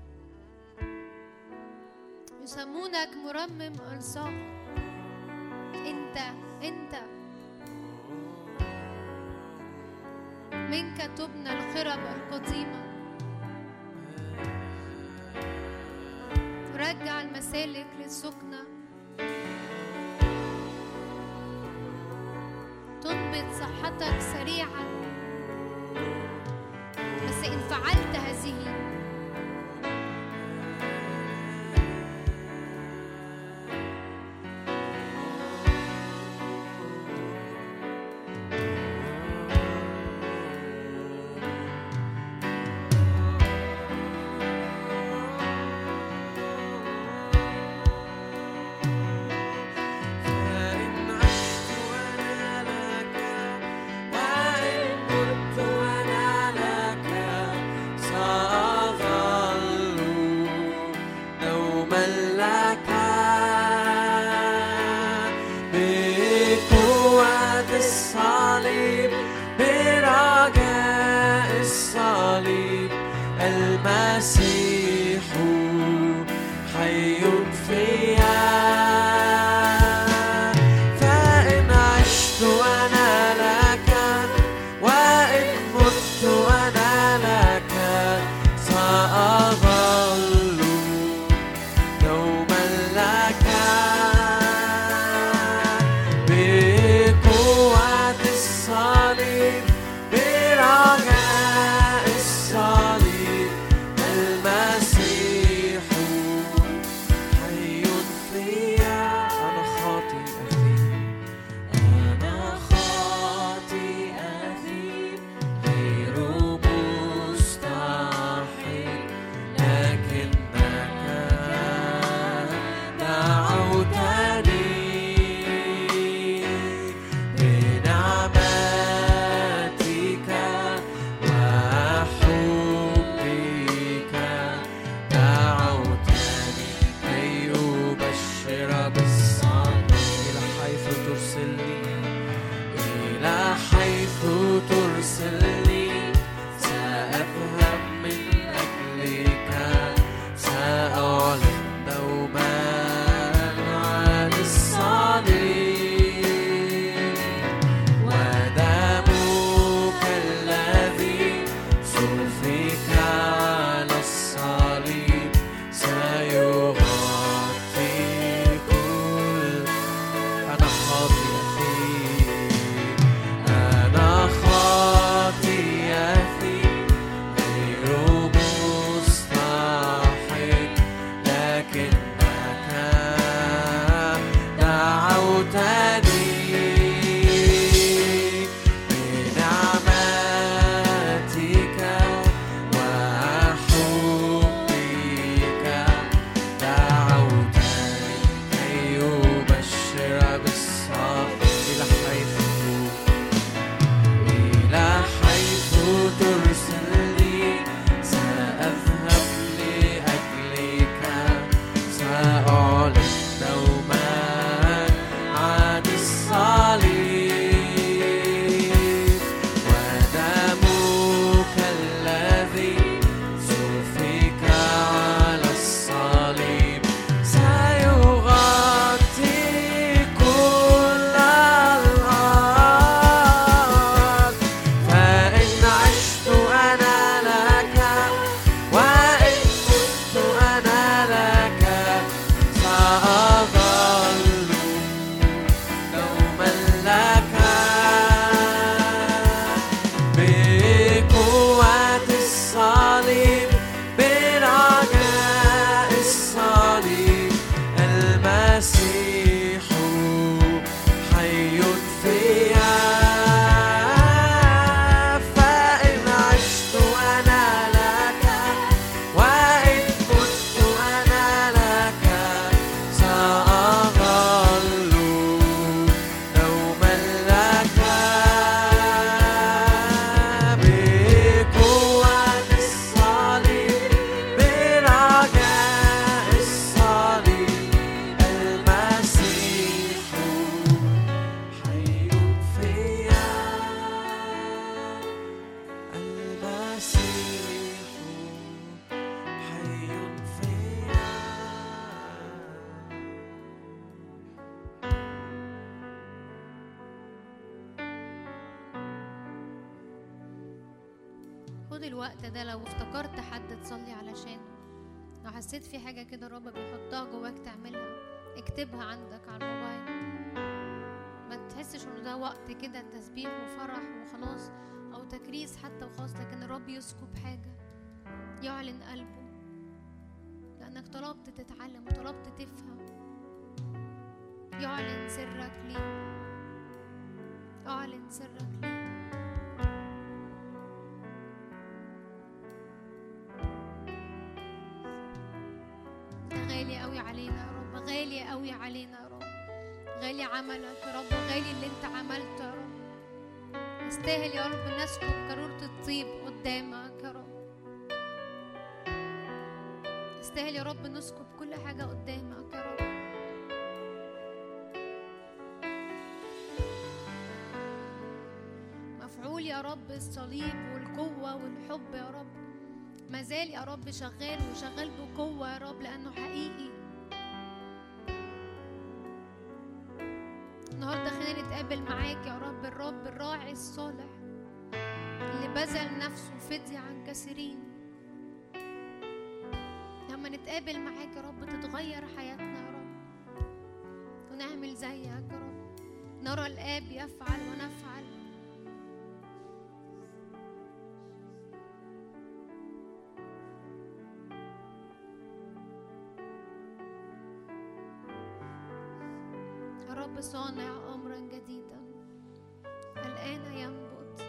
S2: يسمونك مرمم أنصاف. أنت منك تبنى الخرب القديمة. رجع المسالك للسكنة. تنبت صحتك سريعا، بس إن فعلت هذه
S1: فإن عشت المسيح حي فيا، فإن عشت أنا لك وإن مت أنا لك، سأظل دوما لك بقوة الصليب، برجاء الصليب. المسيح حي فيا، أنا خاطئ أثيم، أنا خاطئ أثيم غير مستحيل، لكنك دعوتني بنعمتك وحبك، دعوتني كي أبشر بالصالح. إلى حيث ترسلني، إلى حيث ترسلني، سأذهب من أجلك، سأعلن دوما عن الصليب، ودمك الذي سفك على الصليب سيغطي كل. أنا خاطئ أثيم، أنا خاطئ أثيم غير مستحيل، لكنك دعوتني بنعمتك وحبك، دعوتني كي أبشر بالصالح. إلى حيث ترسلني، سأذهب لأجلك، سأعلن دوما عن الصليب، ودمك الذي سفك على الصليب سيغطي كل الأرض. فإن عشت أنا لك وإن مت أنا لك، سأظل دوما لك بقوة الصليب، برجاء الصليب. المسيح حي فيا، فإن عشت أنا لك وإن مت أنا لك، سأظل دوما لك بقوة الصليب، برجاء الصليب. المسيح حي فيا، المسيح حي فيا.
S2: خد الوقت ده، لو افتكرت حد تصلي علشانه، لو حسيت في حاجة كده الرب بيحطها جواك تعملها، اكتبها عندك على الموبايل. ما تحسش انه ده وقت كده تسبيح وفرح وخلاص، او تكريس حتى وخلاص، لكن الرب يسكب حاجة، يعلن قلبه، لانك طلبت تتعلم وطلبت تفهم. يعلن سرك ليه، اعلن سرك ليه. غالي قوي علينا يا رب، غالي قوي علينا يا رب، غالي عملك يا رب، غالي اللي انت عملته يا رب. يستاهل يا رب نسكب قارورة الطيب قدامك يا رب، يستاهل يا رب نسكب كل حاجة قدامك يا رب. مفعول يا رب الصليب والقوة والحب يا رب، مازال يا رب شغال وشغال بقوة يا رب، لأنه حقيقي. النهاردة خلينا نتقابل معاك يا رب، الرب الراعي الصالح اللي بذل نفسه فدية عن كثيرين. لما نتقابل معاك يا رب تتغير حياتنا يا رب، ونعمل زيك يا رب، نرى الآب يفعل ونفعل. يا رب صانع أمرا جديدا الآن ينبت،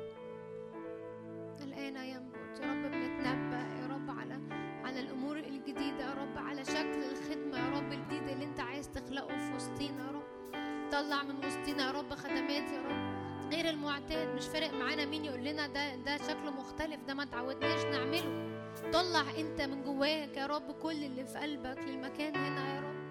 S2: الآن ينبت يا رب. بنتنبأ يا رب على الأمور الجديدة يا رب، على شكل الخدمة يا رب الجديدة اللي أنت عايز تخلقه في وسطينا يا رب. طلع من وسطينا يا رب خدمات يا رب غير المعتاد، مش فارق معانا مين يقول لنا ده شكله مختلف، ده ما تعودناش نعمله. طلع أنت من جواك يا رب كل اللي في قلبك للمكان هنا يا رب.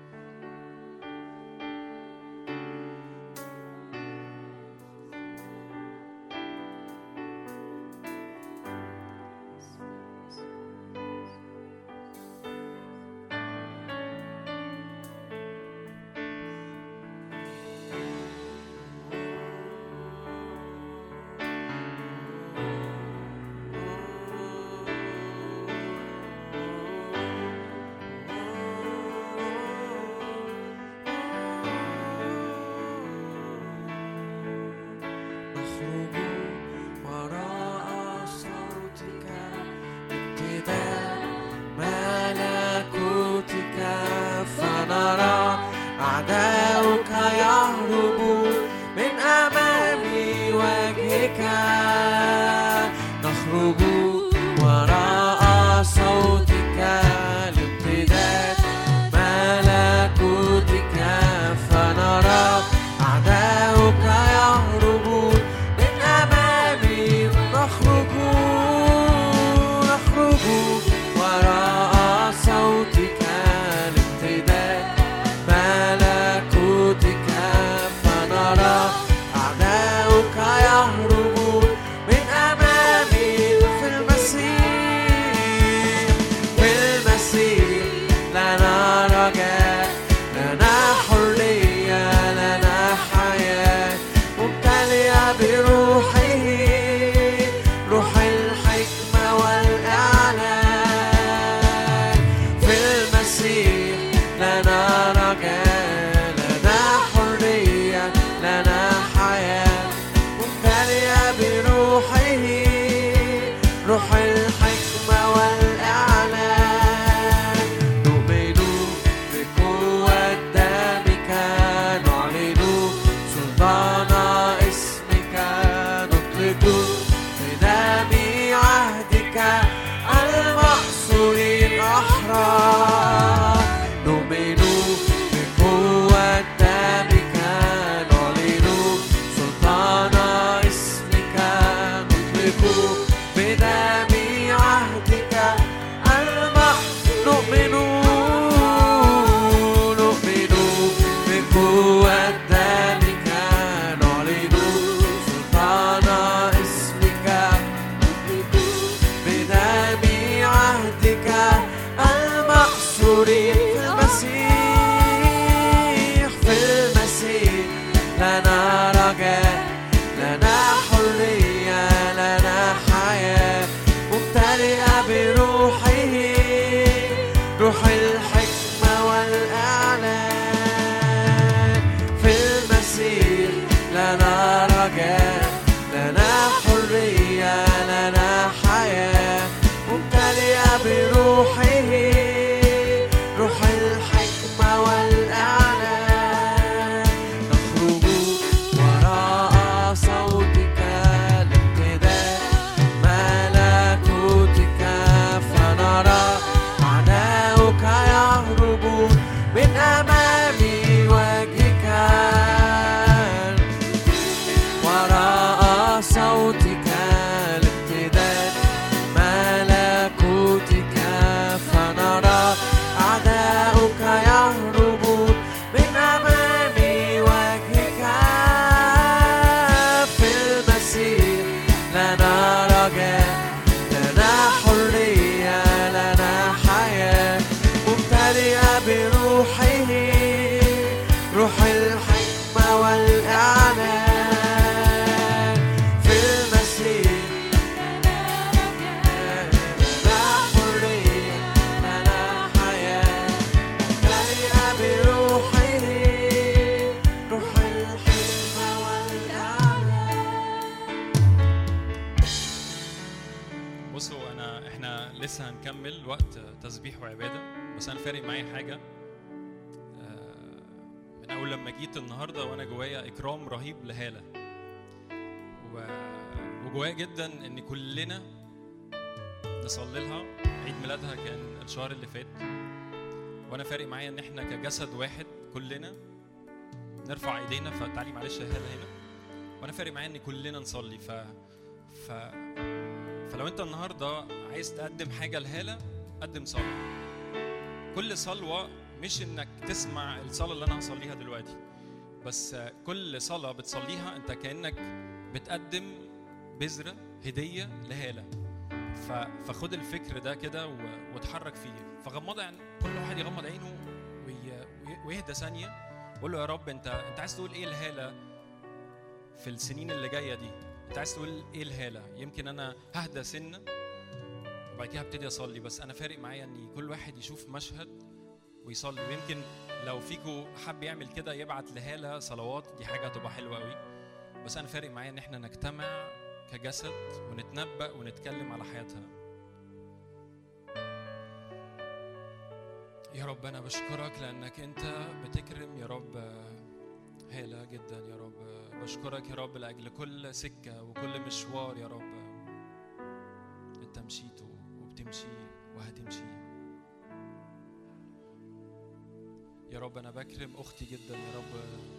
S1: من أمام وجهك وراء
S7: لسه هنكمل وقت تسبيح وعبادة، بس أنا فارق معايا حاجة من أول لما جيت النهاردة وأنا جوايا إكرام رهيب لهالة، وجوايا جدا إن كلنا نصلي لها. عيد ميلادها كان الشهر اللي فات، وأنا فارق معايا إن إحنا كجسد واحد كلنا نرفع إيدينا. فتعالي معلش يا هالة هنا، وأنا فارق معايا إن كلنا نصلي. فلو أنت النهاردة عايز تقدم حاجة لهالة، قدم صلاة. كل صلوة مش إنك تسمع الصلاة اللي أنا هصليها دلوقتي، بس كل صلاة بتصليها أنت كأنك بتقدم بذرة هدية لهالة. فخد الفكر ده كده وتحرك فيه. فغمض عين، كل واحد يغمض عينه ويهدى ثانية، وقول له يا رب أنت عايز تقول إيه لهالة في السنين اللي جاية دي؟ أنت عايز تقول إيه لهالة؟ يمكن أنا ههدى سنة وبعد كده هبتدي أصلي، بس أنا فارق معايا إن كل واحد يشوف مشهد ويصلي. ويمكن لو فيكو حب يعمل كده يبعت لهالة صلوات، دي حاجة هتبقى حلوة قوي. بس أنا فارق معايا إن إحنا نجتمع كجسد ونتنبأ ونتكلم على حياتها. يا رب أنا بشكرك لأنك أنت بتكرم يا رب هالة جدا يا رب. بشكرك يا رب لأجل كل سكة وكل مشوار يا رب أنت مشيته وبتمشي وهتمشي. يا رب أنا بكرم أختي جدا يا رب،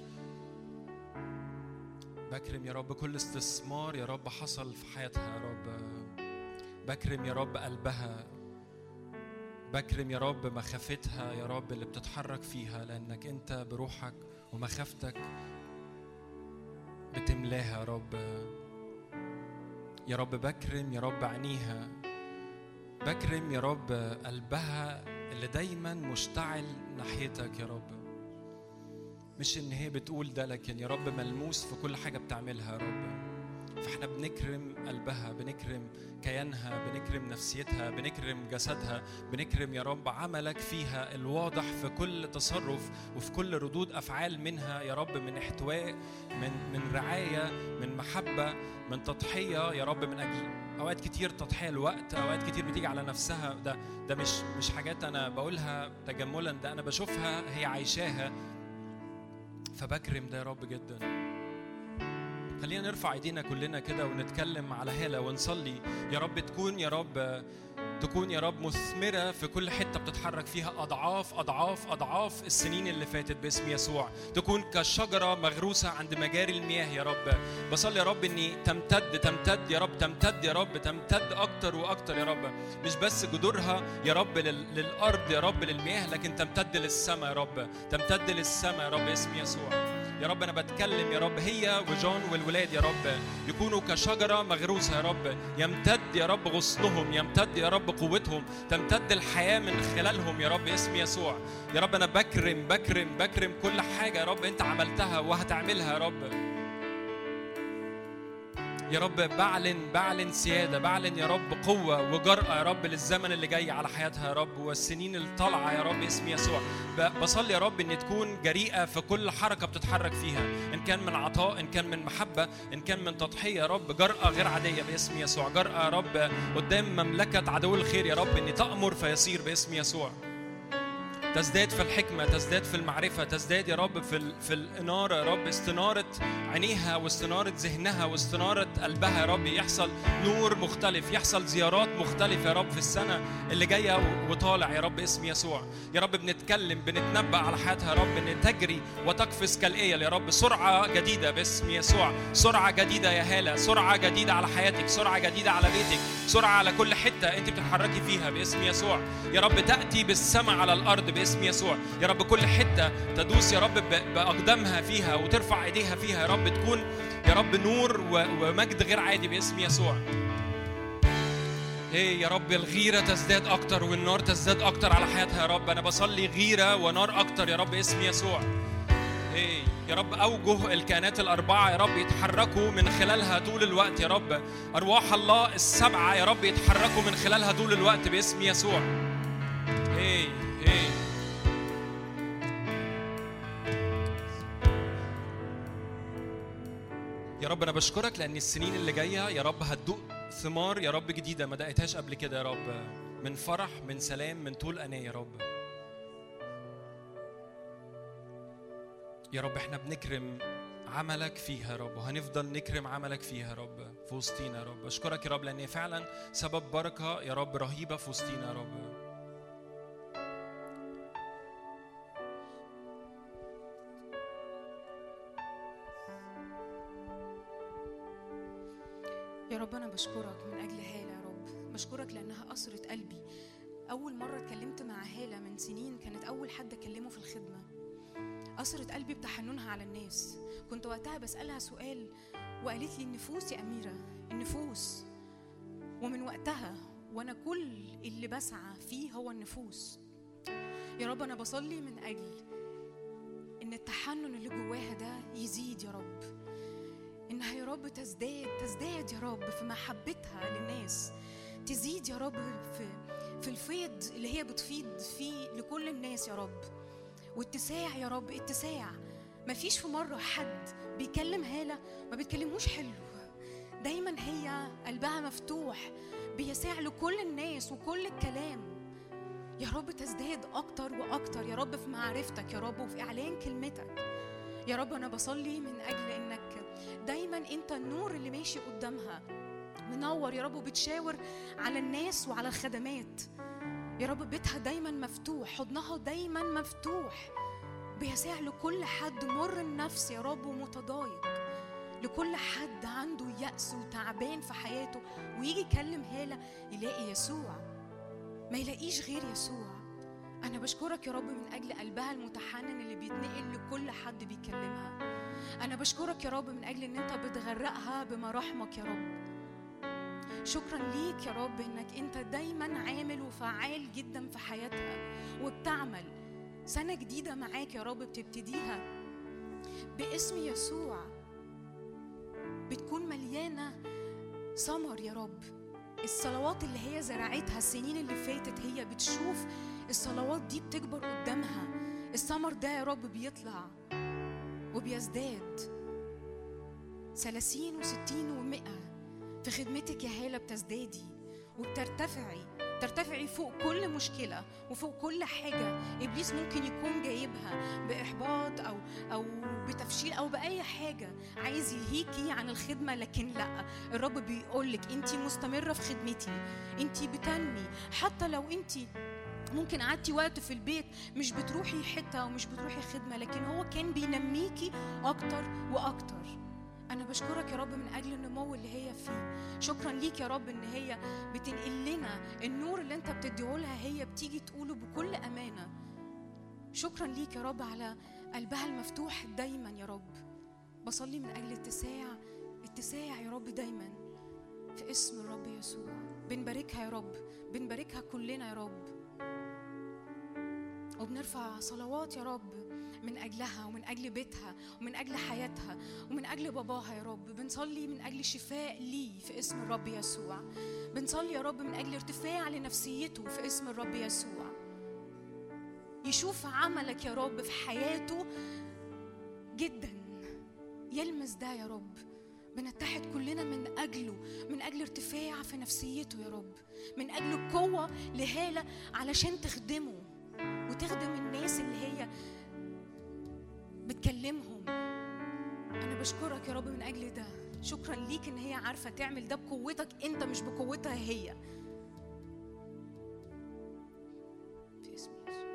S7: بكرم يا رب كل استثمار يا رب حصل في حياتها يا رب. بكرم يا رب قلبها، بكرم يا رب مخافتها يا رب اللي بتتحرك فيها، لأنك أنت بروحك ومخافتك بتملاها يا رب. يا رب بكرم يا رب عينيها، بكرم يا رب قلبها اللي دايما مشتعل ناحيتك يا رب. مش ان هي بتقول ده، لكن يا رب ملموس في كل حاجة بتعملها يا رب. فاحنا بنكرم قلبها، بنكرم كيانها، بنكرم نفسيتها، بنكرم جسدها، بنكرم يا رب عملك فيها الواضح في كل تصرف وفي كل ردود أفعال منها يا رب، من احتواء، من رعاية، من محبة، من تضحية يا رب. من أجل أوقات كتير تضحية الوقت، أوقات كتير بتيجي على نفسها. ده مش حاجات أنا بقولها تجملا، ده أنا بشوفها هي عايشاها. فبكرم ده يا رب جدا. خلينا نرفع ايدينا كلنا كده ونتكلم على هالة ونصلي يا رب تكون يا رب مثمرة في كل حتة بتتحرك فيها أضعاف أضعاف أضعاف السنين اللي فاتت باسم يسوع. تكون كشجرة مغروسة عند مجاري المياه يا رب. بصلي يا رب إني تمتد يا رب، تمتد يا رب، تمتد أكتر وأكتر يا رب. مش بس جذورها يا رب للأرض يا رب للمياه، لكن تمتد للسماء يا رب، تمتد للسماء يا رب باسم يسوع. يا رب أنا بتكلم يا رب هي وجون والولاد يا رب يكونوا كشجرة مغروسة يا رب، يمتد يا رب غصنهم، يمتد يا رب قوتهم، تمتد الحياة من خلالهم يا رب اسم يسوع. يا رب أنا بكرم كل حاجة يا رب أنت عملتها وهتعملها يا رب. يا رب بعلن سيادة، بعلن يا رب قوة وجرأة يا رب للزمن اللي جاي على حياتها يا رب والسنين اللي طالعة يا رب اسم يسوع. بصلي يا رب ان تكون جريئة في كل حركة بتتحرك فيها، ان كان من عطاء، ان كان من محبة، ان كان من تضحية يا رب. جرأة غير عادية باسم يسوع، جرأة يا رب قدام مملكة عدو الخير يا رب ان تأمر فيصير باسم يسوع. تزداد في الحكمة، تزداد في المعرفة، تزداد يا رب في الإنارة يا رب، استنارة عينيها واستنارة ذهنها واستنارة قلبها يا رب. يحصل نور مختلف، يحصل زيارات مختلفة يا رب في السنة اللي جاية وطالع يا رب اسم يسوع. يا رب بنتكلم بنتنبأ على حياتها يا رب ان تجري وتقفز كالإيل يا رب. سرعة جديدة باسم يسوع، سرعة جديدة يا هالة، سرعة جديدة على حياتك، سرعة جديدة على بيتك، سرعة على كل حتة انت بتتحركي فيها باسم يسوع. يا رب تأتي بالسماء على الأرض باسم يسوع. يا رب كل حتة تدوس يا رب بأقدامها فيها وترفع ايديها فيها يا رب، تكون يا رب نور ومجد غير عادي باسم يسوع. يا رب الغيرة تزداد أكتر والنار تزداد أكتر على حياتها يا رب. أنا بصلي غيرة ونار أكتر يا رب اسم يسوع. يا رب أوجه الكائنات الأربعة يا رب يتحركوا من خلالها طول الوقت يا رب. أرواح الله السبعة يا رب يتحركوا من خلالها طول الوقت باسم يسوع. يا رب أنا بشكرك لأن السنين اللي جاية يا رب هتدوق ثمار يا رب جديدة ما دقتهاش قبل كده يا رب، من فرح، من سلام، من طول أناة يا رب. يا رب احنا بنكرم عملك فيها يا رب، وهنفضل نكرم عملك فيها يا رب في وسطينا يا رب. أشكرك يا رب لأن فعلا سبب بركة يا رب رهيبة في وسطينا يا رب.
S8: يا رب أنا بشكرك من أجل هالة يا رب، بشكرك لأنها أسرت قلبي. أول مرة اتكلمت مع هالة من سنين، كانت أول حد أكلمه في الخدمة. أسرت قلبي بتحننها على الناس. كنت وقتها بسألها سؤال وقالت لي النفوس يا أميرة، النفوس. ومن وقتها وأنا كل اللي بسعى فيه هو النفوس. يا رب أنا بصلي من أجل إن التحنن اللي جواها ده يزيد يا رب، إنها يا رب تزداد يا رب في محبتها للناس، تزيد يا رب في الفيض اللي هي بتفيض فيه لكل الناس يا رب، واتساع يا رب، اتساع. مفيش في مرة حد بيكلم هالة ما بيتكلموش حلو، دايما هي قلبها مفتوح بيساع لكل الناس وكل الكلام. يا رب تزداد أكتر وأكتر يا رب في معرفتك يا رب وفي إعلان كلمتك يا رب. أنا بصلي من أجل إنك دايما أنت النور اللي ماشي قدامها منور يا رب، وبتشاور على الناس وعلى الخدمات يا رب. بيتها دايما مفتوح، حضنها دايما مفتوح، بيساع لكل حد مر النفس يا رب ومتضايق، لكل حد عنده يأس وتعبان في حياته ويجي يكلم هالة يلاقي يسوع، ما يلاقيش غير يسوع. أنا بشكرك يا رب من أجل قلبها المتحنن اللي بيتنقل لكل حد بيكلمها. أنا بشكرك يا رب من أجل إن أنت بتغرقها بمراحمك يا رب. شكرا ليك يا رب إنك أنت دايما عامل وفعال جدا في حياتها، وبتعمل سنة جديدة معاك يا رب بتبتديها باسم يسوع، بتكون مليانة ثمر يا رب. الصلوات اللي هي زرعتها السنين اللي فاتت هي بتشوف الصلوات دي بتكبر قدامها، الثمر ده يا رب بيطلع وبيزداد 30 و60 و100 في خدمتك يا هالة. بتزدادي وبترتفعي فوق كل مشكلة وفوق كل حاجة إبليس ممكن يكون جايبها بإحباط أو بتفشيل أو بأي حاجة عايز يلهيكي عن الخدمة. لكن لا، الرب بيقولك أنتي مستمرة في خدمتي، أنتي بتنمي. حتى لو أنتي ممكن قعدتي وقت في البيت مش بتروحي حتة ومش بتروحي خدمة، لكن هو كان بينميكي أكتر وأكتر. أنا بشكرك يا رب من أجل النمو اللي هي فيه. شكرا ليك يا رب إن هي بتنقل لنا النور اللي أنت بتديه لها، هي بتيجي تقوله بكل أمانة. شكرا ليك يا رب على قلبها المفتوح دايما يا رب. بصلي من أجل اتساع يا رب دايما في اسم الرب يسوع. بنباركها يا رب، بنباركها كلنا يا رب، وبنرفع صلوات يا رب من أجلها ومن أجل بيتها ومن أجل حياتها ومن أجل باباها يا رب. بنصلي من أجل شفاء ليه في اسم الرب يسوع. بنصلي يا رب من أجل ارتفاع لنفسيته في اسم الرب يسوع. يشوف عملك يا رب في حياته جدا، يلمس ده يا رب. بنتحد كلنا من أجله، من أجل ارتفاع في نفسيته يا رب، من أجل قوة لهالة علشان تخدمه وتخدم الناس اللي هي بتكلمهم. أنا بشكرك يا رب من أجل ده. شكرا ليك إن هي عارفة تعمل ده بقوتك أنت مش بقوتها هي، في اسم يسوع.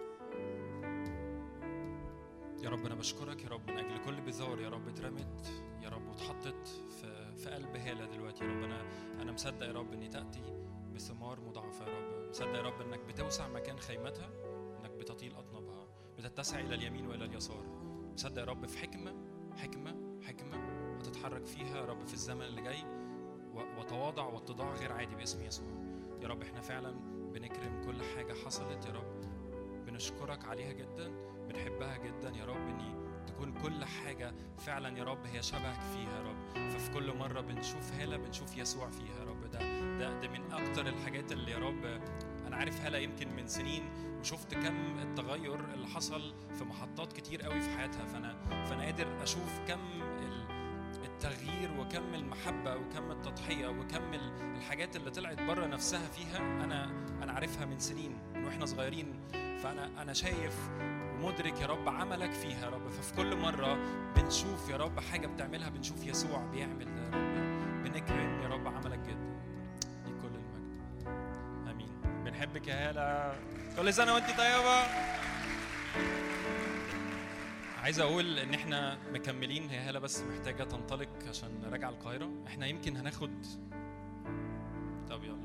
S7: يا رب أنا بشكرك يا رب من أجل كل بذار يا رب اترمت يا رب واتحطت في قلب هالة دلوقتي يا رب. أنا مصدق يا رب إني تأتي بثمار مضاعفة يا رب. مصدق يا رب إنك بتوسع مكان خيمتها، إنك بتطيل أطنابها، بتتسع إلى اليمين وإلى اليسار. مصدق يا رب في حكمة هتتحرك فيها يا رب في الزمن اللي جاي، وتواضع واتضاع غير عادي باسم يسوع. يا رب احنا فعلا بنكرم كل حاجة حصلت يا رب، بنشكرك عليها جدا، بنحبها جدا يا رب، إني تكون كل حاجة فعلا يا رب هي شبهك فيها يا رب. ففي كل مرة بنشوف هالة بنشوف يسوع فيها يا رب. ده من أكتر الحاجات اللي يا رب أنا عارف هالة يمكن من سنين وشفت كم التغير اللي حصل في محطات كتير قوي في حياتها. فأنا قادر أشوف كم التغيير التغيير وكم المحبة وكم التضحية وكم الحاجات اللي طلعت بره نفسها فيها أنا عارفها من سنين من وإحنا صغيرين. فأنا شايف ومدرك يا رب عملك فيها يا رب. ففي كل مرة بنشوف يا رب حاجة بتعملها، بنشوف يسوع بيعمل ده يا رب. بنكرم يا رب عملك جدا. ليك كل المجد. آمين. بنحبك يا هالة، كل سنة وانت طيبة. عايز اقول ان احنا مكملين. هي هالة بس محتاجة تنطلق عشان نراجع القاهرة. احنا يمكن هناخد طب يلا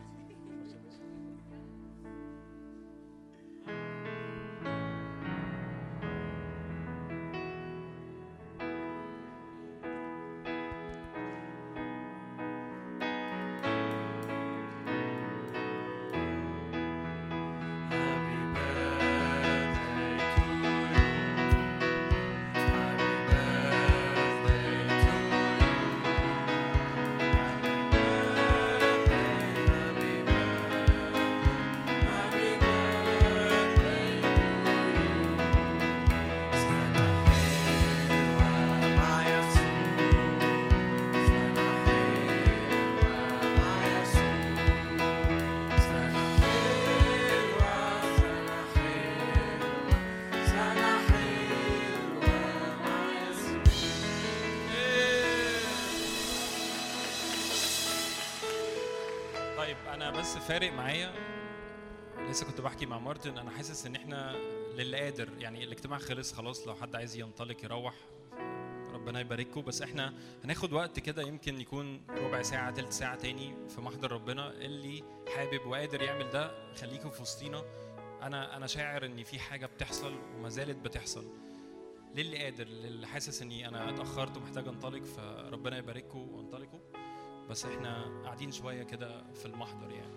S7: بس فارق معايا. لسه كنت بحكي مع مارتن، انا حاسس ان احنا للي قادر، يعني الاجتماع خلص خلاص، لو حد عايز ينطلق يروح ربنا يبارككم. بس احنا هناخد وقت كده يمكن يكون ربع ساعة تلت ساعة تاني في محضر ربنا. اللي حابب وقادر يعمل ده خليكم في وسطينا. انا شاعر ان في حاجة بتحصل وما زالت بتحصل. للي قادر، للي حاسس اني انا اتأخرت ومحتاج انطلق، فربنا يبارككم وانطلقوا. بس احنا قاعدين شوية كده في المحضر يعني.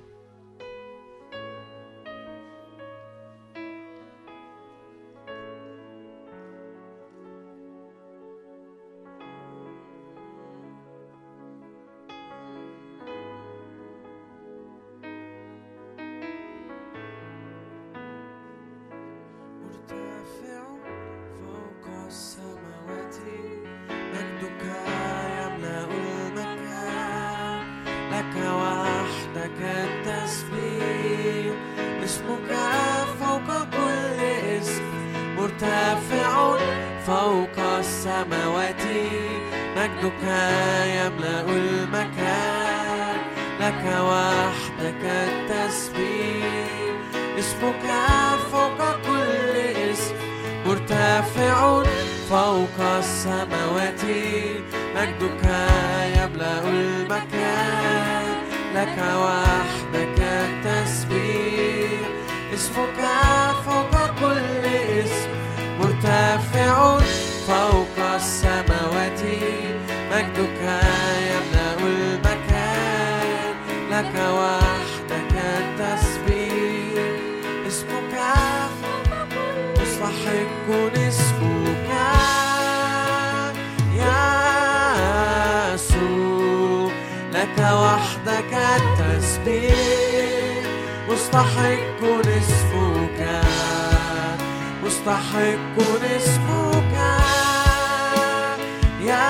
S1: مرتفع فوق السماوات مجدك يملأ المكان، لك وحدك التسبيح، اسمك فوق كل اسم. مرتفع فوق السماوات مجدك يملأ المكان، لك وحدك التسبيح، اسمك فوق كل اسم. مرتفع فوق السماوات مجدك يملأ المكان، لك وحدك التسبيح، اسمك فوق كل اسم. مرتفع فوق السماوات مجدك يملأ المكان، لك وحدك التسبيح، اسمك مستحق اسمك يا يسوع، لك وحدك التسبيح، مستحق اسمك، مستحق اسمك يا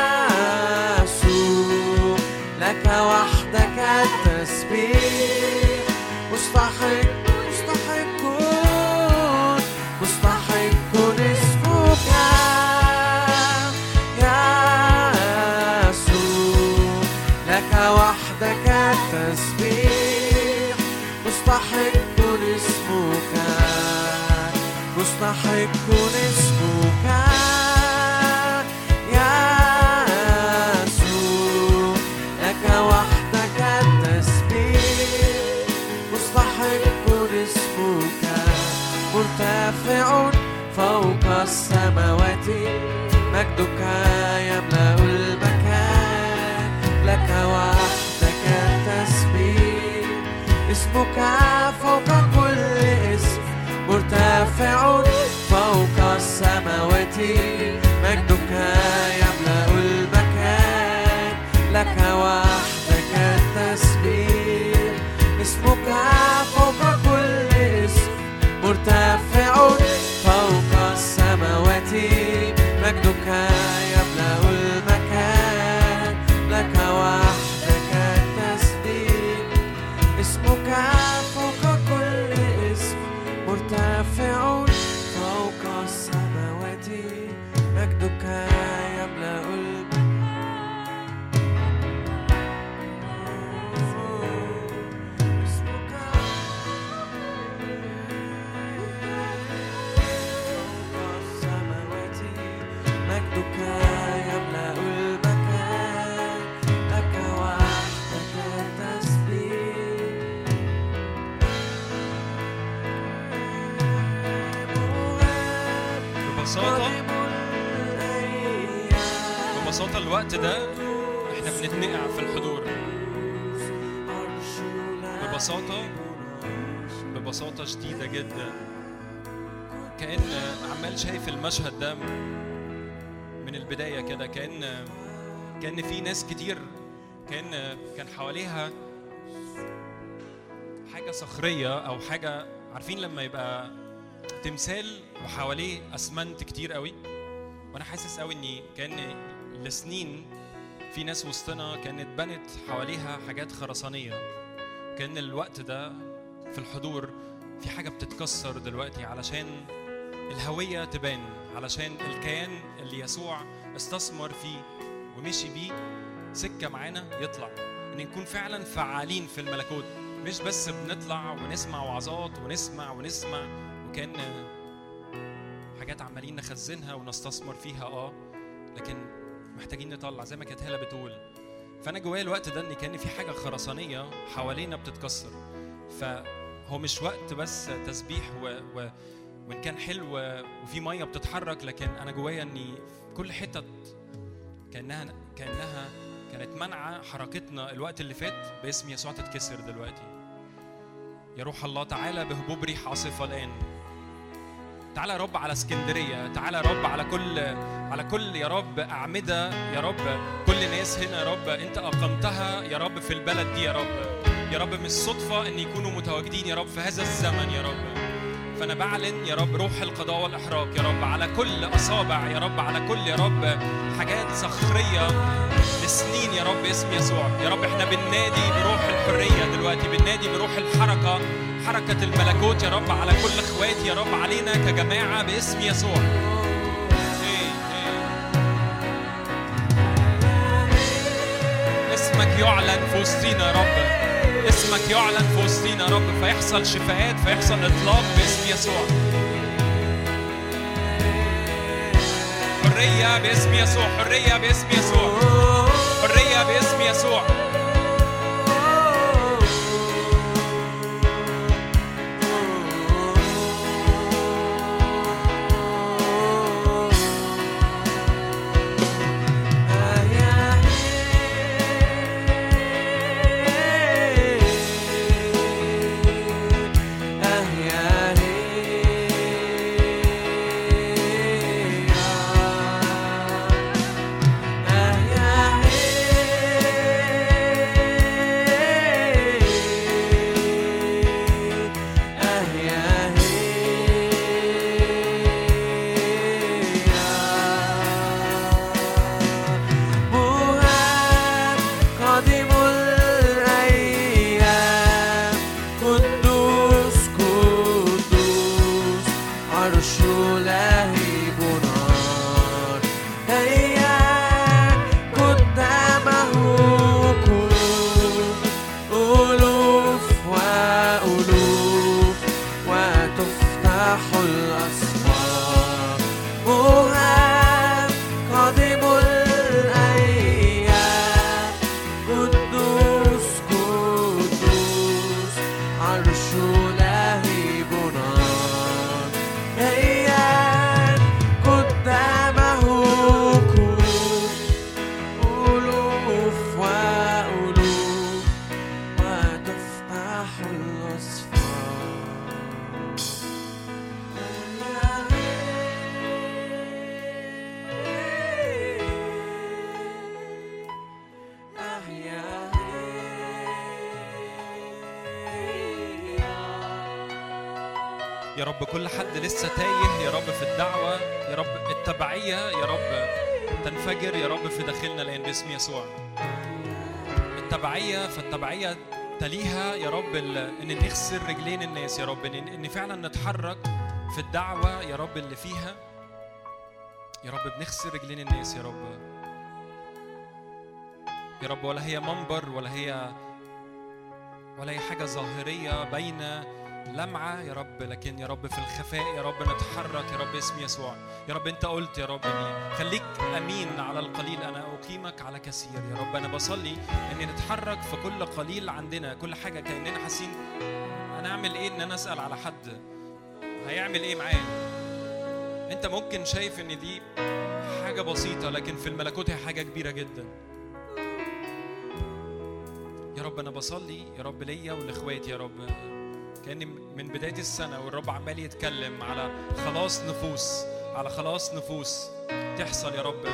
S1: يسوع، لك وحدك التسبيح، مستحق مستحق اسمك يا يسوع، لك وحدك التسبيح، مستحق اسمك، مستحق اسمك يا يسوع، لك وحدك التسبيح، مستحق اسمك. مرتفع فوق السماوات مجدك يملأ المكان، لك وحدك التسبيح، اسمك فوق كل اسم. مرتفع فوق
S7: ببساطة الوقت ده احنا بنتنقع في الحضور ببساطة شديدة جدا. كأن عمال شايف المشهد ده من البداية كده، كأن في ناس كتير كان حواليها حاجة صخرية أو حاجة، عارفين لما يبقى تمثال وحواليه أسمنت كتير قوي. وأنا حاسس قوي إني كأن لسنين في ناس وسطنا كانت بنت حواليها حاجات خرسانية. كأن الوقت ده في الحضور في حاجة بتتكسر دلوقتي علشان الهوية تبان، علشان الكيان اللي يسوع استثمر فيه ومشي بيه سكة معانا يطلع، إن نكون فعلا فعالين في الملكوت، مش بس بنطلع ونسمع وعظات ونسمع وكان حاجات عمالين نخزنها ونستثمر فيها لكن محتاجين نطلع زي ما كانت هالة بتقول. فأنا جوايا الوقت ده إن كان في حاجة خرسانية حوالينا بتتكسر. فهو مش وقت بس تسبيح وإن كان حلو وفي مية بتتحرك، لكن أنا جوايا إني كل حتة كأنها كانت منعة حركتنا الوقت اللي فات باسم يسوع تتكسر دلوقتي. يا روح الله تعالى بهبوب ريح عاصفة الآن. تعالى يا رب على اسكندرية، تعالى يا رب على كل يا رب أعمدة، يا رب كل ناس هنا يا رب أنت أقمتها يا رب في البلد دي يا رب مش صدفة أن يكونوا متواجدين يا رب في هذا الزمن يا رب. فأنا بعلن يا رب روح القضاء والإحراق يا رب على كل أصابع يا رب، على كل يا رب حاجات صخرية لسنين يا رب اسم يسوع. يا رب احنا بننادي بروح الحرية دلوقتي، بننادي بروح الحركة، حركة الملكوت يا رب على كل اخواتي يا رب، علينا كجماعة باسم يسوع. اسمك يعلن في وسطينا يا رب، اسمك يعلن في وسطينا يا رب، فيحصل شفاءات، فيحصل اطلاق باسم يسوع. حرية باسم يسوع، حرية باسم يسوع، حرية باسم يسوع. يا رب كل حد لسه تايه يا رب في الدعوة يا رب، التبعية يا رب تنفجر يا رب في داخلنا الآن باسم يسوع. فالتبعية تليها يا رب إن نغسل رجلين الناس يا رب، إن فعلا نتحرك في الدعوة يا رب اللي فيها يا رب بنغسل رجلين الناس يا رب. يا رب ولا هي منبر ولا هي حاجة ظاهرية باينة لمعة يا رب، لكن يا رب في الخفاء يا رب نتحرك يا رب اسم يسوع. يا رب انت قلت يا رب اني خليك امين على القليل انا اقيمك على كثير. يا رب انا بصلي اني نتحرك في كل قليل عندنا، كل حاجة كأننا حاسين انا اعمل ايه، ان انا اسأل على حد هيعمل ايه معايا. انت ممكن شايف ان دي حاجة بسيطة لكن في الملكوت هي حاجة كبيرة جدا. يا رب أنا بصلي يا رب ليا ولإخواتي يا رب، كأني من بداية السنة والرب عمال يتكلم على خلاص نفوس، على خلاص نفوس تحصل يا رب.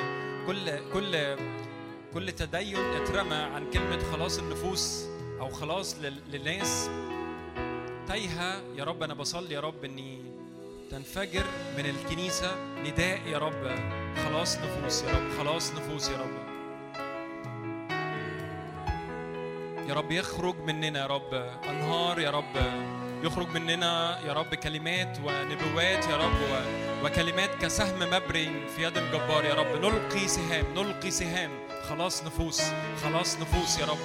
S7: كل تدين اترمى عن كلمة خلاص النفوس أو خلاص للناس تايهة يا رب. أنا بصلي يا رب إني تنفجر من الكنيسة نداء يا رب خلاص نفوس يا رب، خلاص نفوس يا رب. يا رب يخرج مننا يا رب أنهار يا رب، يخرج مننا يا رب كلمات ونبوات يا رب وكلمات كسهم مبري في يد الجبار يا رب. نلقي سهام، نلقي سهام خلاص نفوس، خلاص نفوس يا رب.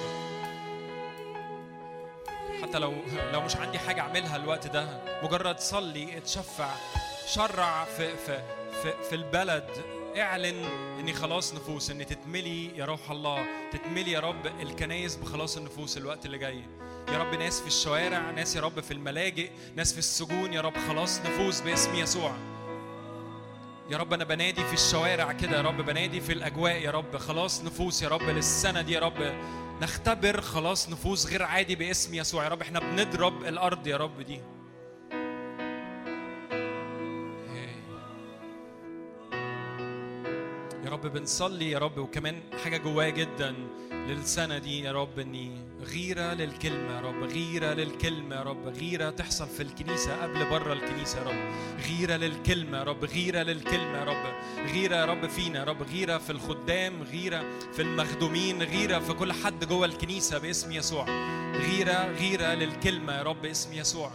S7: حتى لو مش عندي حاجة أعملها الوقت ده، مجرد صلي، اتشفع، شرع في البلد، اعلن اني خلاص نفوس، ان تتملي يا روح الله، تتملي يا رب الكنايس بخلاص النفوس الوقت اللي جاي يا رب. ناس في الشوارع، ناس يا رب في الملاجئ، ناس في السجون يا رب، خلاص نفوس باسم يسوع يا رب. انا بنادي في الشوارع كده يا رب، بنادي في الاجواء يا رب، خلاص نفوس يا رب للسنة دي يا رب. نختبر خلاص نفوس غير عادي باسم يسوع يا رب. احنا بنضرب الارض يا رب دي يا رب. بنصلي يا رب، وكمان حاجة جوايا جدا للسنة دي يا رب، اني غيرة للكلمة يا رب، غيرة للكلمة يا رب، غيرة تحصل في الكنيسة قبل بره الكنيسة يا رب، غيرة للكلمة يا رب، غيرة للكلمة يا رب، غيرة يا رب فينا يا رب، غيرة في الخدام، غيرة في المخدومين، غيرة في كل حد جوه الكنيسة باسم يسوع. غيرة للكلمة يا رب باسم يسوع.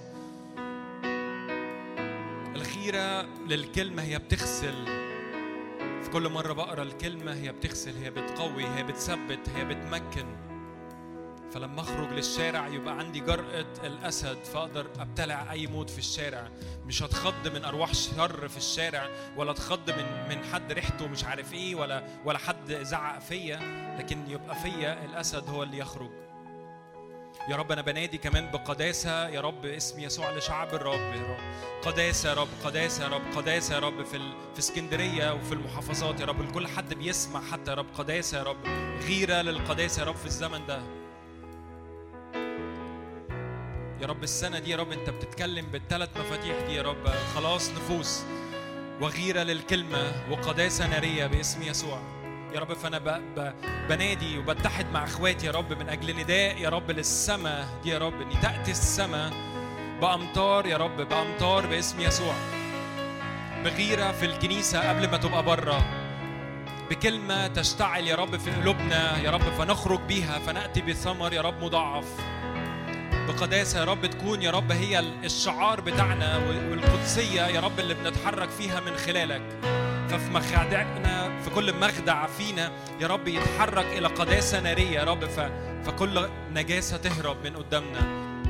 S7: الغيرة للكلمة هي بتغسل، في كل مرة بقرأ الكلمة هي بتغسل، هي بتقوي، هي بتثبت، هي بتمكن. فلما أخرج للشارع يبقى عندي جرأة الأسد، فأقدر أبتلع أي موت في الشارع. مش هتخض من أرواح شر في الشارع، ولا أتخض من حد ريحته مش عارف إيه، ولا حد زعق فيا، لكن يبقى فيا الأسد هو اللي يخرج يا رب. أنا بنادي كمان بقداسة يا رب اسم يسوع لشعب الرب يا رب. قداسة يا رب، قداسة يا رب، قداسة يا رب في اسكندرية وفي المحافظات يا رب، لكل حد بيسمع حتى يا رب. قداسة يا رب، غيرة للقداسة يا رب في الزمن ده يا رب. السنة دي يا رب أنت بتتكلم بالثلاث مفاتيح دي يا رب، خلاص نفوس وغيرة للكلمة وقداسة نارية باسم يسوع يا رب. فأنا بنادي وبتحد مع اخواتي يا رب من أجل نداء يا رب للسماء دي يا رب، أن تأتي السماء بأمطار يا رب، بأمطار باسم يسوع، بغيرة في الكنيسة قبل ما تبقى بره، بكلمة تشتعل يا رب في قلوبنا يا رب، فنخرج بيها فنأتي بثمر يا رب مضاعف. بقداسة يا رب تكون يا رب هي الشعار بتاعنا والقدسية يا رب اللي بنتحرك فيها من خلالك. ففي مخادعنا، في كل مخدع فينا يا رب يتحرك إلى قداسة نارية يا رب، فكل نجاسة تهرب من قدامنا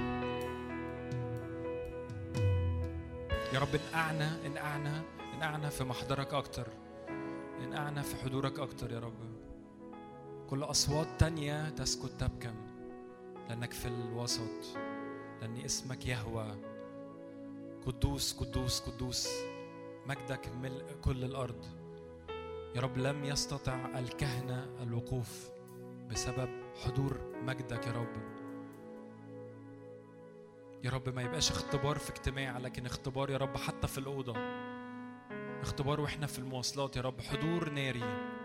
S7: يا رب. انقعنا في محضرك أكتر، انقعنا في حضورك أكتر يا رب. كل أصوات تانية تسكت تبكم، لأنك في الوسط، لأن اسمك يهوى. قدوس قدوس قدوس، مجدك ملء كل الأرض يا رب. لم يستطع الكهنة الوقوف بسبب حضور مجدك يا رب. يا رب ما يبقاش اختبار في اجتماع، لكن اختبار يا رب حتى في الأوضة، اختبار وإحنا في المواصلات يا رب، حضور ناري.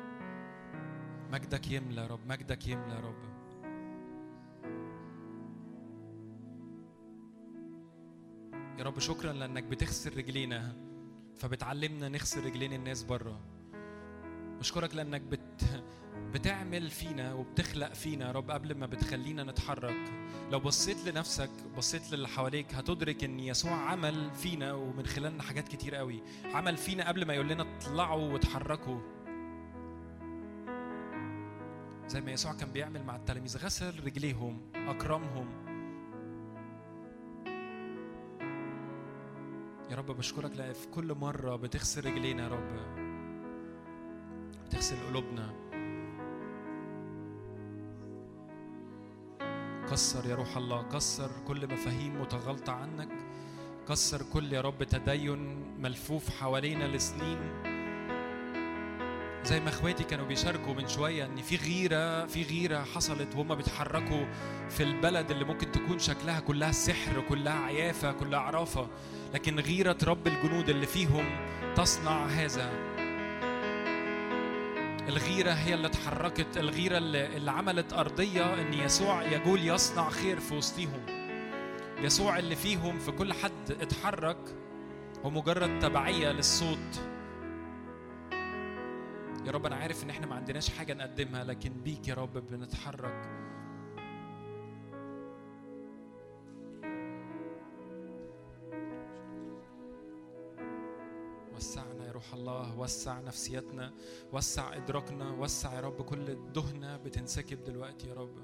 S7: مجدك يملى يا رب، مجدك يملى يا رب. يا رب شكرا لأنك بتغسل رجلينا، فبتعلمنا نغسل رجلين الناس بره. بشكرك لأنك بتعمل فينا وبتخلق فينا يا رب قبل ما بتخلينا نتحرك. لو بصيت لنفسك، بصيت للي حواليك، هتدرك ان يسوع عمل فينا ومن خلالنا حاجات كتير قوي. عمل فينا قبل ما يقول لنا اطلعوا وتحركوا، زي ما يسوع كان بيعمل مع التلاميذ، غسل رجليهم، أكرمهم. يا رب بشكرك لأن في كل مرة بتغسل رجلينا يا رب، بتغسل قلوبنا. كسر يا روح الله، كسر كل مفاهيم متغلطة عنك، كسر كل يا رب تدين ملفوف حوالينا لسنين زي ما اخواتي كانوا بيشاركوا من شويه ان في غيره حصلت وهم بيتحركوا في البلد اللي ممكن تكون شكلها كلها سحر، كلها عيافه، كلها عرافه، لكن غيره رب الجنود اللي فيهم تصنع هذا. الغيره هي اللي اتحركت، الغيره اللي عملت ارضيه ان يسوع يجول يصنع خير في وسطهم. يسوع اللي فيهم في كل حد اتحرك هو مجرد تبعيه للصوت. يا رب أنا عارف إن إحنا ما عندناش حاجة نقدمها، لكن بيك يا رب بنتحرك. وسعنا يا روح الله، وسع نفسيتنا، وسع إدراكنا، وسع يا رب كل دهنة بتنسكب دلوقتي يا رب.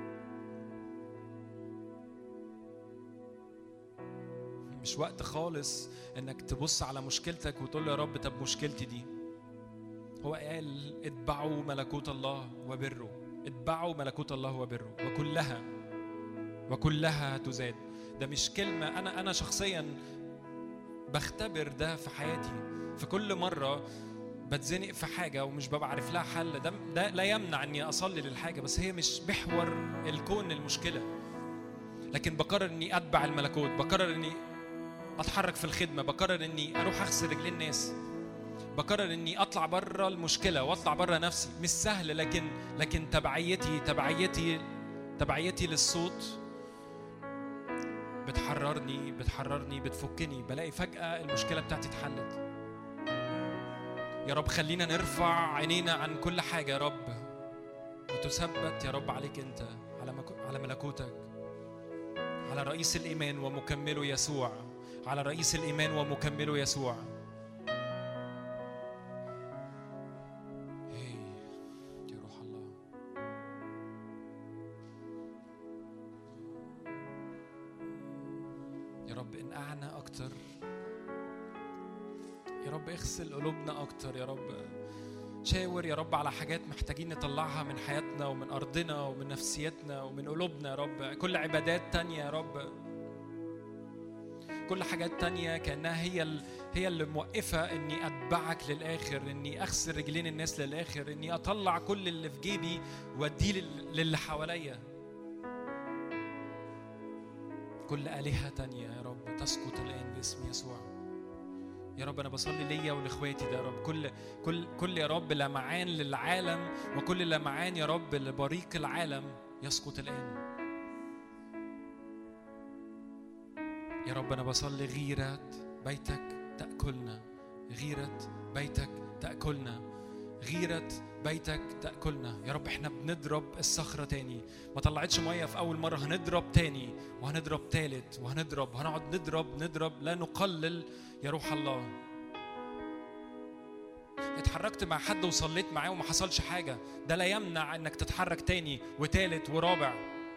S7: مش وقت خالص إنك تبص على مشكلتك وتقول يا رب طب مشكلتي دي. هو قال اتبعوا ملكوت الله وبره، اتبعوا ملكوت الله وبره وكلها تزاد. ده مش كلمة، أنا شخصيا بختبر ده في حياتي. في كل مرة بتزنق في حاجة ومش ببقى عارف لها حل، ده لا يمنع أني أصلي للحاجة، بس هي مش محور الكون المشكلة، لكن بقرر أني أتبع الملكوت، بقرر أني أتحرك في الخدمة، بقرر أني أروح أغسل رجلين الناس، بقرر اني اطلع بره المشكله واطلع بره نفسي. مش سهل، لكن تبعيتي للصوت بتحررني بتفكني. بلاقي فجاه المشكله بتاعتي اتحلت. يا رب خلينا نرفع عينينا عن كل حاجه يا رب، وتثبت يا رب عليك انت، على ملكوتك، على رئيس الايمان ومكمله يسوع، على رئيس الايمان ومكمله يسوع. يا رب اغسل قلوبنا اكتر يا رب. شاور يا رب على حاجات محتاجين نطلعها من حياتنا ومن ارضنا ومن نفسيتنا ومن قلوبنا يا رب. كل عبادات تانية يا رب، كل حاجات تانية كأنها هي اللي موقفة اني اتبعك للاخر، اني اغسل رجلين الناس للاخر، اني اطلع كل اللي في جيبي واديه للي حواليا. كل آلهة تانية يا رب تسقط الآن باسم يسوع. يا رب أنا بصلي ليا ولإخواتي ده يا رب، كل يا رب لمعان للعالم وكل لمعان يا رب لبريق العالم يسقط الآن. يا رب أنا بصلي غيرة بيتك تأكلنا، غيرة بيتك تأكلنا، غيرة بيتك تأكلنا. يا رب احنا بنضرب الصخرة تاني، ما طلعتش مية في أول مرة، هنضرب تاني وهنضرب تالت هنقعد نضرب لا نقلل يا روح الله. اتحركت مع حد وصليت معاه وما حصلش حاجة، ده لا يمنع انك تتحرك تاني وتالت ورابع.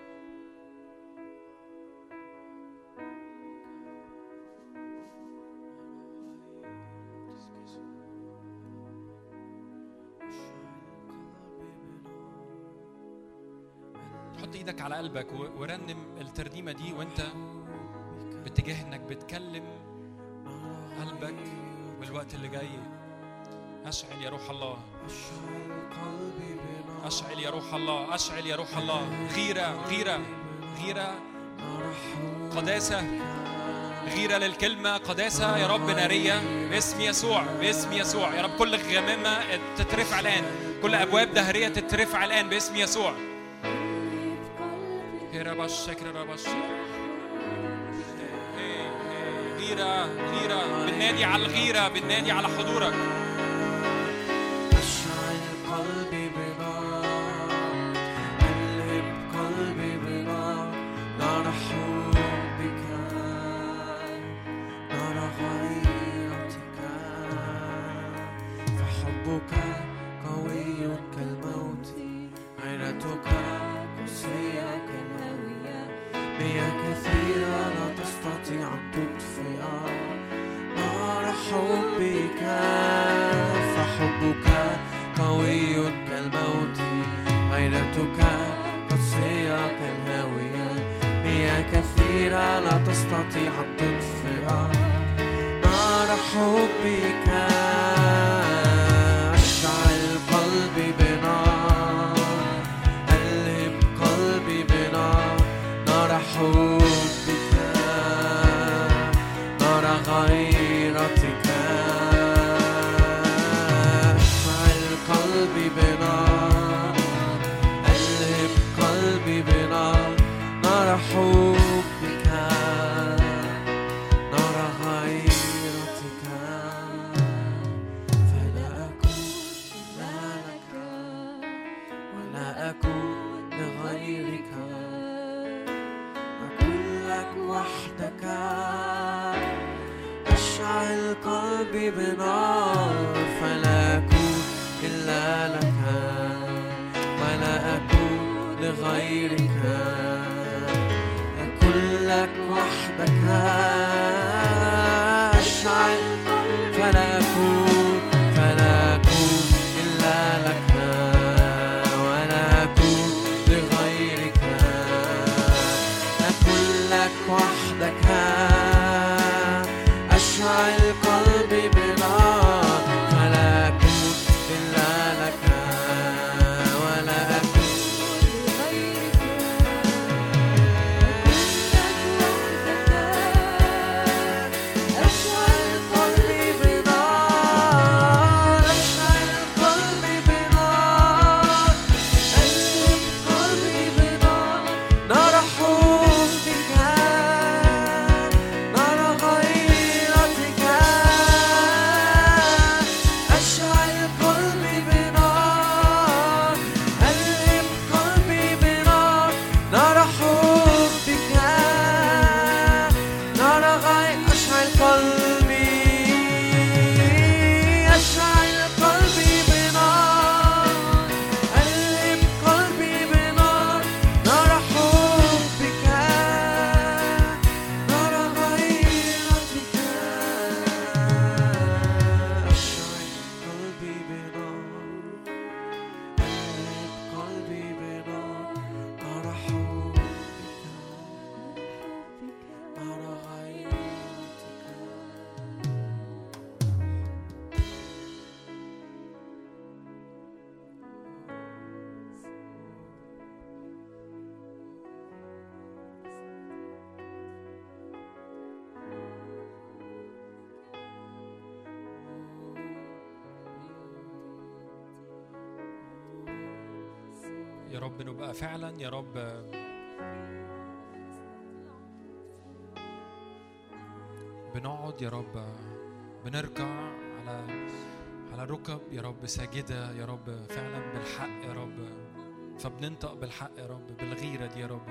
S7: حط ايدك على قلبك ورنم الترنيمة دي وانت باتجاه انك بتكلم قلبك بالوقت اللي جاي. اشعل يا روح الله، اشعل يا روح الله، اشعل يا روح الله. غيرة قداسة، غيرة للكلمة، قداسة يا رب نارية باسم يسوع يا رب. كل غمامة تترفع الآن، كل أبواب دهرية تترفع الآن باسم يسوع. غيرة بننادي على الغيرة، بننادي على حضورك.
S9: أشعل قلبي بنار، قلب قلبي بنار، نار حبك، نار غيرتك، فحبك قوي كالموت، غيرتك قاسية كالهاوية، مياه كثيرة لا تستطيع أن تطفئ نار حبك، فحبك قوي كالموت، غيرتك قاسية كالهاوية، مياه كثيرة لا تستطيع أن تطفئ نار حبك. أشعل فلا أكون لغيرك، أكون لك وحدك، أشعل قلبي بنار فلا أكون إلا لك ولا أكون لغيرك، أكون لك وحدك، أشعل فلا أكون إلا لك ولا أكون لغيرك، أكون لك وحدك، أشعل قلبي بنار فلا أكون إلا لك ولا أكون لغيرك، أشعل قلبي بنار، أشعل قلبي بنار، أشعل قلبي بنار، نار حبك، نار غيرتك، أشعل قلبي بنار، ألهم قلبي بنار، نار حبك، نار أشعل قلبي، أشعل قلبي بنار، ألهم قلبي بنار، نار حبك، نار غيرتك، أشعل قلبي بنار، ألهم قلبي بنار، نار حبك، نار غيرتك.
S7: يا رب نبقى فعلا يا رب بنقعد يا رب بنركع على ركب يا رب ساجدة يا رب فعلا بالحق يا رب، فبننطق بالحق يا رب بالغيرة دي يا رب.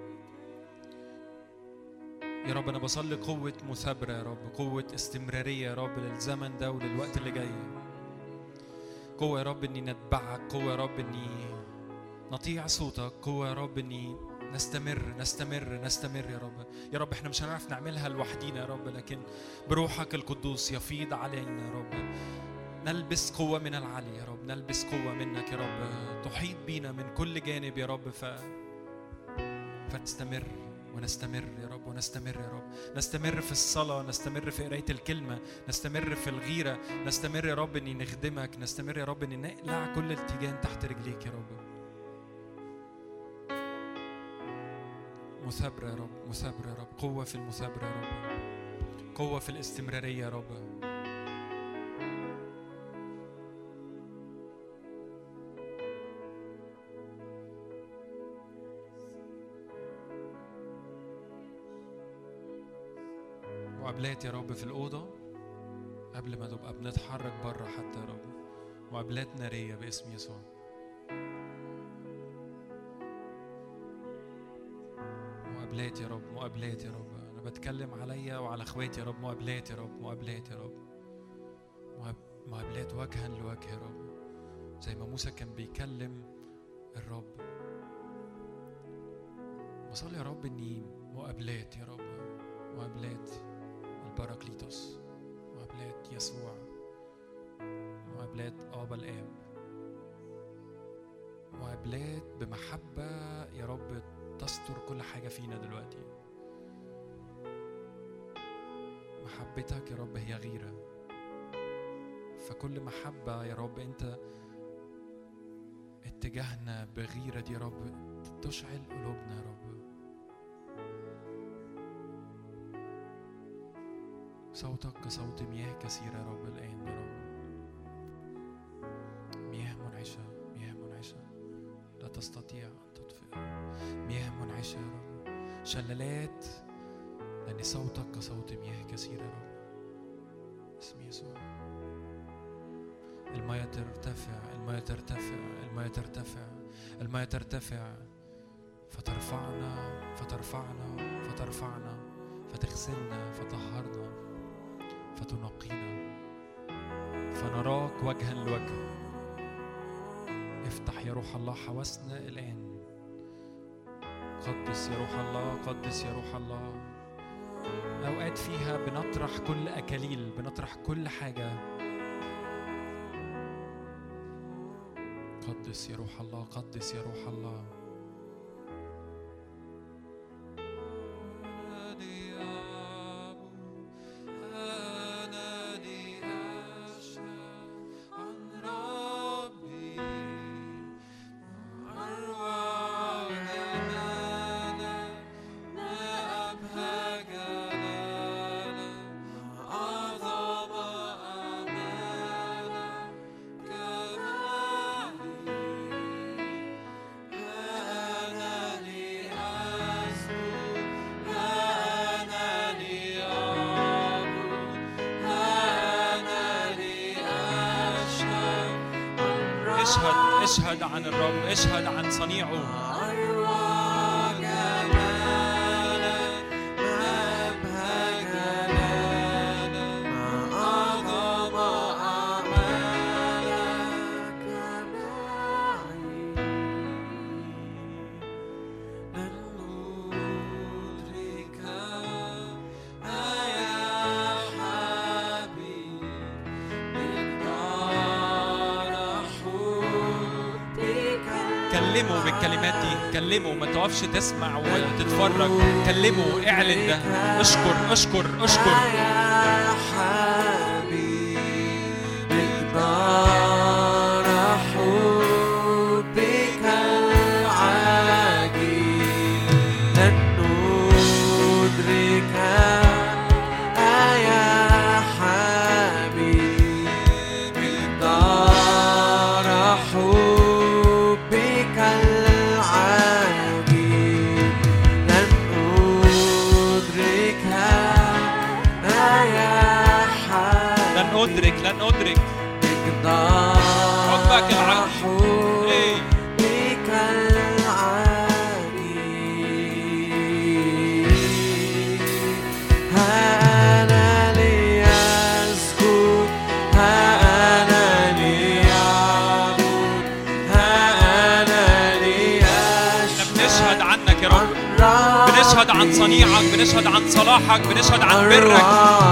S7: يا رب أنا بصلي قوة مثابرة يا رب، قوة استمرارية يا رب للزمن ده وللوقت اللي جاي، قوة يا رب إني نتبعك، قوة يا رب إني نطيع صوتك، قوة يا رب إني نستمر يا رب. يا رب إحنا مش هنعرف نعملها لوحدينا يا رب، لكن بروحك القدوس يفيض علينا يا رب، نلبس قوة من العلي يا رب، نلبس قوة منك يا رب تحيط بينا من كل جانب يا رب، فنستمر ونستمر يا رب، ونستمر يا رب، نستمر في الصلاة، نستمر في قراية الكلمة، نستمر في الغيرة، نستمر يا رب إني نخدمك، نستمر يا رب إني نقلع كل التيجان تحت رجليك يا رب. مثابرة يا رب، مثابرة يا رب، قوة في المثابرة يا رب، قوة في الاستمرارية يا رب. مقابلات يا رب في الأوضة قبل ما نبقى بنتحرك بره حتى يا رب، مقابلات نارية باسم يسوع. مقابلات يا رب، مقابلات يا رب، أنا بتكلم عليا وعلى اخواتي يا رب، مقابلات يا رب، مقابلات يا رب، مقابلات وجها لوجه يا رب، زي ما موسى كان بيكلم الرب. بصلي يا رب إني مقابلات يا رب، مقابلات الباراكليتوس، مقابلات يسوع، مقابلات آبا الآب، مقابلات بمحبة يا رب تستر كل حاجة فينا دلوقتي. محبتك يا رب هي غيرة، فكل محبة يا رب أنت اتجاهنا بغيرة دي يا رب تشعل قلوبنا يا رب. صوتك كصوت مياه كثيرة يا رب الآن يا رب، مياه منعشة، مياه منعشة لا تستطيع أن تطفئ، مياه منعشة يا رب، شلالات، لأن صوتك كصوت مياه كثيرة يا رب. اسم يسوع. المياه ترتفع، المياه ترتفع، المياه ترتفع، المياه ترتفع فترفعنا فترفعنا فترفعنا فتغسلنا فتطهرنا فتنقينا فنراك وجها لوجه. افتح يا روح الله حواسنا الآن. قدس يا روح الله، قدس يا روح الله. أوقات فيها بنطرح كل أكاليل، بنطرح كل حاجة. قدس يا روح الله، قدس يا روح الله. اشهد عن الرب، اشهد عن صنيعه. كلمه بالكلمات دي، كلمه، ما توقفش تسمع وتتفرج، كلمه، اعلن ده. اشكر اشكر اشكر
S9: يا حبيبي مقدار حبك العجيب لن ندرك يا حبيبي مقدار حبك العجيب لن أدركها يا حبيبي
S7: لن أدرك
S9: حبك
S7: العجيب
S9: حبك العجيب ها أنا ليسجد ها أنا ليعبد ها أنا ليشهد
S7: بنشهد عنك يا رب، بنشهد عن صنيعك، بنشهد عن صلاحك، بنشهد عن برك.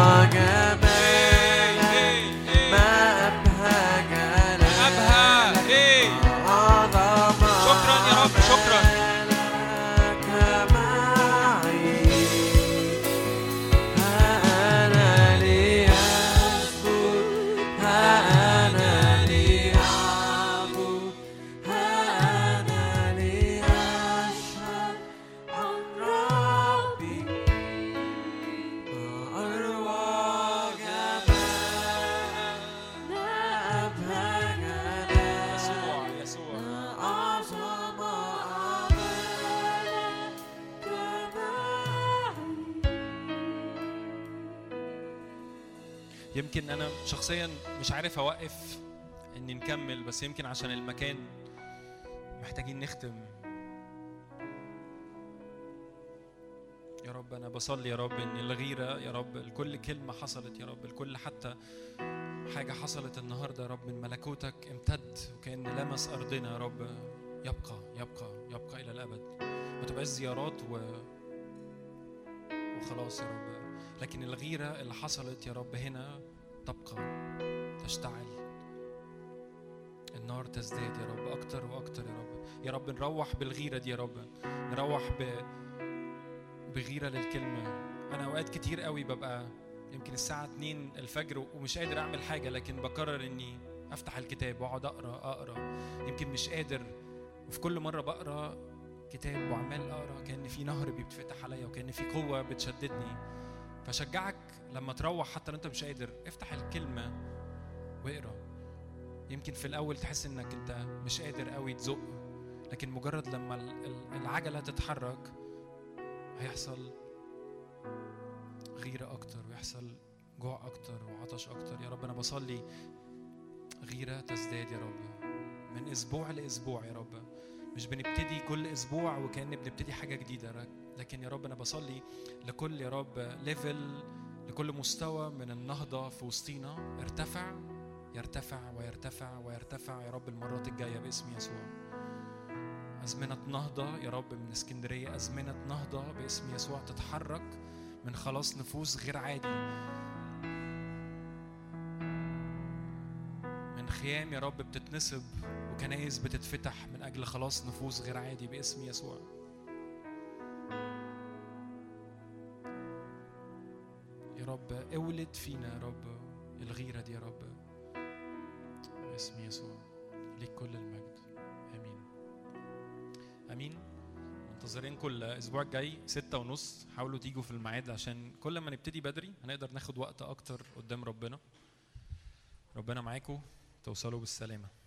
S7: شكرا يا رب، شكرا. يمكن أنا شخصياً مش عارف أوقف إني نكمل، بس يمكن عشان المكان محتاجين نختم. يا رب أنا بصلي يا رب إن الغيرة يا رب لكل كلمة حصلت يا رب، لكل حتى حاجة حصلت النهاردة يا رب من ملكوتك امتد وكأن لمس أرضنا يا رب، يبقى يبقى يبقى إلى الأبد. ما تبقاش زيارات وخلاص يا رب، لكن الغيرة اللي حصلت يا رب هنا تبقى تشتعل، النار تزداد يا رب أكتر وأكتر يا رب. يا رب نروح بالغيرة دي يا رب، نروح بغيرة للكلمة. أنا أوقات كتير قوي ببقى يمكن الساعة 2 الفجر ومش قادر أعمل حاجة، لكن بقرر إني أفتح الكتاب وأقعد أقرأ. يمكن مش قادر، وفي كل مرة بقرأ كتاب وعمال أقرأ كأن في نهر بيتفتح عليا وكأن في قوة بتشددني. فشجعك لما تروح حتى لو انت مش قادر، افتح الكلمة واقرأ. يمكن في الأول تحس انك انت مش قادر قوي تزق، لكن مجرد لما العجلة تتحرك هيحصل غيرة أكتر، ويحصل جوع أكتر وعطش أكتر. يا رب أنا بصلي غيرة تزداد يا رب، من اسبوع لاسبوع يا رب. مش بنبتدي كل اسبوع وكأن بنبتدي حاجه جديده، لكن يا رب انا بصلي لكل يا رب ليفل، لكل مستوى من النهضه في وسطينا ارتفع يرتفع ويرتفع ويرتفع يا رب المرات الجايه باسم يسوع. أزمنة نهضة يا رب من اسكندرية، أزمنة نهضة باسم يسوع تتحرك من خلاص نفوس غير عادي، من خيام يا رب بتتنصب وكنايس بتتفتح من أجل خلاص نفوس غير عادي باسم يسوع. يا رب اولد فينا يا رب الغيرة دي يا رب باسم يسوع. ليك كل المجد. آمين امين. منتظرينكم الاسبوع الجاي 6:30. حاولوا تيجوا في الميعاد عشان كل ما نبتدي بدري هنقدر ناخد وقت اكتر قدام ربنا. ربنا معاكم، توصلوا بالسلامه.